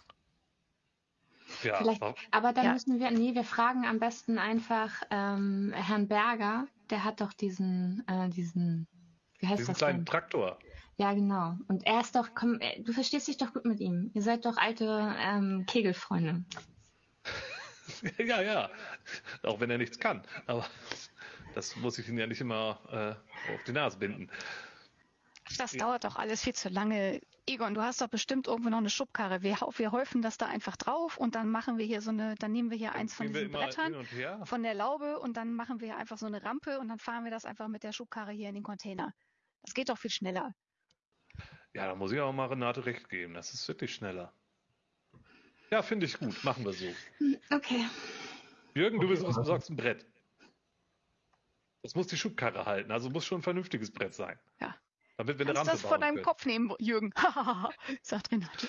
Ja, Vielleicht, wa- aber dann Ja. müssen wir, nee, wir fragen am besten einfach ähm, Herrn Berger, der hat doch diesen, äh, diesen, wie heißt diesen das kleinen denn? Traktor. Ja, genau. Und er ist doch, komm, äh, du verstehst dich doch gut mit ihm. Ihr seid doch alte ähm, Kegelfreunde. Ja, ja. Auch wenn er nichts kann. Aber das muss ich ihn ja nicht immer äh, auf die Nase binden. Das dauert doch alles viel zu lange. Egon, du hast doch bestimmt irgendwo noch eine Schubkarre. Wir, hau- wir häufen das da einfach drauf und dann machen wir hier so eine, dann nehmen wir hier eins von Gehen wir diesen immer Brettern hin und her. von der Laube und dann machen wir einfach so eine Rampe und dann fahren wir das einfach mit der Schubkarre hier in den Container. Das geht doch viel schneller. Ja, da muss ich auch mal Renate recht geben. Das ist wirklich schneller. Ja, finde ich gut. Machen wir so. Okay. Jürgen, du Okay, bist- also- besorgst ein Brett. Das muss die Schubkarre halten. Also muss schon ein vernünftiges Brett sein. Ja. Damit wir eine Kannst Rampe das von bauen deinem können. Kopf nehmen, Jürgen? Sagt Renate.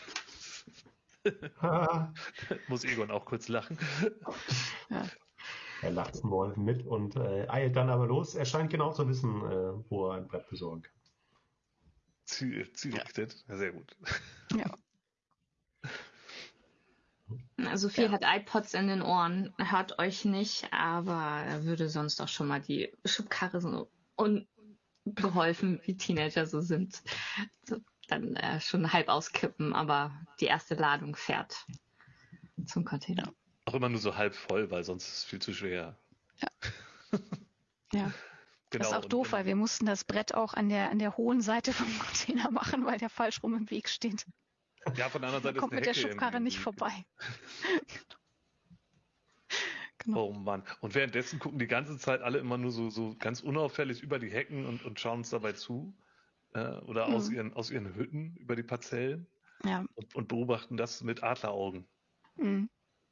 Ha, Muss Egon auch kurz lachen. er lacht zum Wolf mit und äh, eilt dann aber los. Er scheint genau zu wissen, äh, wo er ein Brett besorgen kann. Ziel, zielgerichtet. Ja, sehr gut. Ja. Na, Sophie Ja. hat iPods in den Ohren, hört euch nicht, aber er würde sonst auch schon mal die Schubkarre so unbeholfen, wie Teenager so sind, so, dann äh, schon halb auskippen, aber die erste Ladung fährt zum Container. Auch immer nur so halb voll, weil sonst ist es viel zu schwer. Ja. Genau. Das ist auch und- doof, und- weil wir mussten das Brett auch an der, an der hohen Seite vom Container machen, weil der falsch rum im Weg steht. Ja, von der anderen Man Seite kommt ist mit eine der Hecke Schubkarre irgendwie nicht im Weg. vorbei. Genau. Oh Mann. Und währenddessen gucken die ganze Zeit alle immer nur so, so ganz unauffällig über die Hecken und, und schauen uns dabei zu. Äh, oder aus, Mhm. ihren, aus ihren Hütten über die Parzellen Ja. und, und beobachten das mit Adleraugen. Mhm.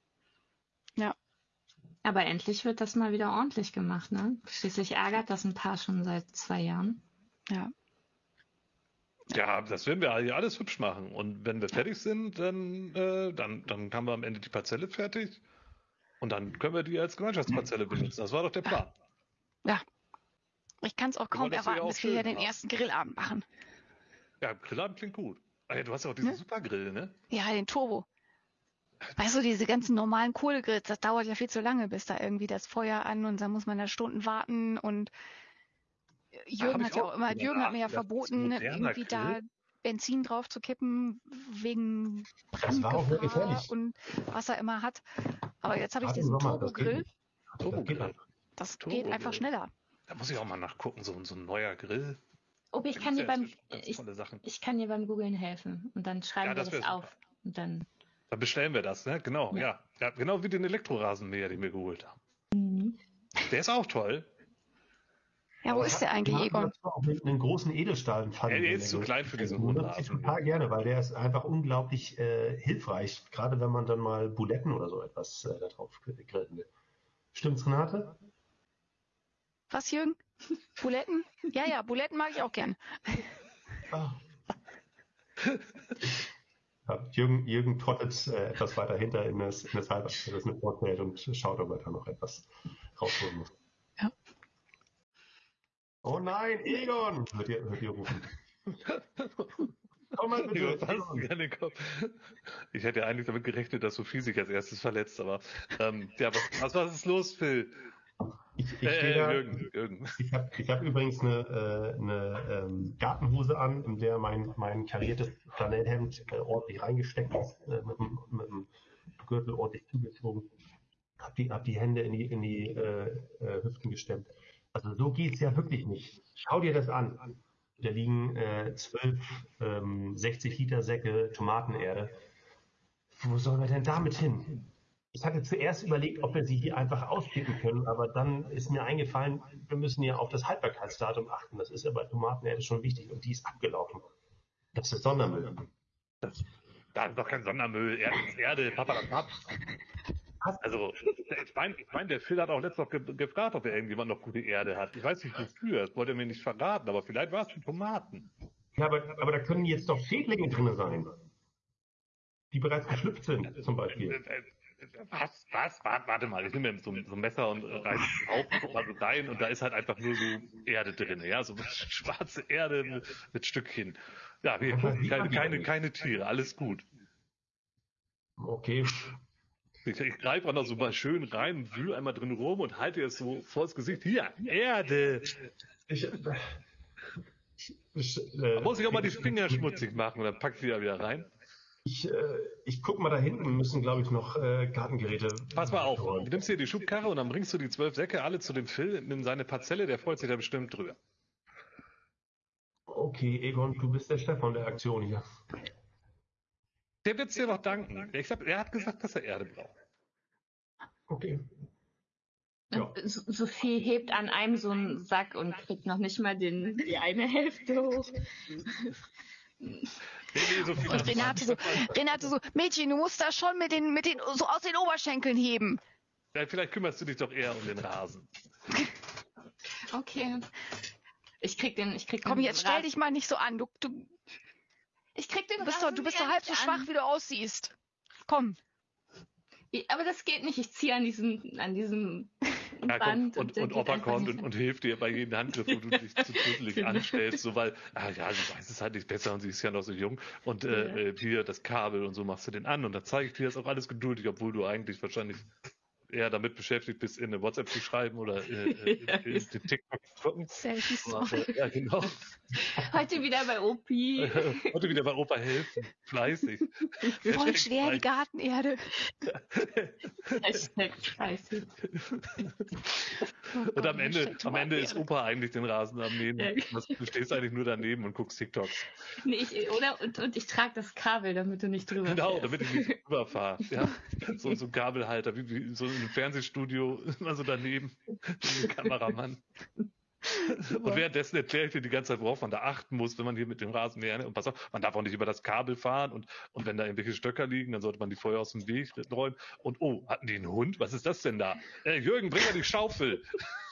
Aber endlich wird das mal wieder ordentlich gemacht, ne? Schließlich ärgert das ein paar schon seit zwei Jahren. Ja. Ja, das werden wir hier alles hübsch machen. Und wenn wir fertig sind, dann, äh, dann, dann haben wir am Ende die Parzelle fertig. Und dann können wir die als Gemeinschaftsparzelle benutzen. Das war doch der Plan. Ich kann es auch Wir kaum wollen das hier erwarten, auch bis wir hier schön den haben. ersten Grillabend machen. Ja, Grillabend klingt gut. Ah ja, du hast ja auch diesen Ne? Supergrill, ne? Ja, den Turbo. Weißt du, diese ganzen normalen Kohlegrills, das dauert ja viel zu lange, bis da irgendwie das Feuer an und dann muss man da Stunden warten und Jürgen hab hat ich ja auch auch immer, drüber Jürgen hat mir ja nachgedacht, das verboten, moderner irgendwie da Grill. Benzin drauf zu kippen, wegen Das war auch wirklich Brandgefahr gefährlich. und was er immer hat. Aber jetzt habe ich Gerade im diesen Sommer, das geht Turbo-Grill, nicht. Das geht Turbogrill. einfach. das geht Turbogrill. einfach schneller. Da muss ich auch mal nachgucken, so, so ein neuer Grill. Ob ich Da kann gibt's dir ja beim inzwischen ganz ich, tolle Sachen. ich kann dir beim Googlen helfen und dann schreiben Ja, wir das das wär auf super. und dann Dann bestellen wir das, ne? Genau, Ja. ja. ja. Genau wie den Elektrorasenmäher, den wir geholt haben. Mhm. Der ist auch toll. Ja, wo Aber ist der eigentlich, wir Egon? hatten auch mit einem großen Edelstahl Ja, der ist zu klein für diesen hohen Das ich Rasen. total gerne, weil der ist einfach unglaublich äh, hilfreich, gerade wenn man dann mal Buletten oder so etwas äh, da drauf grillen will. Stimmt's, Renate? Was, Jürgen? Buletten? Ja, ja, Buletten mag ich auch gern. Ah. Ja, Jürgen, Jürgen trottet äh, etwas weiter hinter in das, in das Halb, das mit Portfeld und schaut, ob er da noch etwas rausholen muss. Ja. Oh nein, Egon! Hört ihr, hört ihr rufen. Komm mal bitte. Egon. Ich hätte ja eigentlich damit gerechnet, dass Sophie sich als erstes verletzt, aber ähm, ja, was, was, was ist los, Phil? Ich, ich, Äh, da, Jürgen, Jürgen. ich habe ich hab übrigens eine, äh, eine ähm, Gartenhose an, in der mein, mein kariertes Flanellhemd äh, ordentlich reingesteckt ist, äh, mit, dem, mit dem Gürtel ordentlich zugezogen. Hab die, hab die Hände in die, in die äh, äh, Hüften gestemmt. Also so geht's ja wirklich nicht. Schau dir das an. Da liegen äh, zwölf ähm, sechzig Liter Säcke Tomatenerde. Wo sollen wir denn damit hin? Ich hatte zuerst überlegt, ob wir sie hier einfach auskippen können, aber dann ist mir eingefallen, wir müssen ja auf das Haltbarkeitsdatum achten. Das ist ja bei Tomatenerde schon wichtig und die ist abgelaufen. Das ist Sondermüll. Das, da ist doch kein Sondermüll. Erde ist Erde, Papa, das Pap. Also, ich meine, ich mein, der Phil hat auch letztens noch ge gefragt, ob er irgendjemand noch gute Erde hat. Ich weiß nicht wofür, das wollte er mir nicht verraten, aber vielleicht war es für Tomaten. Ja, aber, aber da können jetzt doch Schädlinge drin sein, die bereits geschlüpft sind, zum Beispiel. Was? Was? Warte, warte mal, ich nehme mir so, so ein Messer und reiße es auf, guck mal so rein und da ist halt einfach nur so Erde drin, ja, so schwarze Erde mit, mit Stückchen. Ja, wir gucken keine, keine, keine Tiere, alles gut. Okay. Ich, ich greife auch noch so mal schön rein, wühle einmal drin rum und halte es so vors Gesicht. Hier, Erde! Ich, ich, äh, da muss ich auch mal die Finger schmutzig machen und dann packe ich sie da wieder rein. Ich, äh, ich guck mal da hinten, müssen glaube ich noch äh, Gartengeräte. Pass mal auf, du nimmst hier die Schubkarre und dann bringst du die zwölf Säcke alle zu dem Phil in seine Parzelle, der freut sich da bestimmt drüber. Okay, Egon, du bist der Stefan der Aktion hier. Der wird es dir noch danken. Ich glaub, er hat gesagt, dass er Erde braucht. Okay. Ja. Sophie hebt an einem so einen Sack und kriegt noch nicht mal den, die eine Hälfte hoch. Nee, nee, Sophie, und Renate so, Renate so, Mädchen, du musst da schon mit den, mit den, so aus den Oberschenkeln heben. Ja, vielleicht kümmerst du dich doch eher um den Rasen. Okay. Ich krieg den, ich krieg den Komm, jetzt stell Rasen. dich mal nicht so an. Du, du, ich krieg den du bist Rasen doch, du bist doch halb so schwach, wie du aussiehst. Komm. Aber das geht nicht. Ich ziehe an diesem, an diesem ja, Band. Und, und, und Opa kommt und, und hilft dir bei jedem Handgriff, wo du dich zu dusselig anstellst, so weil, ah ja, sie weiß es halt nicht besser und sie ist ja noch so jung. Und äh, ja. hier das Kabel und so machst du den an und dann zeige ich dir das auch alles geduldig, obwohl du eigentlich wahrscheinlich eher damit beschäftigt bist, in eine WhatsApp zu schreiben oder äh, ja, in, in, in TikTok zu gucken. Selfies Ja, genau. Heute wieder bei Opi. Heute wieder bei Opa helfen. Fleißig. Voll schwer die Gartenerde. Fleißig. Und am Ende, am Ende ist Opa eigentlich den Rasen am Mähen. Ja. Du stehst eigentlich nur daneben und guckst TikToks. Nee, ich, oder? Und, und ich trage das Kabel, damit du nicht drüber Genau, fährst. damit ich nicht drüber fahre. Ja. So, so ein Kabelhalter, wie, wie so in einem Fernsehstudio, immer so daneben, ein Kameramann. Und währenddessen erkläre ich dir die ganze Zeit, worauf man da achten muss, wenn man hier mit dem Rasenmäher, und pass auf, man darf auch nicht über das Kabel fahren und, und wenn da irgendwelche Stöcker liegen, dann sollte man die vorher aus dem Weg räumen. Und oh, hatten die einen Hund? Was ist das denn da? Äh, Jürgen, bring mal die Schaufel.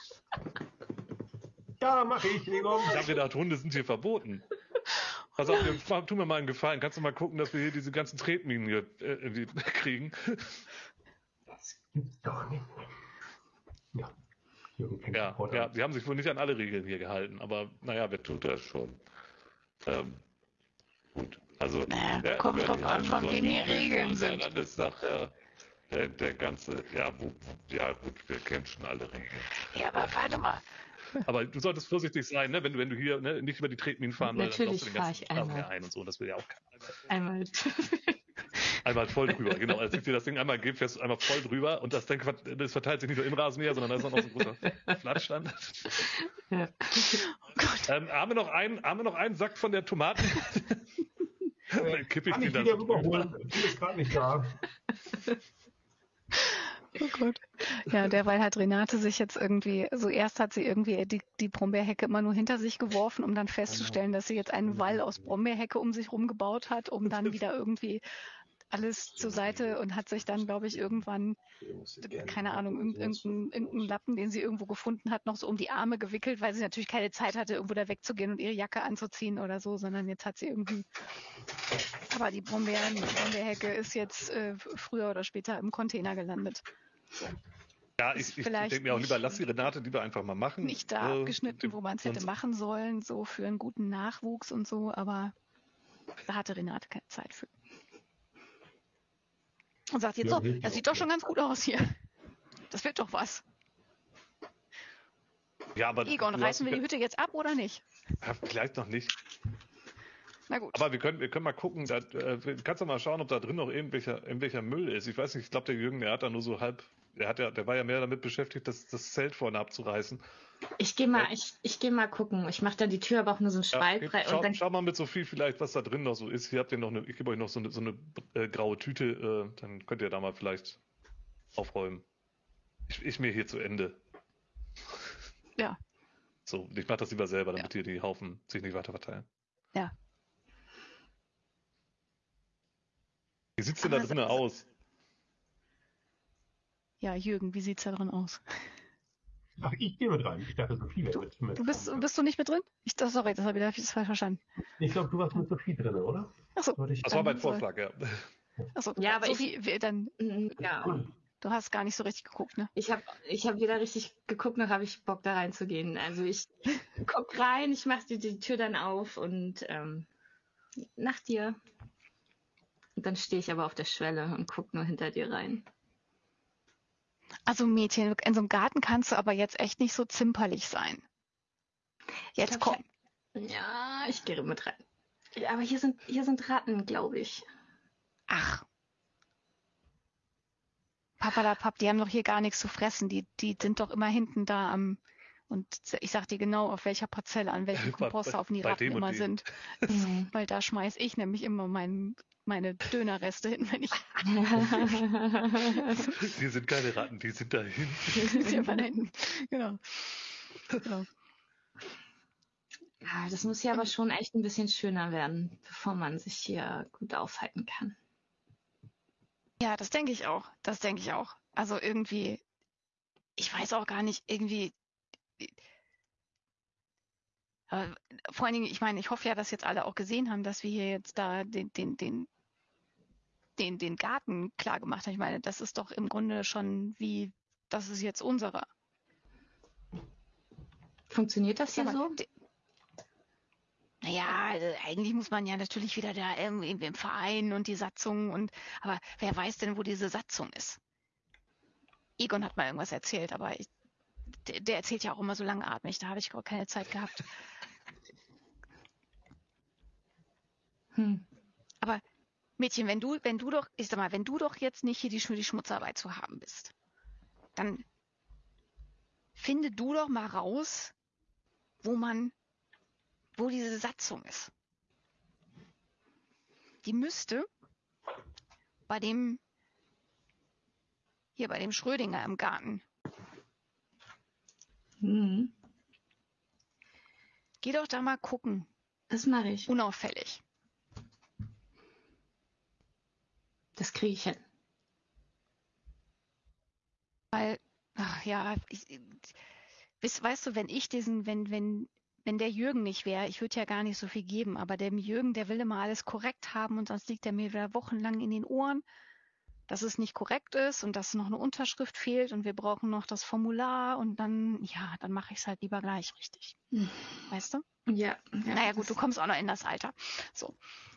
Ja, mach ich, Egon. Ich habe gedacht, Hunde sind hier verboten. Pass auf, mir, tu mir mal einen Gefallen. Kannst du mal gucken, dass wir hier diese ganzen Tretminen hier äh, irgendwie kriegen? Das gibt's doch nicht. Ja. Ja, ja, sie haben sich wohl nicht an alle Regeln hier gehalten, aber naja, wer tut das schon? Ähm, gut, also naja, der, kommt drauf an, von wem die Regeln sind. Dann ist nachher der, der ganze, ja, wo, ja gut, wir kennen schon alle Regeln. Ja, aber warte mal. Aber du solltest vorsichtig sein, ne, wenn du, wenn du hier ne, nicht über die Tretminen fahren, weil natürlich dann laufst du den ganzen einmal ein und so, das will ja auch keiner. Einmal. Einmal voll drüber, genau. Als ich dir das Ding einmal gebe, fährst du einmal voll drüber und das, Ding, das verteilt sich nicht nur im Rasenmäher, sondern da ist auch noch so ein großer Flatschstand. Ja. Oh Gott. Ähm, haben, wir noch einen, haben wir noch einen Sack von der Tomaten? Dann kippe ich Kann die ich dann wieder so rüberholen? Die ist gerade nicht da. Oh Gott. Ja, derweil hat Renate sich jetzt irgendwie, also erst hat sie irgendwie die, die Brombeerhecke immer nur hinter sich geworfen, um dann festzustellen, dass sie jetzt einen Wall aus Brombeerhecke um sich rum gebaut hat, um dann wieder irgendwie alles zur Seite und hat sich dann, glaube ich, irgendwann, keine Ahnung, irgendeinen irgendein Lappen, den sie irgendwo gefunden hat, noch so um die Arme gewickelt, weil sie natürlich keine Zeit hatte, irgendwo da wegzugehen und ihre Jacke anzuziehen oder so, sondern jetzt hat sie irgendwie, aber die Brombeeren, die Brombeerhecke ist jetzt äh, früher oder später im Container gelandet. So. Ja, ich, ich denke mir auch lieber, lass die Renate lieber einfach mal machen. Nicht da abgeschnitten, äh, wo man es hätte machen sollen, so für einen guten Nachwuchs und so, aber da hatte Renate keine Zeit für. Und sagt jetzt Ja, so, geht das ja sieht auch doch schon ganz gut aus hier. Das wird doch was. Ja, aber Egon, du reißen hast- wir die Hütte jetzt ab oder nicht? Ja, vielleicht noch nicht. Na gut. Aber wir können, wir können mal gucken, da, äh, kannst du mal schauen, ob da drin noch irgendwelcher, irgendwelcher Müll ist. Ich weiß nicht, ich glaube, der Jürgen, der hat da nur so halb, der hat ja, der war ja mehr damit beschäftigt, das, das Zelt vorne abzureißen. Ich gehe mal, ich, ich geh mal gucken. Ich mache da die Tür aber auch nur so einen Ja, Spalt geht- frei schau, und dann schau mal mit Sophie vielleicht, was da drin noch so ist. Hier habt ihr noch eine, ich gebe euch noch so eine, so eine äh, graue Tüte, äh, dann könnt ihr da mal vielleicht aufräumen. Ich, ich mir hier zu Ende. Ja, So, ich mache das lieber selber, damit hier die Haufen sich nicht weiter verteilen. ja. Wie sieht's denn da Aber drinnen so- aus? Ja, Jürgen, wie sieht's da drin aus? Ach, ich gehe mit rein. Ich dachte, Sophie wäre mit, mit. Du bist, bist du nicht mit drin? Ich, das, sorry, das habe ich, hab ich das falsch verstanden. Ich glaube, du warst mit Sophie drin, oder? Achso, Wollte ich- Das war mein Dann soll- Vorschlag, ja. achso. Ja, aber so ich- wie, wie, dann, Mm, ja. du hast gar nicht so richtig geguckt, ne? Ich habe ich hab weder richtig geguckt, noch habe ich Bock da reinzugehen. Also ich guck rein, ich mache die, die Tür dann auf und ähm, nach dir. Und dann stehe ich aber auf der Schwelle und guck nur hinter dir rein. Also Mädchen, in so einem Garten kannst du aber jetzt echt nicht so zimperlich sein. Jetzt Ich glaub, komm. Ja, ich gehe mit rein. Ja, aber hier sind, hier sind Ratten, glaube ich. Ach. Papa, da Papp, die haben doch hier gar nichts zu fressen. Die, die sind doch immer hinten da am. Und ich sag dir genau, auf welcher Parzelle, an welchem Bei- Komposter auf die bei Ratten dem und immer dem. sind. Mhm. Weil da schmeiß ich nämlich immer mein, meine Dönerreste hin, wenn ich Die sind keine Ratten, die sind da hinten. die immer da hinten. Genau. Genau. Ja, das muss ja aber schon echt ein bisschen schöner werden, bevor man sich hier gut aufhalten kann. Ja, das denke ich auch. Das denke ich auch. Also irgendwie, ich weiß auch gar nicht, irgendwie. Äh, vor allen Dingen, ich meine, ich hoffe ja, dass jetzt alle auch gesehen haben, dass wir hier jetzt da den, den, den, den, den Garten klar gemacht haben. Ich meine, das ist doch im Grunde schon wie, das ist jetzt unserer. Funktioniert das hier Sag mal, so? die- Naja, also eigentlich muss man ja natürlich wieder da irgendwie im Verein und die Satzung und, aber wer weiß denn, wo diese Satzung ist? Egon hat mal irgendwas erzählt, aber ich, der, der erzählt ja auch immer so langatmig, da habe ich gar keine Zeit gehabt. Hm. Aber Mädchen, wenn du, wenn du doch, ich sag mal, wenn du doch jetzt nicht hier die, Sch- die Schmutzarbeit zu haben bist, dann finde du doch mal raus, wo man, wo diese Satzung ist. Die müsste bei dem, hier bei dem Schrödinger im Garten. Hm. Geh doch da mal gucken, Das mache ich. unauffällig. Das kriege ich hin. Weil, ach ja, ich, weißt, weißt du, wenn ich diesen, wenn, wenn, wenn der Jürgen nicht wäre, ich würde ja gar nicht so viel geben, aber dem Jürgen, der will immer alles korrekt haben und sonst liegt er mir wieder wochenlang in den Ohren, dass es nicht korrekt ist und dass noch eine Unterschrift fehlt und wir brauchen noch das Formular und dann, ja, dann mache ich es halt lieber gleich richtig. Hm. Weißt du? Ja. ja Naja gut, das- du kommst auch noch in das Alter. So.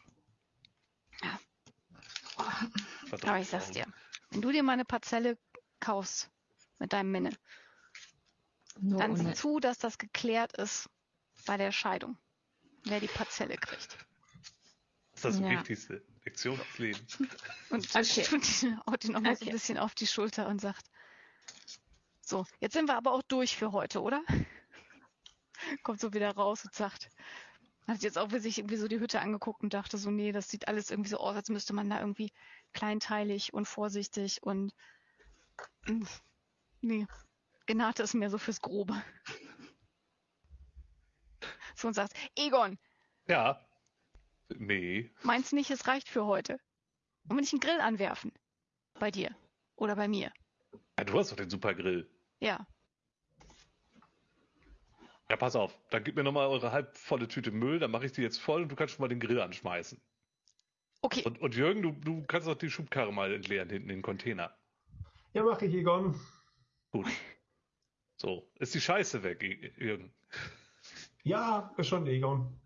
Aber ich sag's dir, wenn du dir mal eine Parzelle kaufst mit deinem Minne, Nur dann sieh ohne. zu, dass das geklärt ist bei der Scheidung, wer die Parzelle kriegt. Das ist das Ja. Wichtigste. Lektion aufs Leben. Und Okay. haut ihn nochmal so ein Okay. bisschen auf die Schulter und sagt, so, jetzt sind wir aber auch durch für heute, oder? Kommt so wieder raus und sagt, hat jetzt auch für sich irgendwie so die Hütte angeguckt und dachte so, nee, das sieht alles irgendwie so aus, als müsste man da irgendwie kleinteilig und vorsichtig und mm, Nee. Renate ist mehr so fürs Grobe. So und sagst, Egon, Ja. Nee. meinst nicht, es reicht für heute? Und wenn ich einen Grill anwerfen? Bei dir. Oder bei mir. Ja, du hast doch den Supergrill. Ja. Ja, pass auf. Dann gib mir nochmal eure halbvolle Tüte Müll, dann mache ich die jetzt voll und du kannst schon mal den Grill anschmeißen. Okay. Und, und Jürgen, du, du kannst doch die Schubkarre mal entleeren, hinten in den Container. Ja, mache ich, Egon. Gut. So, ist die Scheiße weg, Jürgen. Ja, ist schon, Egon.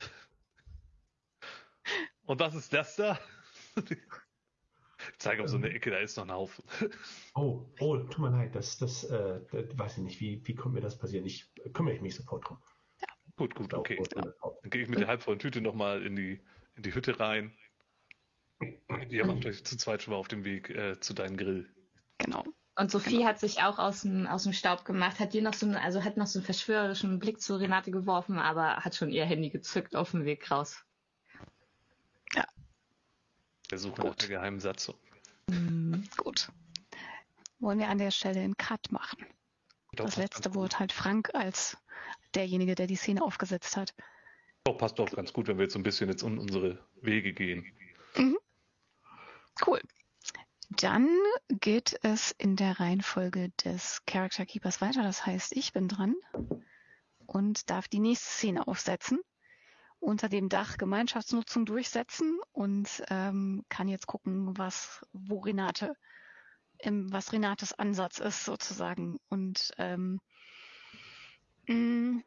Und was ist das da? Ich zeige auf so eine Ecke, da ist noch ein Haufen. Oh, oh, tut mir leid, das, das, äh, das weiß ich nicht, wie, wie kommt mir das passieren? Ich äh, kümmere ich mich sofort drum. Gut, gut, okay. Ja. Dann gehe ich mit der halbvollen Tüte nochmal in die, in die Hütte rein. Ihr macht euch zu zweit schon mal auf dem Weg äh, zu deinem Grill. Genau. Und Sophie hat sich auch aus dem, aus dem Staub gemacht, hat dir noch so einen, also hat noch so einen verschwörerischen Blick zu Renate geworfen, aber hat schon ihr Handy gezückt auf dem Weg raus. Ja. Wir suchen nach der geheimen Satzung. Mhm. Gut. Wollen wir an der Stelle einen Cut machen? Doch, Das passt letzte ganz gut. Wort halt Frank als derjenige, der die Szene aufgesetzt hat. Doch, passt doch ganz gut, wenn wir jetzt so ein bisschen jetzt um unsere Wege gehen. Mhm. Cool. Dann geht es in der Reihenfolge des Character Keepers weiter. Das heißt, ich bin dran und darf die nächste Szene aufsetzen. Unter dem Dach Gemeinschaftsnutzung durchsetzen und ähm, kann jetzt gucken, was wo Renate, ähm, was Renates Ansatz ist sozusagen. Und ähm, mh,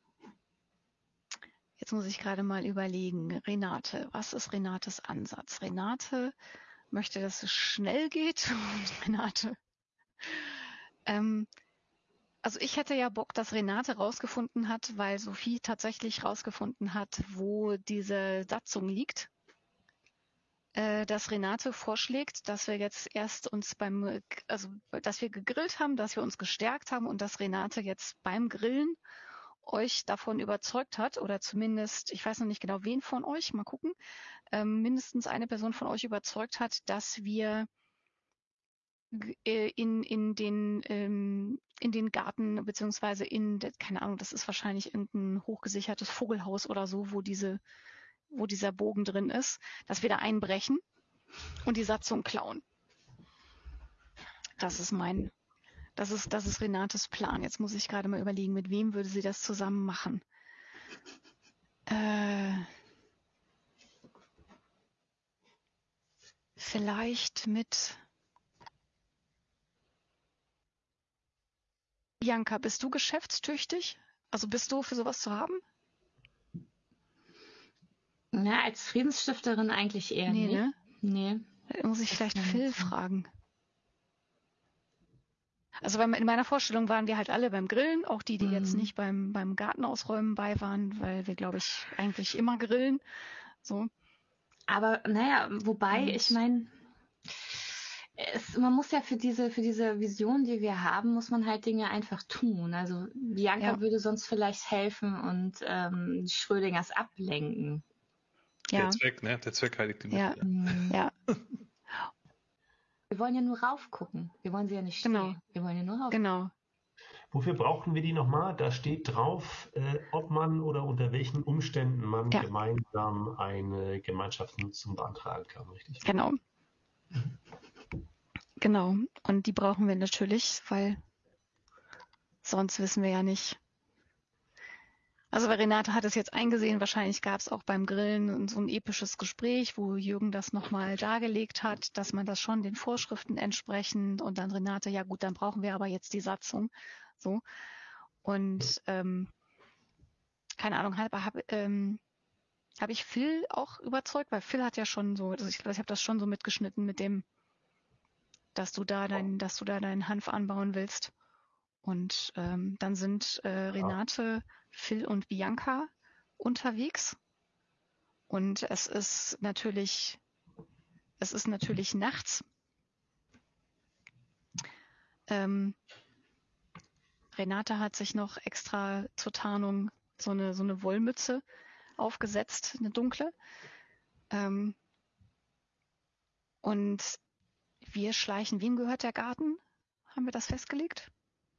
jetzt muss ich gerade mal überlegen, Renate, was ist Renates Ansatz? Renate möchte, dass es schnell geht. Und Renate, ähm, also ich hätte ja Bock, dass Renate rausgefunden hat, weil Sophie tatsächlich rausgefunden hat, wo diese Satzung liegt. Äh, dass Renate vorschlägt, dass wir jetzt erst uns beim, also dass wir gegrillt haben, dass wir uns gestärkt haben und dass Renate jetzt beim Grillen euch davon überzeugt hat oder zumindest, ich weiß noch nicht genau wen von euch, mal gucken, ähm, mindestens eine Person von euch überzeugt hat, dass wir in, in den ähm, in den Garten beziehungsweise in, keine Ahnung, das ist wahrscheinlich irgendein hochgesichertes Vogelhaus oder so, wo diese, wo dieser Bogen drin ist, dass wir da einbrechen und die Satzung klauen. Das ist mein, das ist, das ist Renates Plan. Jetzt muss ich gerade mal überlegen, mit wem würde sie das zusammen machen? Äh, vielleicht mit Bianca, bist du geschäftstüchtig? Also bist du für sowas zu haben? Na, als Friedensstifterin eigentlich eher Nee, nicht. ne? Nee. Da muss ich Das vielleicht kann Phil nicht sein. fragen. Also bei, in meiner Vorstellung waren wir halt alle beim Grillen, auch die, die Mhm. jetzt nicht beim, beim Gartenausräumen bei waren, weil wir, glaube ich, eigentlich immer grillen. So. Aber naja, wobei, Und- ich meine, es, man muss ja für diese, für diese Vision, die wir haben, muss man halt Dinge einfach tun. Also Bianca Ja. würde sonst vielleicht helfen und ähm, die Schrödingers ablenken. Ja, Der Zweck, ne? Der Zweck heiligt die Ja. Mittel. Mhm. ja, Wir wollen ja nur raufgucken. Wir wollen sie ja nicht stehen. Genau. Wir wollen ja nur rauf. genau. Wofür brauchen wir die nochmal? Da steht drauf, äh, ob man oder unter welchen Umständen man Ja. gemeinsam eine Gemeinschaftsnutzung beantragen kann, richtig? Genau. Genau. Und die brauchen wir natürlich, weil sonst wissen wir ja nicht. Also weil Renate hat es jetzt eingesehen, wahrscheinlich gab es auch beim Grillen so ein episches Gespräch, wo Jürgen das nochmal dargelegt hat, dass man das schon den Vorschriften entsprechend und dann Renate, ja gut, dann brauchen wir aber jetzt die Satzung. So. Und ähm, keine Ahnung, habe hab, ähm, hab ich Phil auch überzeugt, weil Phil hat ja schon so, also ich, ich habe das schon so mitgeschnitten mit dem, dass du da dein, dass du da deinen Hanf anbauen willst. Und ähm, dann sind äh, Renate, Phil und Bianca unterwegs. Und es ist natürlich, es ist natürlich nachts. Ähm, Renate hat sich noch extra zur Tarnung so eine, so eine Wollmütze aufgesetzt, eine dunkle. Ähm, und wir schleichen, wem gehört der Garten? Haben wir das festgelegt?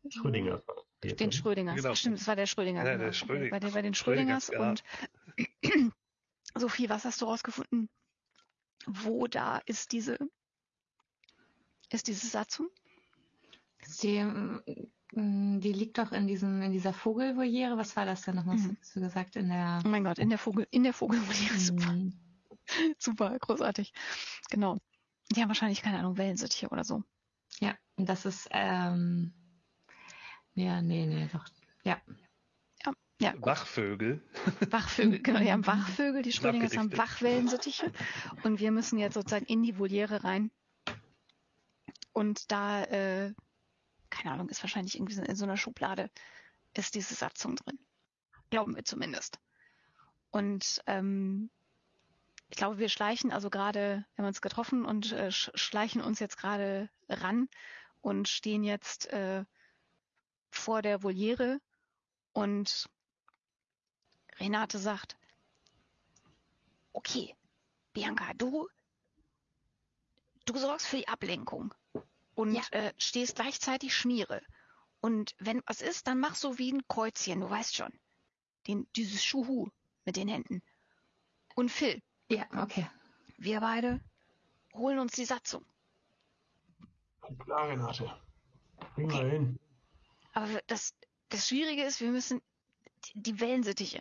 Schrödinger. Den Schrödingers. Genau. Stimmt, es war der Schrödinger. Ja, genau. der Schrödinger. Bei, den, bei den Schrödingers, Schrödingers. ja. Und Sophie, was hast du rausgefunden? Wo da ist diese, ist diese Satzung? Die, mm, die liegt doch in diesem, in dieser Vogelvoliere. Was war das denn nochmal? Was Mhm. hast du gesagt? In der. Oh mein Gott, in der Vogel, in der Vogelvoliere. Super, Mm, super, großartig. Genau. Die haben wahrscheinlich, keine Ahnung, Wellensittiche oder so. Ja, und das ist, ähm, ja, nee, nee, doch, ja. Ja, gut. Wachvögel. Wachvögel, genau, die haben Wachvögel, die Schrödingers haben abgerichtet. Wachwellensittiche und wir müssen jetzt sozusagen in die Voliere rein und da, äh, keine Ahnung, ist wahrscheinlich irgendwie so in so einer Schublade ist diese Satzung drin. Glauben wir zumindest. Und ähm, ich glaube, wir schleichen also gerade, wir haben uns getroffen und äh, sch- schleichen uns jetzt gerade ran und stehen jetzt äh, vor der Voliere und Renate sagt, okay, Bianca, du, du sorgst für die Ablenkung und Ja. äh, stehst gleichzeitig Schmiere. Und wenn was ist, dann mach so wie ein Kreuzchen, du weißt schon. Den, dieses Schuhu mit den Händen. Und Phil, Ja, okay. wir beide holen uns die Satzung. Klar, Renate. Kriegen Okay. wir hin. Aber wir- das, das Schwierige ist, wir müssen die, die Wellensittiche.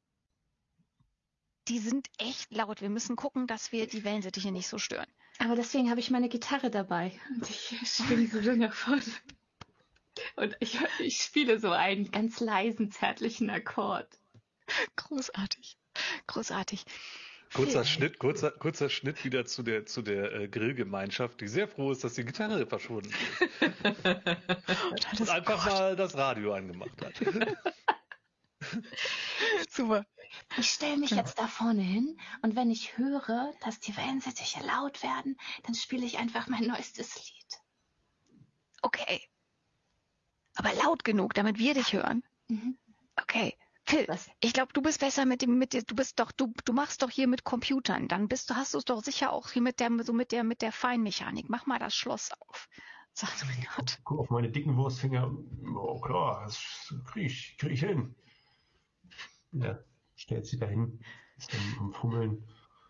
Die sind echt laut. Wir müssen gucken, dass wir die Wellensittiche nicht so stören. Aber deswegen habe ich meine Gitarre dabei. Und ich schwinge so nach vorne. Und ich, ich spiele so einen ganz leisen, zärtlichen Akkord. Großartig. Großartig. Kurzer Schnitt, kurzer, kurzer Schnitt wieder zu der, zu der äh, Grillgemeinschaft, die sehr froh ist, dass die Gitarre verschwunden ist. Das Und einfach mal das Radio angemacht hat. super. Ich stelle mich jetzt da vorne hin und wenn ich höre, dass die Wellensittiche laut werden, dann spiele ich einfach mein neuestes Lied. Okay. Aber laut genug, damit wir dich hören. Mhm. Okay. Phil, Was? ich glaube, du bist besser mit dem, mit der, du bist doch, du, du machst doch hier mit Computern. Dann bist du, hast du es doch sicher auch hier mit der, so mit der, mit der Feinmechanik. Mach mal das Schloss auf. Sagt Renate. Guck auf meine dicken Wurstfinger. Oh klar, das krieg ich, krieg ich hin. Ja, stellt sie dahin, ist am, am Fummeln.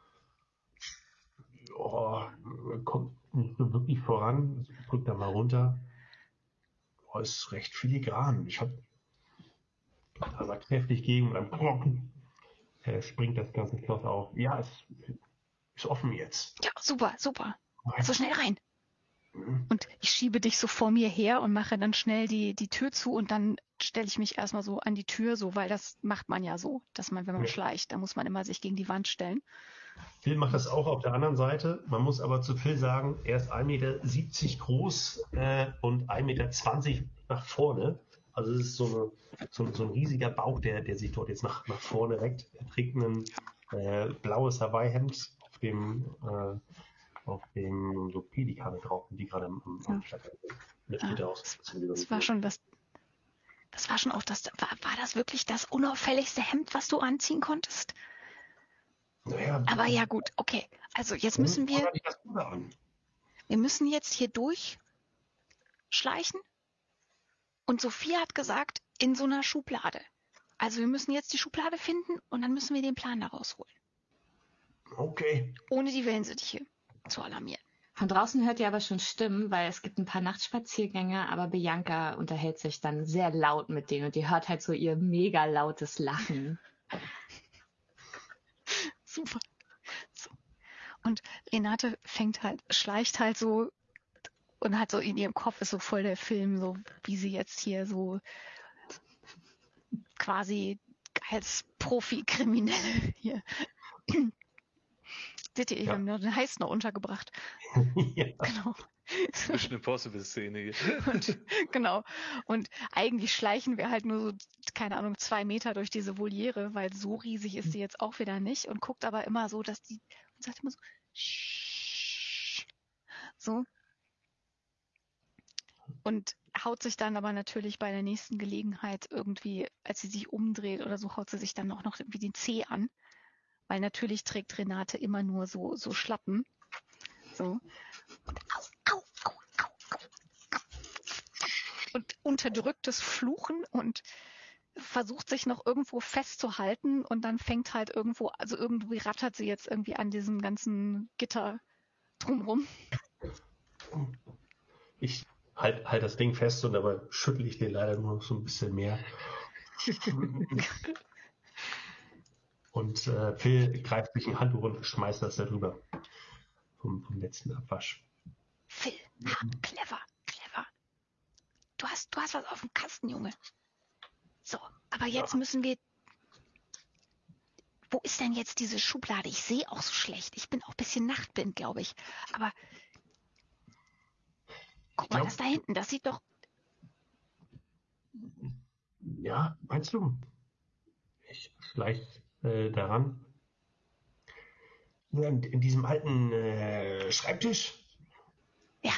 Oh, kommt nicht so wirklich voran. Drückt da mal runter. Oh, ist recht filigran. Ich hab aber kräftig gegen und dann Brocken, äh, springt das ganze Schloss auf. Ja, es ist offen jetzt. Ja, super, super. So schnell rein. Mhm. Und ich schiebe dich so vor mir her und mache dann schnell die, die Tür zu und dann stelle ich mich erstmal so an die Tür, so, weil das macht man ja so, dass man, wenn man Ja. schleicht, da muss man immer sich gegen die Wand stellen. Phil macht das auch auf der anderen Seite. Man muss aber zu Phil sagen, er ist ein Meter siebzig groß äh, und ein Meter zwanzig nach vorne. Also es ist so, eine, so, so ein riesiger Bauch, der, der sich dort jetzt nach, nach vorne reckt. Er trägt ein äh, blaues Hawaii-Hemd, auf dem, äh, auf dem so Pelikane drauf sind, die gerade am, am, am Flattern sind. Das Ja, sieht aus. Das war schon das, das war schon auch das, war, war das wirklich das unauffälligste Hemd, was du anziehen konntest? Naja, Aber ja gut, okay. Also jetzt müssen wir, Hat das Gute an. wir müssen jetzt hier durchschleichen. Und Sophia hat gesagt, in so einer Schublade. Also wir müssen jetzt die Schublade finden und dann müssen wir den Plan da rausholen. Okay. Ohne die Wellensittiche zu alarmieren. Von draußen hört ihr aber schon Stimmen, weil es gibt ein paar Nachtspaziergänger, aber Bianca unterhält sich dann sehr laut mit denen und ihr hört halt so ihr mega lautes Lachen. Super. So. Und Renate fängt halt, schleicht halt so und hat so in ihrem Kopf ist so voll der Film, so wie sie jetzt hier so quasi als Profi-Kriminelle hier. Seht ihr, ich Ja. habe nur den Heiß noch untergebracht. Ja. Genau. Mission Impossible Szene hier. Und, genau. Und eigentlich schleichen wir halt nur so, keine Ahnung, zwei Meter durch diese Voliere, weil so riesig ist sie jetzt auch wieder nicht und guckt aber immer so, dass die, und sagt immer so, Shh. So. Und haut sich dann aber natürlich bei der nächsten Gelegenheit irgendwie, als sie sich umdreht oder so, haut sie sich dann auch noch irgendwie den Zeh an. Weil natürlich trägt Renate immer nur so, so Schlappen. So. Und, au, au, au, au, au. Und unterdrücktes Fluchen und versucht sich noch irgendwo festzuhalten und dann fängt halt irgendwo, also irgendwie rattert sie jetzt irgendwie an diesem ganzen Gitter drumrum. Ich halt, halt das Ding fest und dabei schüttel ich den leider nur noch so ein bisschen mehr. Und äh, Phil greift sich ein Handtuch und schmeißt das da drüber. Vom, vom letzten Abwasch. Phil, ha, clever, clever. Du hast, du hast was auf dem Kasten, Junge. So, aber jetzt Ja. müssen wir... Wo ist denn jetzt diese Schublade? Ich sehe auch so schlecht. Ich bin auch ein bisschen nachtblind, glaube ich. Aber guck mal, glaub- das da hinten, das sieht doch... Ja, meinst du? Ich vielleicht äh, daran. In, in diesem alten äh, Schreibtisch. Ja,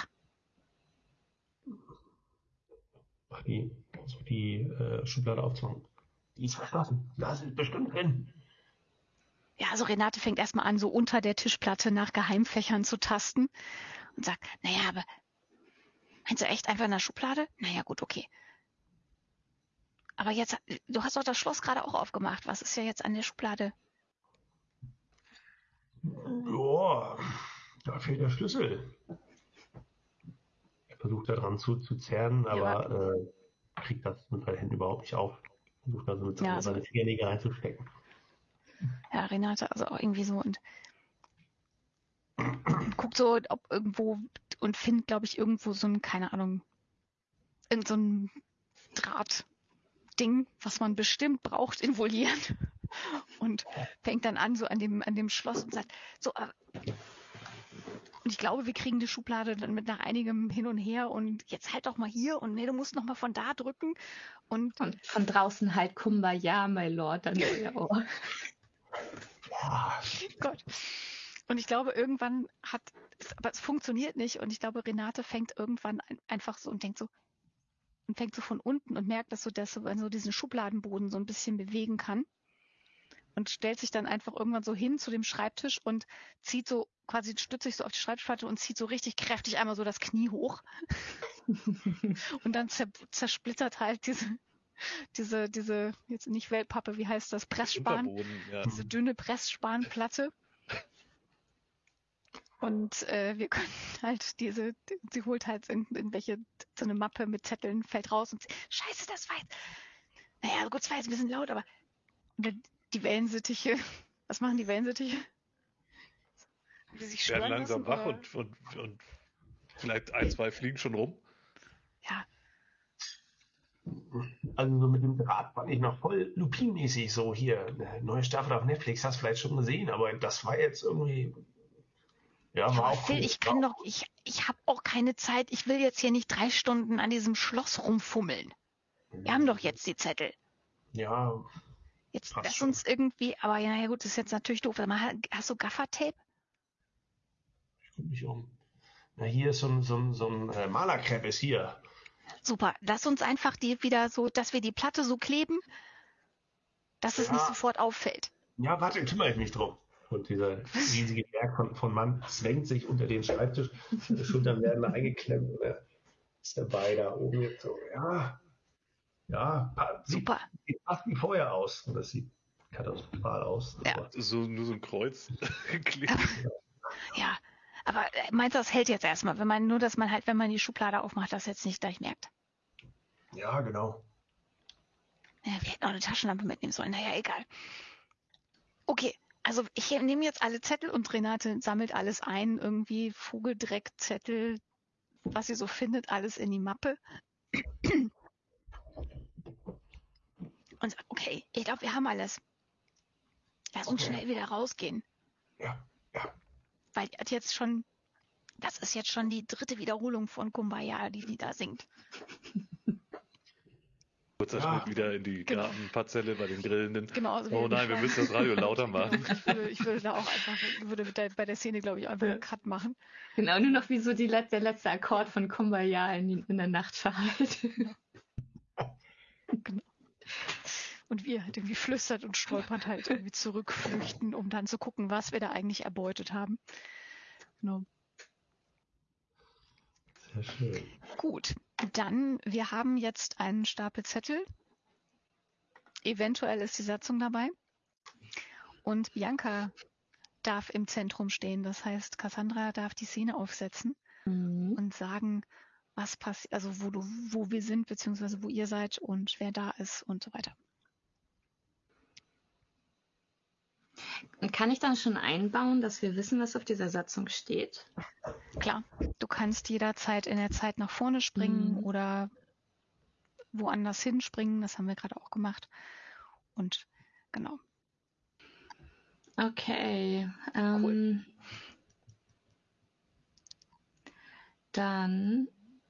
Ach, die, also die äh, Schublade aufzumachen. Die ist verschlossen. Da sind bestimmt drin. ja, also Renate fängt erstmal an, so unter der Tischplatte nach Geheimfächern zu tasten und sagt, naja, aber meinst du echt einfach in der Schublade? Naja, gut, okay. Aber jetzt, du hast doch das Schloss gerade auch aufgemacht. Was ist ja jetzt an der Schublade? Ja, da fehlt der Schlüssel. Er versucht da dran zu, zu zerren, aber äh, kriegt das mit seinen Händen überhaupt nicht auf. Versucht da so mit Ja, seine also- Fingernägel reinzustecken. Ja, Renate, also auch irgendwie so und, und guckt so, ob irgendwo und findet, glaube ich, irgendwo so ein, keine Ahnung, irgend so ein Drahtding, was man bestimmt braucht in Volieren. Und fängt dann an, so an dem, an dem Schloss und sagt, so, äh, und ich glaube, wir kriegen die Schublade dann mit nach einigem Hin und Her und jetzt halt doch mal hier und nee, du musst noch mal von da drücken und Und von draußen halt Kumbaya, my Lord, dann euer Ohr. Ja, Gott. Und ich glaube, irgendwann hat es, aber es funktioniert nicht und ich glaube, Renate fängt irgendwann ein, einfach so und denkt so und fängt so von unten und merkt, dass so, dass so, so diesen Schubladenboden so ein bisschen bewegen kann und stellt sich dann einfach irgendwann so hin zu dem Schreibtisch und zieht so quasi, stützt sich so auf die Schreibtischplatte und zieht so richtig kräftig einmal so das Knie hoch und dann zer, zersplittert halt diese diese diese jetzt nicht Wellpappe, wie heißt das, Pressspan, Unterboden, ja. diese dünne Pressspanplatte. Und äh, wir können halt diese, sie holt halt in, in welche, so eine Mappe mit Zetteln, fällt raus und scheiße, das war jetzt, naja, gut, das war jetzt ein bisschen laut, aber und dann die Wellensittiche, was machen die Wellensittiche? Wie sich Werden stören langsam lassen, wach oder? und, und, und vielleicht ein, zwei fliegen schon rum. Ja, also so mit dem Draht fand ich noch voll Lupin-mäßig so hier. Eine neue Staffel auf Netflix, hast du vielleicht schon gesehen, aber das war jetzt irgendwie. Ja, ja war aber auch Phil, cool. ich kann War doch, ich, ich habe auch keine Zeit, ich will jetzt hier nicht drei Stunden an diesem Schloss rumfummeln. Wir haben doch jetzt die Zettel. Ja, Jetzt Passt lass schon. uns irgendwie, aber ja, naja, gut, das ist jetzt natürlich doof. Aber mal, hast du Gaffertape? ich guck mich um. Na, hier ist so ein, so ein, so ein äh, Malerkrepp ist hier. Super, lass uns einfach die wieder so, dass wir die Platte so kleben, dass es Ja. nicht sofort auffällt. Ja, warte, kümmere ich mich drum. Und dieser riesige Berg von, von Mann zwängt sich unter den Schreibtisch. Seine Schultern werden da eingeklemmt und er ist dabei da oben jetzt so. Ja, ja, pa- sieht, Super. sieht fast wie vorher aus. Und das sieht katastrophal aus. Ja. Aber So, nur so ein Kreuz geklebt. Ja, aber äh, meinst du, das hält jetzt erstmal, wenn man nur, dass man halt, wenn man die Schublade aufmacht, das jetzt nicht gleich merkt. ja, genau. Ja, wir hätten auch eine Taschenlampe mitnehmen sollen. Naja, egal. Okay, also ich nehme jetzt alle Zettel und Renate sammelt alles ein, irgendwie Vogeldreck, Zettel, was sie so findet, alles in die Mappe. Und sagt, okay, ich glaube, wir haben alles. Lass uns Okay. schnell wieder rausgehen. Ja, ja. Weil die hat jetzt schon, das ist jetzt schon die dritte Wiederholung von Kumbaya, die die da singt. Kurzer Ja. Schnitt wieder in die Genau. Gartenparzelle bei den Grillenden. Genau, also Oh wir- nein, wir müssen das Radio lauter machen. Ich würde, ich würde da auch einfach, würde da bei der Szene, glaube ich, einfach einen Cut machen. Genau, nur noch wie so die Let der letzte Akkord von Kumbaya in, in der Nacht verhallt. Genau. Und wir halt irgendwie flüstert und stolpert halt irgendwie zurückflüchten, um dann zu gucken, was wir da eigentlich erbeutet haben. Genau. Sehr schön. Gut. Dann, wir haben jetzt einen Stapel Zettel. Eventuell ist die Satzung dabei. Und Bianca darf im Zentrum stehen. Das heißt, Cassandra darf die Szene aufsetzen Mhm. und sagen, was passiert, also wo du, wo wir sind, beziehungsweise wo ihr seid und wer da ist und so weiter. Und kann ich dann schon einbauen, dass wir wissen, was auf dieser Satzung steht? Klar, du kannst jederzeit in der Zeit nach vorne springen Mhm. oder woanders hinspringen. Das haben wir gerade auch gemacht. Und genau. Okay. Ähm, dann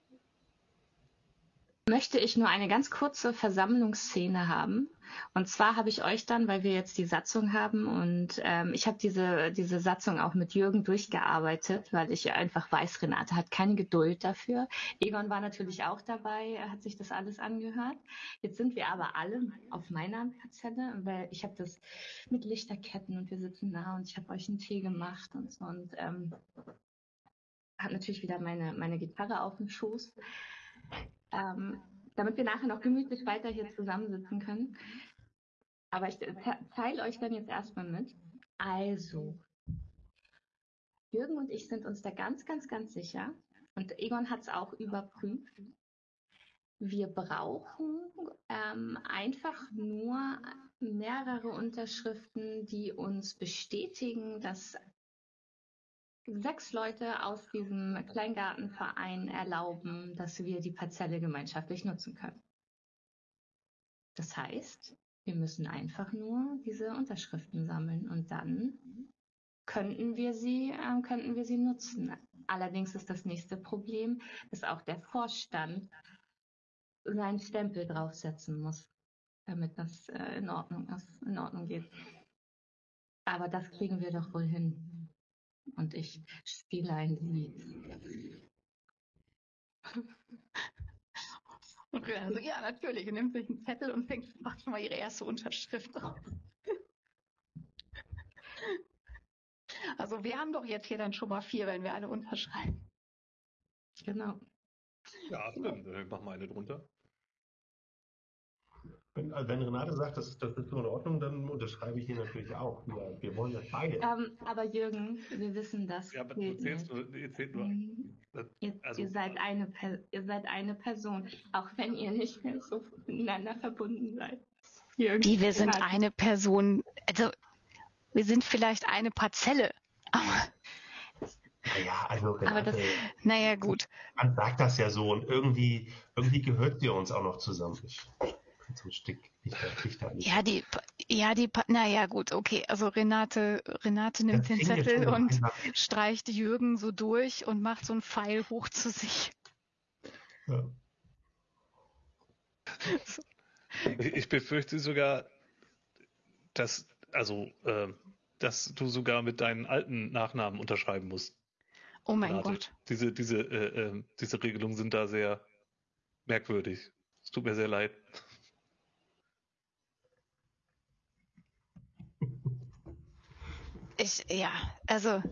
möchte ich nur eine ganz kurze Versammlungsszene haben. Und zwar habe ich euch dann, weil wir jetzt die Satzung haben und ähm, ich habe diese, diese Satzung auch mit Jürgen durchgearbeitet, weil ich einfach weiß, Renate hat keine Geduld dafür. Egon war natürlich auch dabei, er hat sich das alles angehört. Jetzt sind wir aber alle auf meiner Parzelle, weil ich habe das mit Lichterketten und wir sitzen da und ich habe euch einen Tee gemacht und so und ähm, habe natürlich wieder meine, meine Gitarre auf dem Schoß. Ähm, damit wir nachher noch gemütlich weiter hier zusammensitzen können. Aber ich teile euch dann jetzt erstmal mit. Also, Jürgen und ich sind uns da ganz, ganz, ganz sicher. Und Egon hat es auch überprüft. Wir brauchen ähm, einfach nur mehrere Unterschriften, die uns bestätigen, dass sechs Leute aus diesem Kleingartenverein erlauben, dass wir die Parzelle gemeinschaftlich nutzen können. Das heißt, wir müssen einfach nur diese Unterschriften sammeln und dann könnten wir sie, äh, könnten wir sie nutzen. Allerdings ist das nächste Problem, dass auch der Vorstand seinen Stempel draufsetzen muss, damit das äh, in Ordnung ist, in Ordnung geht. Aber das kriegen wir doch wohl hin. Und ich spiele ein Lied. Okay, also ja, natürlich. Nimmt sich einen Zettel und fängt macht schon mal ihre erste Unterschrift drauf. Also wir haben doch jetzt hier dann schon mal vier, wenn wir alle unterschreiben. Genau. Ja, stimmt. Dann mach mal eine drunter. Wenn, also wenn Renate sagt, das, das ist so in Ordnung, dann unterschreibe ich hier natürlich auch. Ja, wir wollen das beide. Ähm, aber Jürgen, wir wissen das. Ja, aber du gilt zählst nicht. nur, ihr zählt nur. Mhm. Ihr, Also, ihr, seid eine per ihr seid eine Person, auch wenn ihr nicht mehr so miteinander verbunden seid. Jürgen, Wie, wir sind Renate. eine Person, also wir sind vielleicht eine Parzelle. Aber, Naja, also Aber das- Renate, naja, gut. man sagt das ja so und irgendwie, irgendwie gehört sie uns auch noch zusammen. Ich bin so ein Stück Lichter, Lichter. Ja, die, ja, die, Pa- naja, gut, okay. Also Renate, Renate nimmt Das den kriegen wir Zettel schon und einfach- streicht Jürgen so durch und macht so einen Pfeil hoch zu sich. Ja. ich, ich befürchte sogar, dass, also, äh, dass du sogar mit deinen alten Nachnamen unterschreiben musst. Oh mein Renate. Gott. Diese, diese, äh, äh, diese Regelungen sind da sehr merkwürdig. Es tut mir sehr leid. Ich, ja, also,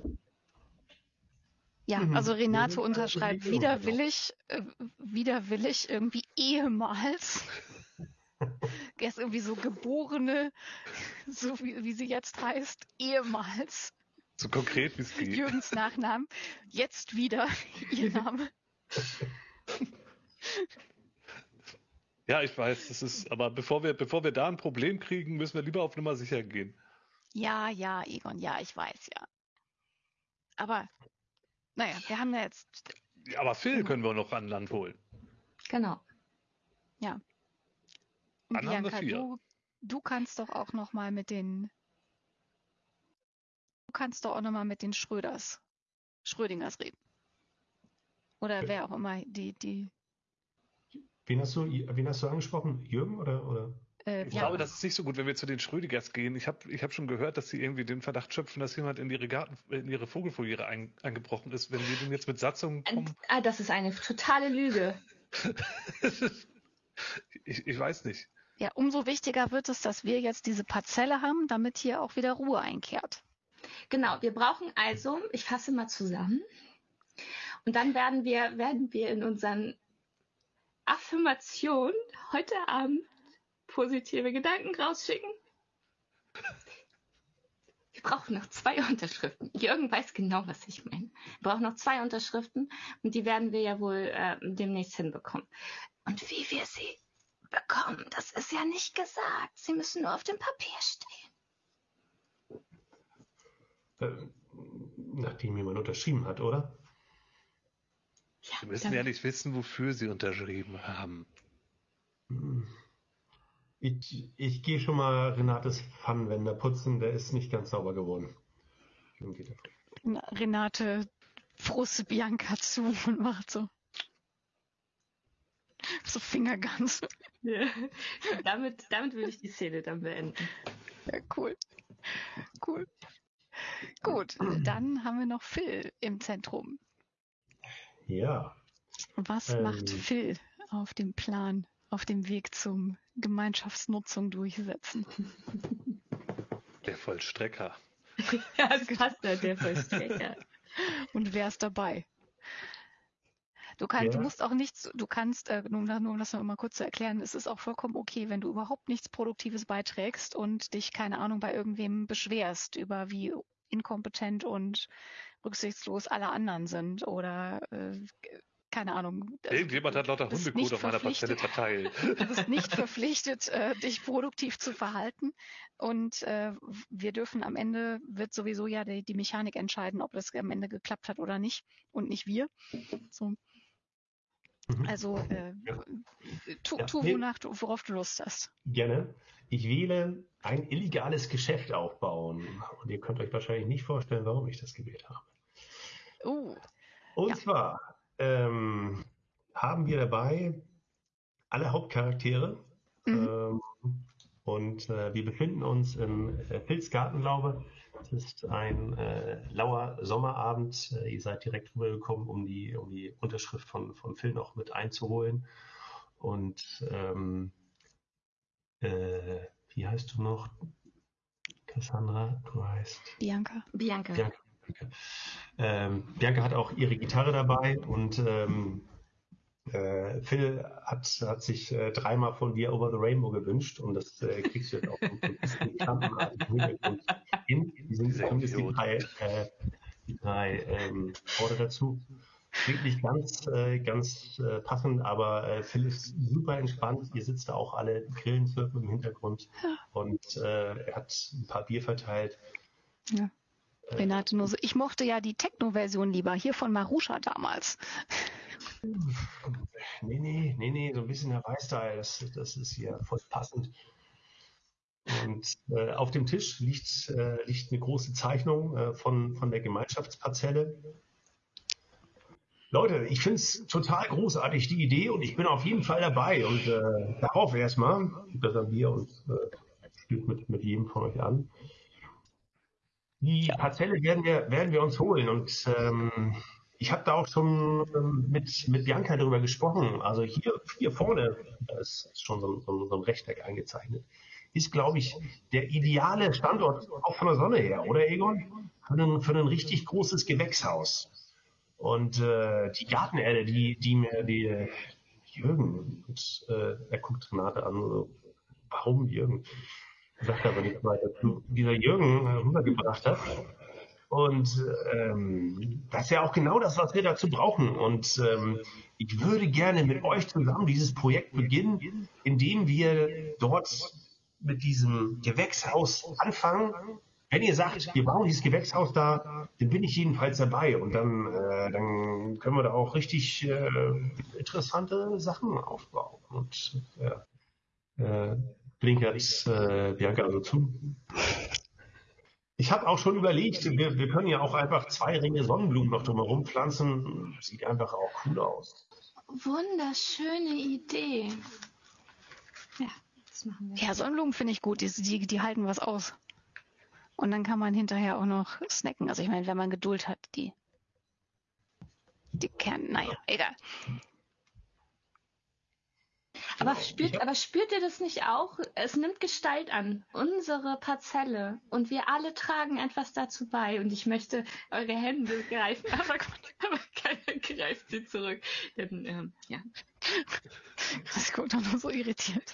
ja, Mhm. also Renate Wir sind unterschreibt also Regierung, widerwillig, äh, widerwillig irgendwie ehemals. Er ist irgendwie so geborene, so wie, wie sie jetzt heißt, ehemals. So konkret wie es geht. Jürgens Nachnamen. Jetzt wieder ihr Name. Ja, ich weiß, das ist, aber bevor wir, bevor wir da ein Problem kriegen, müssen wir lieber auf Nummer sicher gehen. Ja, ja, Egon, ja, ich weiß, ja. Aber, naja, wir haben ja jetzt, Ja, aber Phil Genau. können wir noch an Land holen. Genau. ja. Dann haben wir Bianca, vier. du, du kannst doch auch noch mal mit den, du kannst doch auch noch mal mit den Schröders, Schrödingers reden. Oder wer auch immer die, die, Wen hast du, wen hast du angesprochen? Jürgen oder? oder? äh, Ich ja, glaube, das ist nicht so gut, wenn wir zu den Schrödigers gehen. Ich habe ich hab schon gehört, dass sie irgendwie den Verdacht schöpfen, dass jemand in ihre Garten, in ihre Vogelvoliere ein, eingebrochen ist. Wenn wir denn jetzt mit Satzungen kommen, Ah, das ist eine totale Lüge. ich, ich weiß nicht. ja, umso wichtiger wird es, dass wir jetzt diese Parzelle haben, damit hier auch wieder Ruhe einkehrt. Genau, wir brauchen also, ich fasse mal zusammen, und dann werden wir, werden wir in unseren Affirmation heute Abend positive Gedanken rausschicken. Wir brauchen noch zwei Unterschriften. Jürgen weiß genau, was ich meine. Wir brauchen noch zwei Unterschriften und die werden wir ja wohl äh, demnächst hinbekommen. Und wie wir sie bekommen, das ist ja nicht gesagt. Sie müssen nur auf dem Papier stehen. Äh, nachdem jemand unterschrieben hat, oder? Ja, Sie müssen ja nicht wissen, wofür Sie unterschrieben haben. Ich, ich gehe schon mal Renates Pfannenwender putzen, der ist nicht ganz sauber geworden. Renate frustet Bianca zu und macht so so Fingerguns. Ja. damit, damit will ich die Szene dann beenden. Ja, cool. Cool. Gut, dann haben wir noch Phil im Zentrum. Ja. Was ähm, macht Phil auf dem Plan, auf dem Weg zum Gemeinschaftsnutzung durchsetzen? Der Vollstrecker. Ja, es passt ja, der Vollstrecker. Und wer ist dabei? Du, kann, Ja. du musst auch nichts, du kannst, äh, nur, nur um das noch mal kurz zu erklären, es ist auch vollkommen okay, wenn du überhaupt nichts Produktives beiträgst und dich, keine Ahnung, bei irgendwem beschwerst über wie inkompetent und rücksichtslos alle anderen sind oder äh, keine Ahnung. Irgendjemand hat lauter Hundekot auf meiner Parzelle verteilt. Du bist nicht verpflichtet, äh, dich produktiv zu verhalten und äh, wir dürfen am Ende, wird sowieso ja die, die Mechanik entscheiden, ob das am Ende geklappt hat oder nicht und nicht wir. So. Also äh, Ja. tu, Ja, tu nee. wonach du, worauf du Lust hast. Gerne. Ich wähle ein illegales Geschäft aufbauen. Und ihr könnt euch wahrscheinlich nicht vorstellen, warum ich das gewählt habe. Uh, Und ja. zwar ähm, haben wir dabei alle Hauptcharaktere. Mhm. Ähm, und äh, wir befinden uns in äh, Pilzgartenlaube. Es ist ein äh, lauer Sommerabend. Äh, ihr seid direkt rübergekommen, um die, um die Unterschrift von, von Phil noch mit einzuholen. Und ähm, äh, wie heißt du noch? Cassandra, du heißt Bianca. Bianca. Bianca. Ähm, Bianca hat auch ihre Gitarre dabei und ähm, äh, Phil hat, hat sich äh, dreimal von dir Over the Rainbow gewünscht und das äh, kriegst du jetzt auch ein bisschen klampenartig im Hintergrund hin. Die sind zumindest die drei, äh, die drei ähm, Worte dazu. Klingt nicht ganz, äh, ganz äh, passend, aber äh, Phil ist super entspannt. Ihr sitzt da auch alle, Grillen zirpen im Hintergrund und äh, er hat ein paar Bier verteilt. Ja. Renate nur so, ich mochte ja die Techno-Version lieber, hier von Marusha damals. Nee, nee, nee, nee, so ein bisschen Hawaii-Style, das, das ist hier voll passend. Und äh, auf dem Tisch liegt, äh, liegt eine große Zeichnung äh, von, von der Gemeinschaftsparzelle. Leute, ich finde es total großartig, die Idee, und ich bin auf jeden Fall dabei. Und äh, darauf erstmal, gibt das an Bier und äh, spielt mit, mit jedem von euch an. Die Parzelle werden wir, werden wir uns holen und ähm, ich habe da auch schon ähm, mit, mit Bianca darüber gesprochen. Also hier, hier vorne, da ist schon so ein, so ein Rechteck eingezeichnet, ist, glaube ich, der ideale Standort auch von der Sonne her, oder Egon? Für ein, für ein richtig großes Gewächshaus. Und äh, die Gartenerde, die, die mir die Jürgen, und, äh, er guckt Renate an, so, warum Jürgen? Sagt aber nicht weiter zu, dieser Jürgen äh, rübergebracht hat. Und ähm, das ist ja auch genau das, was wir dazu brauchen. Und ähm, ich würde gerne mit euch zusammen dieses Projekt beginnen, indem wir dort mit diesem Gewächshaus anfangen. Wenn ihr sagt, wir bauen dieses Gewächshaus da, dann bin ich jedenfalls dabei. Und dann, äh, dann können wir da auch richtig äh, interessante Sachen aufbauen. Und ja, äh, Blinker ist äh, Bianca also zu. Ich habe auch schon überlegt, wir, wir können ja auch einfach zwei Ringe Sonnenblumen noch drumherum pflanzen. Sieht einfach auch cool aus. Wunderschöne Idee. Ja, das machen wir. Ja, Sonnenblumen finde ich gut, die, die, die halten was aus. Und dann kann man hinterher auch noch snacken. Also ich meine, wenn man Geduld hat, die, die Kern, naja, egal. Aber spürt, aber spürt ihr das nicht auch? Es nimmt Gestalt an. Unsere Parzelle. Und wir alle tragen etwas dazu bei. Und ich möchte eure Hände greifen. Aber Gott. Aber keiner greift sie zurück. Denn, ähm, ja. Das guckt doch nur so irritiert.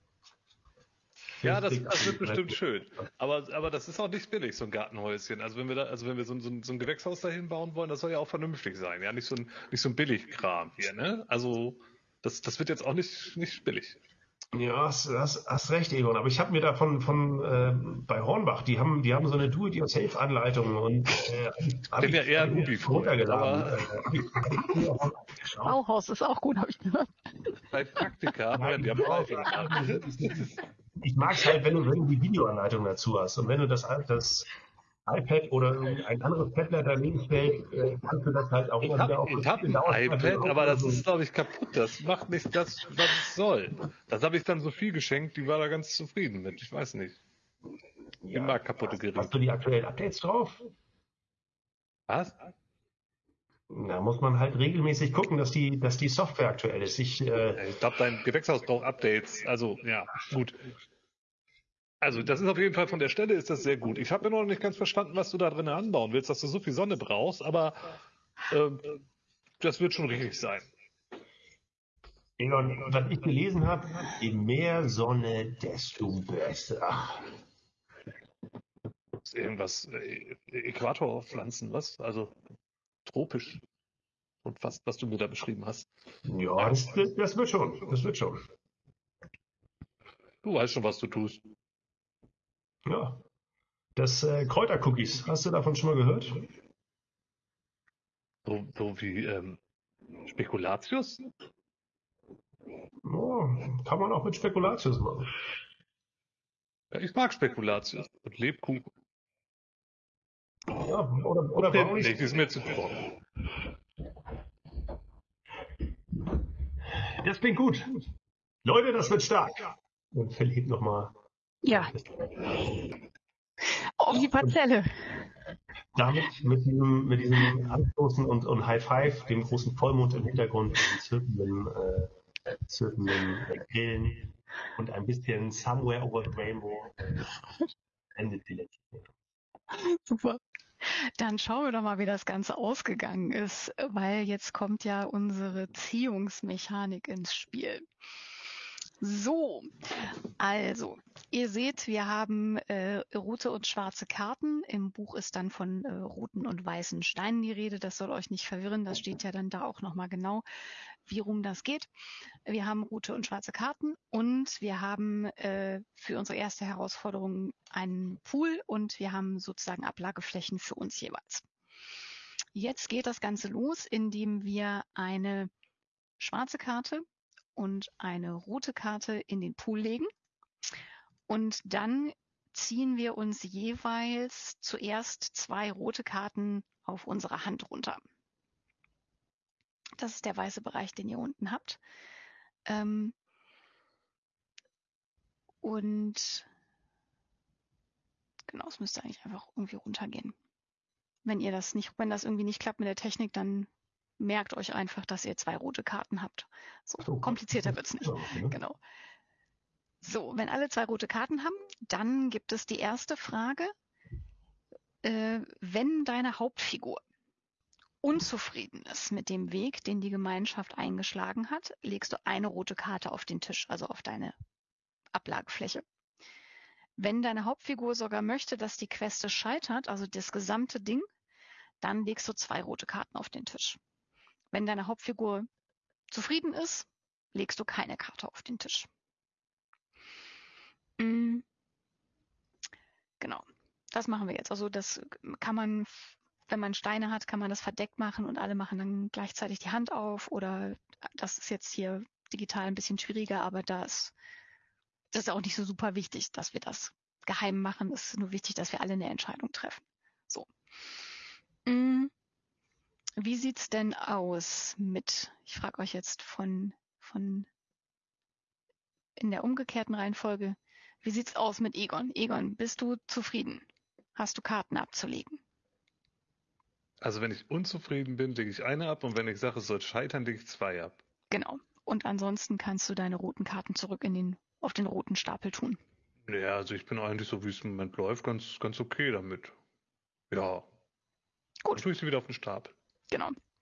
Ja, das, das wird bestimmt schön. Aber, aber das ist auch nicht billig, so ein Gartenhäuschen. Also wenn wir da, also wenn wir so, ein- so, ein- so ein Gewächshaus dahin bauen wollen, das soll ja auch vernünftig sein. Ja, nicht so ein, nicht so ein Billigkram hier, ne? Also, das, das wird jetzt auch nicht, nicht billig. Ja, hast, hast, hast recht, Egon. Aber ich habe mir davon von äh, bei Hornbach, die haben, die haben so eine Do-it-yourself-Anleitung und äh, Ich bin ja eher ein hab ich Ubi-Freund, runtergeladen. aber Äh, hab ich, hab ich früher auch angeschaut. Bauhaus ist auch gut, habe ich gehört. bei Praktika, Nein, Moment, die haben ja, beide gemacht. ich mag es halt, wenn du, wenn du die Videoanleitung dazu hast. Und wenn du das, das iPad oder irgendein anderes Tablet daneben stellt, äh, kannst du das halt auch Ich immer wieder auf habe hab ein iPad, aber das ist, glaube ich, kaputt. Das macht nicht das, was es soll. Das habe ich dann Sophie geschenkt, die war da ganz zufrieden mit. Ich weiß nicht. Ich ja, mag kaputte Hast Geräte. du die aktuellen Updates drauf? Was? Da muss man halt regelmäßig gucken, dass die, dass die Software aktuell ist. Ich, äh, Ich glaube, dein Gewächshaus braucht Updates. Also, ja, gut. Also, das ist auf jeden Fall von der Stelle ist das sehr gut. Ich habe mir noch nicht ganz verstanden, was du da drin anbauen willst, dass du so viel Sonne brauchst, aber ähm, das wird schon richtig sein. Egon, was ich gelesen habe, je mehr Sonne, desto besser. Ist irgendwas äh, Äquatorpflanzen, was? Also tropisch. Und fast, was du mir da beschrieben hast. Ja, das, das wird schon. Das wird schon. Du weißt schon, was du tust. Ja. Das äh, Kräutercookies, hast du davon schon mal gehört? So, so wie ähm, Spekulatius? Oh, kann man auch mit Spekulatius machen. Ja, ich mag Spekulatius und Lebkuchen. Ja, oder oder Und Pimpen Brownies. nicht, die ist mir zu trocken. Das klingt gut. Leute, das wird stark. Und Phil hebt nochmal. Ja, auf die Parzelle. Damit mit diesem, mit diesem Anstoßen und, und High Five, dem großen Vollmond im Hintergrund, und zirpenden, äh, zirpenden äh, Grillen und ein bisschen Somewhere Over the Rainbow endet die letzte Folge. Super. Dann schauen wir doch mal, wie das Ganze ausgegangen ist, weil jetzt kommt ja unsere Ziehungsmechanik ins Spiel. So, also, ihr seht, wir haben äh, rote und schwarze Karten. Im Buch ist dann von äh, roten und weißen Steinen die Rede. Das soll euch nicht verwirren. Das steht ja dann da auch nochmal genau, wie rum das geht. Wir haben rote und schwarze Karten und wir haben äh, für unsere erste Herausforderung einen Pool und wir haben sozusagen Ablageflächen für uns jeweils. Jetzt geht das Ganze los, indem wir eine schwarze Karte und eine rote Karte in den Pool legen. Und dann ziehen wir uns jeweils zuerst zwei rote Karten auf unsere Hand runter. Das ist der weiße Bereich, den ihr unten habt. Ähm und genau, es müsste eigentlich einfach irgendwie runtergehen. Wenn ihr das nicht, wenn das irgendwie nicht klappt mit der Technik, dann merkt euch einfach, dass ihr zwei rote Karten habt. So, So. komplizierter wird's nicht. Ja, Genau. So, wenn alle zwei rote Karten haben, dann gibt es die erste Frage. Äh, wenn deine Hauptfigur unzufrieden ist mit dem Weg, den die Gemeinschaft eingeschlagen hat, legst du eine rote Karte auf den Tisch, also auf deine Ablagefläche. Wenn deine Hauptfigur sogar möchte, dass die Queste scheitert, also das gesamte Ding, dann legst du zwei rote Karten auf den Tisch. Wenn deine Hauptfigur zufrieden ist, legst du keine Karte auf den Tisch. Mhm. Genau, das machen wir jetzt. Also das kann man, wenn man Steine hat, kann man das verdeckt machen und alle machen dann gleichzeitig die Hand auf. Oder das ist jetzt hier digital ein bisschen schwieriger, aber da ist das ist auch nicht so super wichtig, dass wir das geheim machen. Es ist nur wichtig, dass wir alle eine Entscheidung treffen. So. Wie sieht's denn aus mit, ich frage euch jetzt von, von in der umgekehrten Reihenfolge, wie sieht's aus mit Egon? Egon, bist du zufrieden? Hast du Karten abzulegen? Also wenn ich unzufrieden bin, lege ich eine ab und wenn ich sage, es soll scheitern, lege ich zwei ab. Genau. Und ansonsten kannst du deine roten Karten zurück in den, auf den roten Stapel tun. Ja, also ich bin eigentlich so, wie es im Moment läuft, ganz, ganz okay damit. Ja. Gut. Dann tue ich sie wieder auf den Stapel. Genau.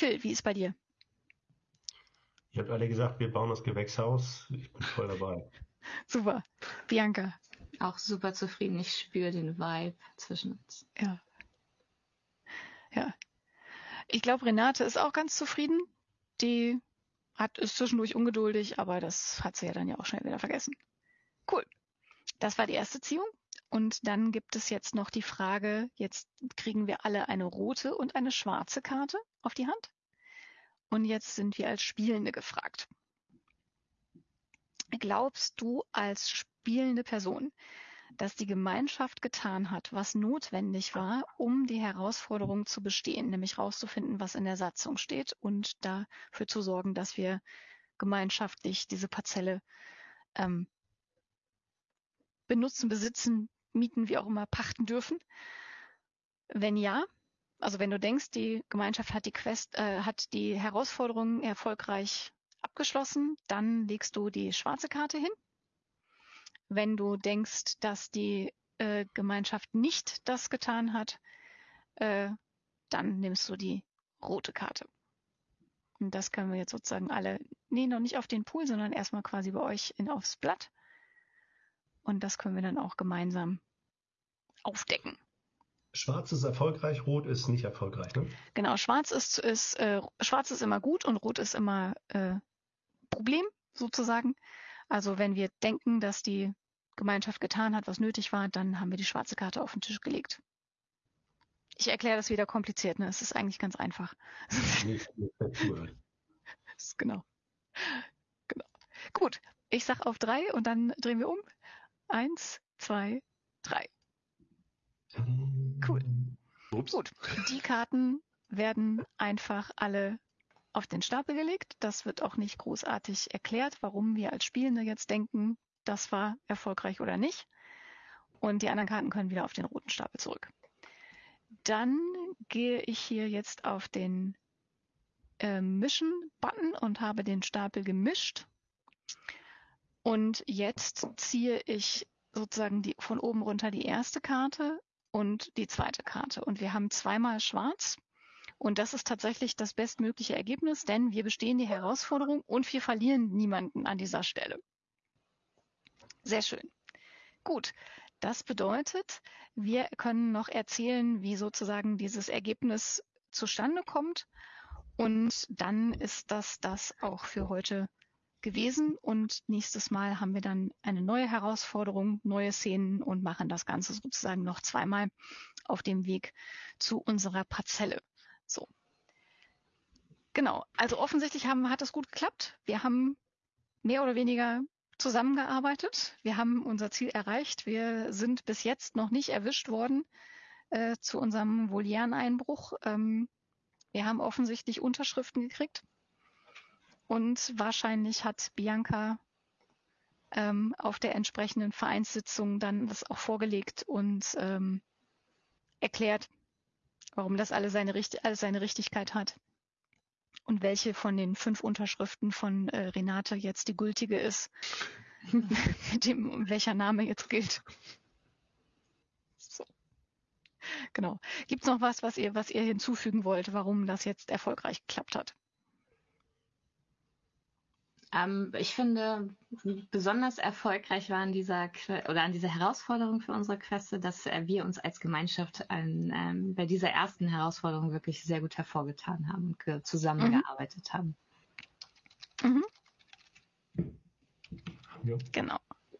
Phil, wie ist bei dir? Ihr habt alle gesagt, wir bauen das Gewächshaus. Ich bin voll dabei. Super. Bianca? Auch super zufrieden. Ich spüre den Vibe zwischen uns. Ja. Ja. Ich glaube, Renate ist auch ganz zufrieden. Die hat, ist zwischendurch ungeduldig, aber das hat sie ja dann ja auch schnell wieder vergessen. Cool. Das war die erste Ziehung. Und dann gibt es jetzt noch die Frage, jetzt kriegen wir alle eine rote und eine schwarze Karte auf die Hand. Und jetzt sind wir als Spielende gefragt. Glaubst du als spielende Person, dass die Gemeinschaft getan hat, was notwendig war, um die Herausforderung zu bestehen, nämlich rauszufinden, was in der Satzung steht und dafür zu sorgen, dass wir gemeinschaftlich diese Parzelle ähm, benutzen, besitzen, mieten, wie auch immer, pachten dürfen? Wenn ja, also wenn du denkst, die Gemeinschaft hat die Quest, äh, hat die Herausforderung erfolgreich abgeschlossen, dann legst du die schwarze Karte hin. Wenn du denkst, dass die äh, Gemeinschaft nicht das getan hat, äh, dann nimmst du die rote Karte. Und das können wir jetzt sozusagen alle, nee, noch nicht auf den Pool, sondern erstmal quasi bei euch in, aufs Blatt. Und das können wir dann auch gemeinsam aufdecken. Schwarz ist erfolgreich, Rot ist nicht erfolgreich, ne? Genau, Schwarz ist, ist, äh, Schwarz ist immer gut und Rot ist immer äh, Problem, sozusagen. Also wenn wir denken, dass die Gemeinschaft getan hat, was nötig war, dann haben wir die schwarze Karte auf den Tisch gelegt. Ich erkläre das wieder kompliziert, ne? Es ist eigentlich ganz einfach. Nicht, nicht dazu. Genau. Genau. Gut, ich sag auf drei und dann drehen wir um. Eins, zwei, drei. Cool. Ups. Gut, die Karten werden einfach alle auf den Stapel gelegt. Das wird auch nicht großartig erklärt, warum wir als Spielende jetzt denken, das war erfolgreich oder nicht. Und die anderen Karten können wieder auf den roten Stapel zurück. Dann gehe ich hier jetzt auf den äh, Mischen-Button und habe den Stapel gemischt. Und jetzt ziehe ich sozusagen die, von oben runter die erste Karte und die zweite Karte. Und wir haben zweimal schwarz. Und das ist tatsächlich das bestmögliche Ergebnis, denn wir bestehen die Herausforderung und wir verlieren niemanden an dieser Stelle. Sehr schön. Gut, das bedeutet, wir können noch erzählen, wie sozusagen dieses Ergebnis zustande kommt. Und dann ist das das auch für heute gewesen. Und nächstes Mal haben wir dann eine neue Herausforderung, neue Szenen und machen das Ganze sozusagen noch zweimal auf dem Weg zu unserer Parzelle. So. Genau. Also offensichtlich haben, hat es gut geklappt. Wir haben mehr oder weniger zusammengearbeitet. Wir haben unser Ziel erreicht. Wir sind bis jetzt noch nicht erwischt worden äh, zu unserem Volieren-Einbruch. Ähm, wir haben offensichtlich Unterschriften gekriegt. Und wahrscheinlich hat Bianca ähm, auf der entsprechenden Vereinssitzung dann das auch vorgelegt und ähm, erklärt, warum das alle seine, alles seine Richtigkeit hat und welche von den fünf Unterschriften von äh, Renate jetzt die gültige ist, mit dem welcher Name jetzt gilt. So. Genau. Gibt es noch was, was ihr, was ihr hinzufügen wollt, warum das jetzt erfolgreich geklappt hat? Ähm, ich finde, besonders erfolgreich war an dieser oder an dieser Herausforderung für unsere Queste, dass äh, wir uns als Gemeinschaft an, ähm, bei dieser ersten Herausforderung wirklich sehr gut hervorgetan haben und ge- zusammengearbeitet mhm. haben. Mhm. Ja. Genau.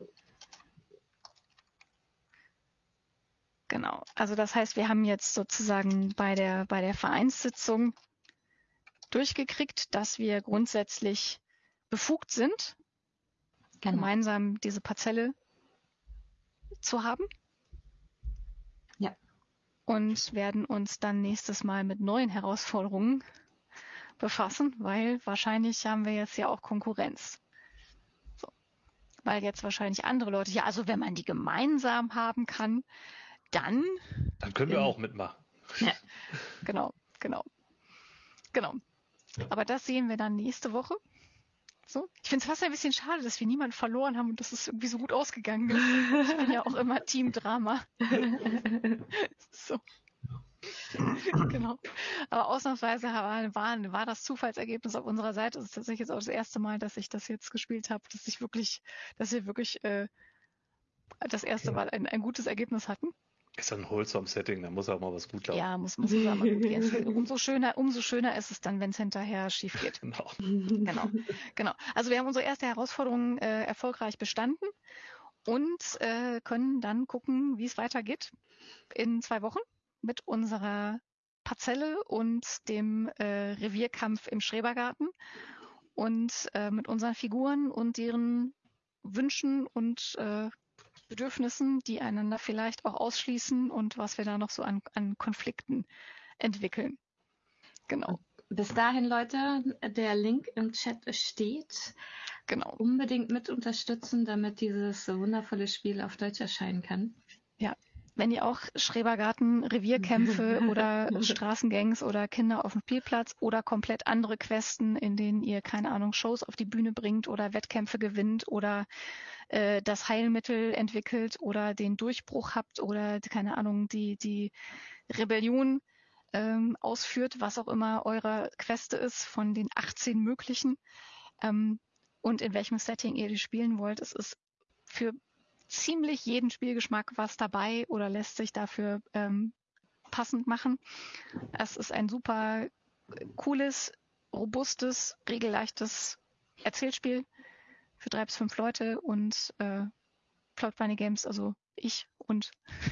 Genau. Also das heißt, wir haben jetzt sozusagen bei der bei der Vereinssitzung durchgekriegt, dass wir grundsätzlich befugt sind, genau. gemeinsam diese Parzelle zu haben. Ja. Und werden uns dann nächstes Mal mit neuen Herausforderungen befassen, weil wahrscheinlich haben wir jetzt ja auch Konkurrenz. So. Weil jetzt wahrscheinlich andere Leute, ja, also wenn man die gemeinsam haben kann, dann... Dann können wir in, auch mitmachen. Ja, genau, genau, genau. Ja. Aber das sehen wir dann nächste Woche. So. Ich finde es fast ein bisschen schade, dass wir niemanden verloren haben und dass es irgendwie so gut ausgegangen ist. Ich bin ja auch immer Team-Drama. So. Genau. Aber ausnahmsweise war, war, war das Zufallsergebnis auf unserer Seite. Das ist tatsächlich jetzt auch das erste Mal, dass ich das jetzt gespielt habe, dass ich wirklich, dass wir wirklich äh, das erste Okay. Mal ein, ein gutes Ergebnis hatten. Ist ein wholesome Setting, da muss auch mal was gut laufen. Ja, muss, muss sogar mal gut gehen. Umso schöner, umso schöner ist es dann, wenn es hinterher schief geht. Genau. Genau, genau. Also wir haben unsere erste Herausforderung äh, erfolgreich bestanden und äh, können dann gucken, wie es weitergeht in zwei Wochen mit unserer Parzelle und dem äh, Revierkampf im Schrebergarten und äh, mit unseren Figuren und deren Wünschen und äh, Bedürfnissen, die einander vielleicht auch ausschließen und was wir da noch so an, an Konflikten entwickeln. Genau. Bis dahin, Leute, der Link im Chat steht. Genau. Unbedingt mit unterstützen, damit dieses wundervolle Spiel auf Deutsch erscheinen kann. Ja. Wenn ihr auch Schrebergarten, Revierkämpfe oder Straßengangs oder Kinder auf dem Spielplatz oder komplett andere Questen, in denen ihr, keine Ahnung, Shows auf die Bühne bringt oder Wettkämpfe gewinnt oder äh, das Heilmittel entwickelt oder den Durchbruch habt oder, keine Ahnung, die, die Rebellion ähm, ausführt, was auch immer eure Queste ist von den achtzehn möglichen ähm, und in welchem Setting ihr die spielen wollt. Es ist für ziemlich jeden Spielgeschmack was dabei oder lässt sich dafür ähm, passend machen. Es ist ein super cooles, robustes, regelleichtes Erzählspiel für drei bis fünf Leute und äh, Plot Bunny Games, also ich und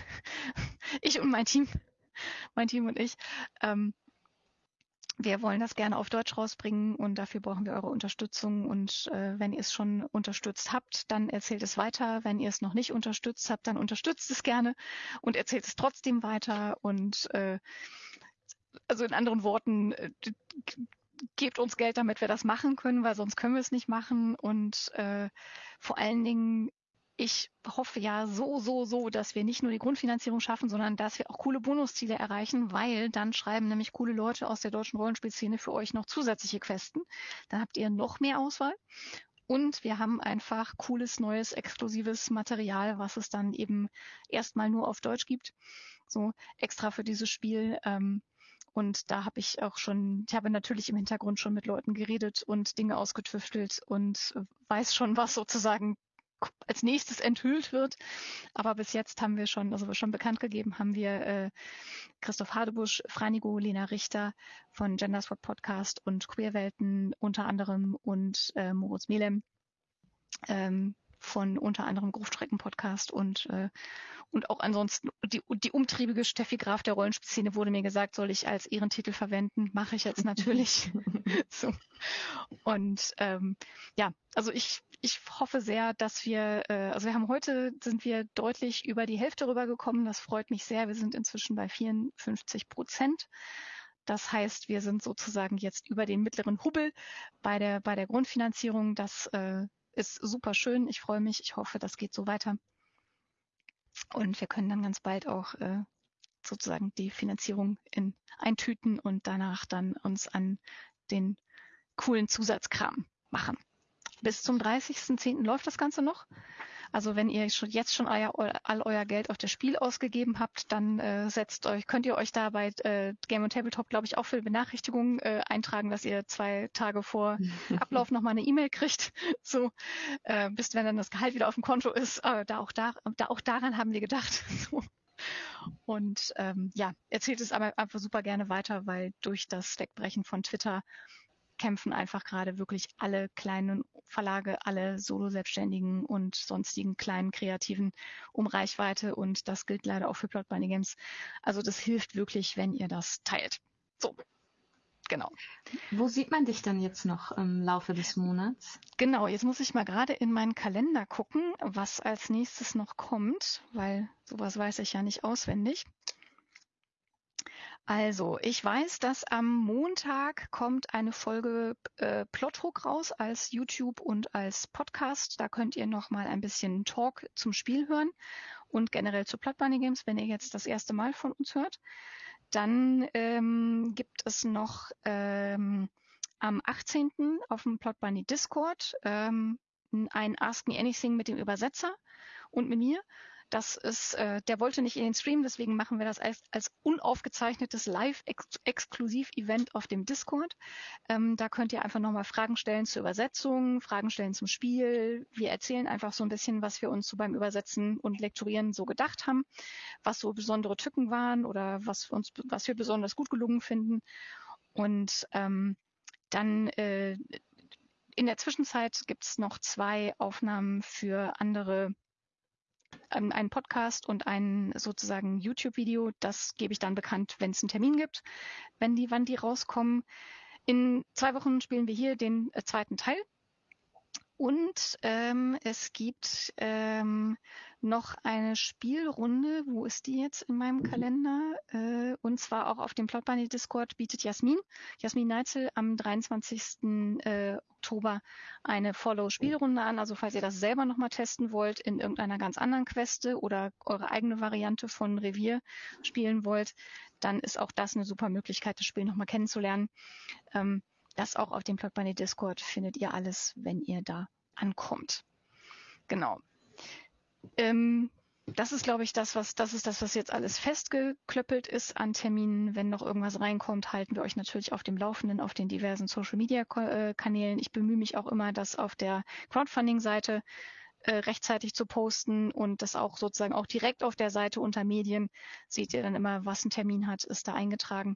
ich und mein Team, mein Team und ich, ähm, wir wollen das gerne auf Deutsch rausbringen und dafür brauchen wir eure Unterstützung. Und äh, wenn ihr es schon unterstützt habt, dann erzählt es weiter. Wenn ihr es noch nicht unterstützt habt, dann unterstützt es gerne und erzählt es trotzdem weiter. Und äh, also in anderen Worten, äh, gebt uns Geld, damit wir das machen können, weil sonst können wir es nicht machen. Und äh, vor allen Dingen, ich hoffe ja so, so, so, dass wir nicht nur die Grundfinanzierung schaffen, sondern dass wir auch coole Bonusziele erreichen, weil dann schreiben nämlich coole Leute aus der deutschen Rollenspielszene für euch noch zusätzliche Questen. Dann habt ihr noch mehr Auswahl. Und wir haben einfach cooles, neues, exklusives Material, was es dann eben erstmal nur auf Deutsch gibt. So extra für dieses Spiel. Ähm, und da habe ich auch schon, ich habe natürlich im Hintergrund schon mit Leuten geredet und Dinge ausgetüftelt und weiß schon, was sozusagen als nächstes enthüllt wird. Aber bis jetzt haben wir schon, also schon bekannt gegeben, haben wir äh, Christoph Hadebusch, Freinigo, Lena Richter von Genderswap Podcast und Queerwelten unter anderem und äh, Moritz Melem ähm, von unter anderem Grufstrecken-Podcast und äh, und auch ansonsten die, die umtriebige Steffi Graf der Rollenspielszene wurde mir gesagt, soll ich als Ehrentitel verwenden. Mache ich jetzt natürlich. So. Und ähm, ja, also ich ich hoffe sehr, dass wir, äh, also wir haben heute, sind wir deutlich über die Hälfte rübergekommen. Das freut mich sehr. Wir sind inzwischen bei vierundfünfzig Prozent. Das heißt, wir sind sozusagen jetzt über den mittleren Hubbel bei der bei der Grundfinanzierung. Das äh, ist super schön. Ich freue mich. Ich hoffe, das geht so weiter. Und wir können dann ganz bald auch äh, sozusagen die Finanzierung in eintüten und danach dann uns an den coolen Zusatzkram machen. Bis zum dreißigsten zehnten läuft das Ganze noch. Also wenn ihr schon jetzt schon euer, all euer Geld auf das Spiel ausgegeben habt, dann äh, setzt euch, könnt ihr euch da bei äh, Game und Tabletop, glaube ich, auch für Benachrichtigungen äh, eintragen, dass ihr zwei Tage vor Ablauf nochmal eine E-Mail kriegt. So, äh, bis wenn dann das Gehalt wieder auf dem Konto ist. Äh, da, auch da, da auch daran haben wir gedacht. So. Und ähm, ja, erzählt es aber einfach super gerne weiter, weil durch das Wegbrechen von Twitter kämpfen einfach gerade wirklich alle kleinen Verlage, alle Solo-Selbstständigen und sonstigen kleinen Kreativen um Reichweite und das gilt leider auch für Plot Bunny Games. Also das hilft wirklich, wenn ihr das teilt. So, genau. Wo sieht man dich dann jetzt noch im Laufe des Monats? Genau, jetzt muss ich mal gerade in meinen Kalender gucken, was als nächstes noch kommt, weil sowas weiß ich ja nicht auswendig. Also, ich weiß, dass am Montag kommt eine Folge äh, Plothook raus als YouTube und als Podcast. Da könnt ihr noch mal ein bisschen Talk zum Spiel hören und generell zu Plot Bunny Games, wenn ihr jetzt das erste Mal von uns hört. Dann ähm, gibt es noch ähm, am achtzehnten auf dem Plot Bunny Discord ähm, ein Ask Me Anything mit dem Übersetzer und mit mir. Das ist, äh, der wollte nicht in den Stream, deswegen machen wir das als, als unaufgezeichnetes Live-Exklusiv-Event auf dem Discord. Ähm, da könnt ihr einfach nochmal Fragen stellen zur Übersetzung, Fragen stellen zum Spiel. Wir erzählen einfach so ein bisschen, was wir uns so beim Übersetzen und Lektorieren so gedacht haben, was so besondere Tücken waren oder was uns, was wir besonders gut gelungen finden. Und ähm, dann äh, in der Zwischenzeit gibt es noch zwei Aufnahmen für andere, ähm, einen Podcast und ein sozusagen YouTube-Video. Das gebe ich dann bekannt, wenn es einen Termin gibt, wenn die, wann die rauskommen. In zwei Wochen spielen wir hier den äh, zweiten Teil. Und ähm, es gibt ähm, noch eine Spielrunde. Wo ist die jetzt in meinem Kalender? Äh, und zwar auch auf dem Plot Bunny Discord bietet Jasmin, Jasmin Neitzel am dreiundzwanzigsten Äh, Oktober eine Follow-Spielrunde an. Also falls ihr das selber nochmal testen wollt in irgendeiner ganz anderen Queste oder eure eigene Variante von Revier spielen wollt, dann ist auch das eine super Möglichkeit, das Spiel nochmal kennenzulernen. Ähm, Das auch auf dem Plot Bunny Discord findet ihr alles, wenn ihr da ankommt. Genau. Ähm, das ist, glaube ich, das, was, das ist das, was jetzt alles festgeklöppelt ist an Terminen. Wenn noch irgendwas reinkommt, halten wir euch natürlich auf dem Laufenden auf den diversen Social Media Kanälen. Ich bemühe mich auch immer, das auf der Crowdfunding-Seite äh, rechtzeitig zu posten und das auch sozusagen auch direkt auf der Seite unter Medien seht ihr dann immer, was ein Termin hat, ist da eingetragen.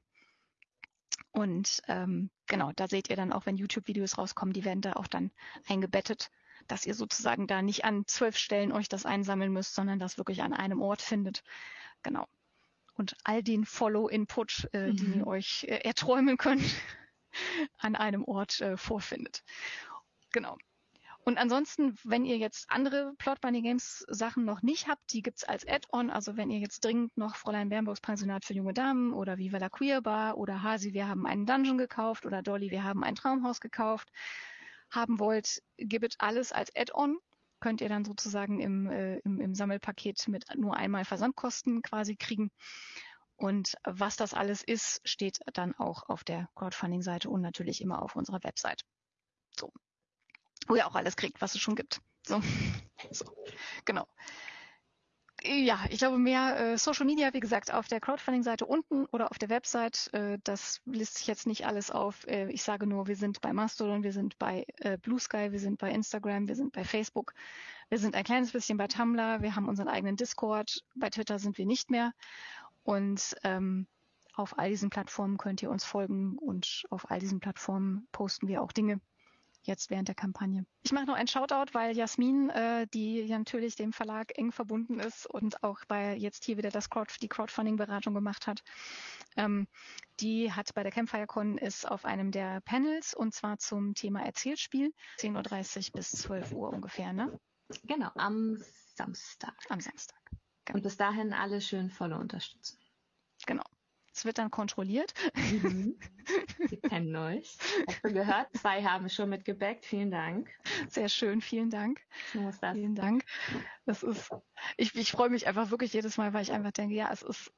Und ähm, genau, da seht ihr dann auch, wenn YouTube-Videos rauskommen, die werden da auch dann eingebettet, dass ihr sozusagen da nicht an zwölf Stellen euch das einsammeln müsst, sondern das wirklich an einem Ort findet. Genau. Und all den Follow-Input, äh, mhm. den ihr euch äh, erträumen könnt, an einem Ort äh, vorfindet. Genau. Und ansonsten, wenn ihr jetzt andere Plot Bunny Games Sachen noch nicht habt, die gibt's als Add-on. Also wenn ihr jetzt dringend noch Fräulein Bernburgs Pensionat für junge Damen oder Viva la Queer Bar oder Hasi, wir haben einen Dungeon gekauft oder Dolly, wir haben ein Traumhaus gekauft, haben wollt, gibt alles als Add-on. Könnt ihr dann sozusagen im, äh, im, im Sammelpaket mit nur einmal Versandkosten quasi kriegen. Und was das alles ist, steht dann auch auf der Crowdfunding-Seite und natürlich immer auf unserer Website. So. Wo ihr auch alles kriegt, was es schon gibt. So, so. Genau. Ja, ich glaube mehr äh, Social Media, wie gesagt, auf der Crowdfunding-Seite unten oder auf der Website. Äh, das listet sich jetzt nicht alles auf. Äh, ich sage nur, wir sind bei Mastodon, wir sind bei äh, Blue Sky, wir sind bei Instagram, wir sind bei Facebook, wir sind ein kleines bisschen bei Tumblr, wir haben unseren eigenen Discord, bei Twitter sind wir nicht mehr. Und ähm, auf all diesen Plattformen könnt ihr uns folgen und auf all diesen Plattformen posten wir auch Dinge. Jetzt während der Kampagne. Ich mache noch einen Shoutout, weil Jasmin, äh, die ja natürlich dem Verlag eng verbunden ist und auch bei jetzt hier wieder das Crowd, die Crowdfunding-Beratung gemacht hat, ähm, die hat bei der CampfireCon ist auf einem der Panels und zwar zum Thema Erzählspiel, zehn Uhr dreißig bis zwölf Uhr ungefähr, ne? Genau, am Samstag. Am Samstag. Genau. Und bis dahin alle schön volle unterstützen. Genau. Es wird dann kontrolliert. Mhm. Sie kennen euch. Hast du gehört? Zwei haben schon mitgebackt. Vielen Dank. Sehr schön, vielen Dank. So muss das. Vielen Dank. Das ist, ich, ich freue mich einfach wirklich jedes Mal, weil ich einfach denke, ja, es ist,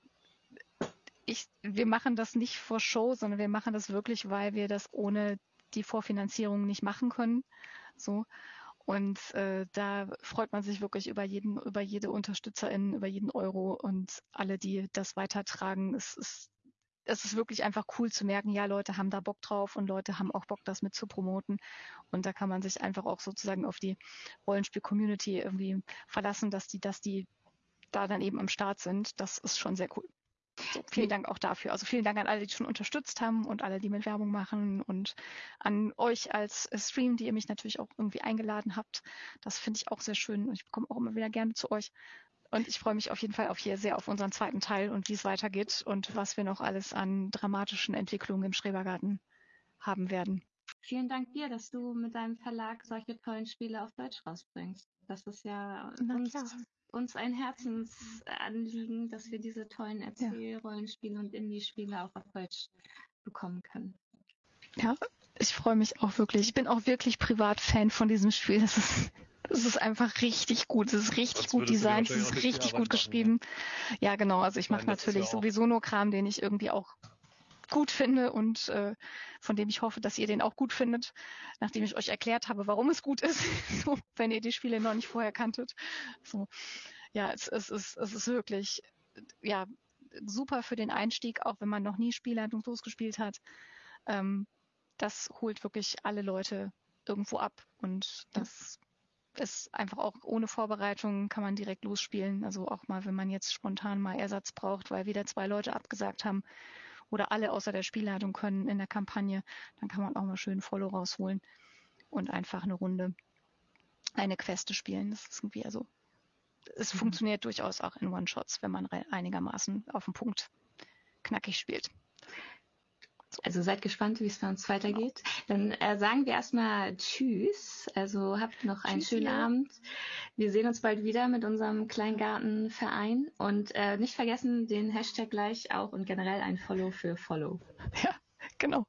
ich, wir machen das nicht vor Show, sondern wir machen das wirklich, weil wir das ohne die Vorfinanzierung nicht machen können. So. Und äh, da freut man sich wirklich über jeden, über jede Unterstützerin, über jeden Euro und alle, die das weitertragen. Es ist, es ist wirklich einfach cool zu merken, ja, Leute haben da Bock drauf und Leute haben auch Bock, das mit zu promoten. Und da kann man sich einfach auch sozusagen auf die Rollenspiel-Community irgendwie verlassen, dass die, dass die da dann eben am Start sind. Das ist schon sehr cool. So, vielen Dank auch dafür. Also vielen Dank an alle, die schon unterstützt haben und alle, die mit Werbung machen und an euch als Stream, die ihr mich natürlich auch irgendwie eingeladen habt. Das finde ich auch sehr schön und ich komme auch immer wieder gerne zu euch. Und ich freue mich auf jeden Fall auf hier sehr auf unseren zweiten Teil und wie es weitergeht und was wir noch alles an dramatischen Entwicklungen im Schrebergarten haben werden. Vielen Dank dir, dass du mit deinem Verlag solche tollen Spiele auf Deutsch rausbringst. Das ist ja uns, uns ein Herzensanliegen, dass wir diese tollen Erzählrollenspiele und Indie-Spiele auch auf Deutsch bekommen können. Ja, ich freue mich auch wirklich. Ich bin auch wirklich privat Fan von diesem Spiel. Das ist, das ist einfach richtig gut. Es ist richtig das gut designt. Es ist richtig gut geschrieben. Machen, ja. ja, genau. Also ich mache natürlich ja sowieso nur Kram, den ich irgendwie auch gut finde und äh, von dem ich hoffe, dass ihr den auch gut findet, nachdem ich euch erklärt habe, warum es gut ist, so, wenn ihr die Spiele noch nicht vorher kanntet. So. ja, es, es, ist, es ist wirklich ja, super für den Einstieg, auch wenn man noch nie Spielleitung losgespielt hat. Ähm, das holt wirklich alle Leute irgendwo ab und das ist einfach auch ohne Vorbereitung, kann man direkt losspielen. Also auch mal, wenn man jetzt spontan mal Ersatz braucht, weil wieder zwei Leute abgesagt haben oder alle außer der Spielleitung können in der Kampagne, dann kann man auch mal schön Follow rausholen und einfach eine Runde, eine Queste spielen. Das ist irgendwie, also es mhm. funktioniert durchaus auch in One-Shots, wenn man einigermaßen auf den Punkt knackig spielt. Also seid gespannt, wie es bei uns weitergeht. Dann äh, sagen wir erstmal Tschüss. Also habt noch einen Tschüss, schönen ja. Abend. Wir sehen uns bald wieder mit unserem Kleingartenverein. Und äh, nicht vergessen, den Hashtag gleich auch und generell ein Follow für Follow. Ja, genau.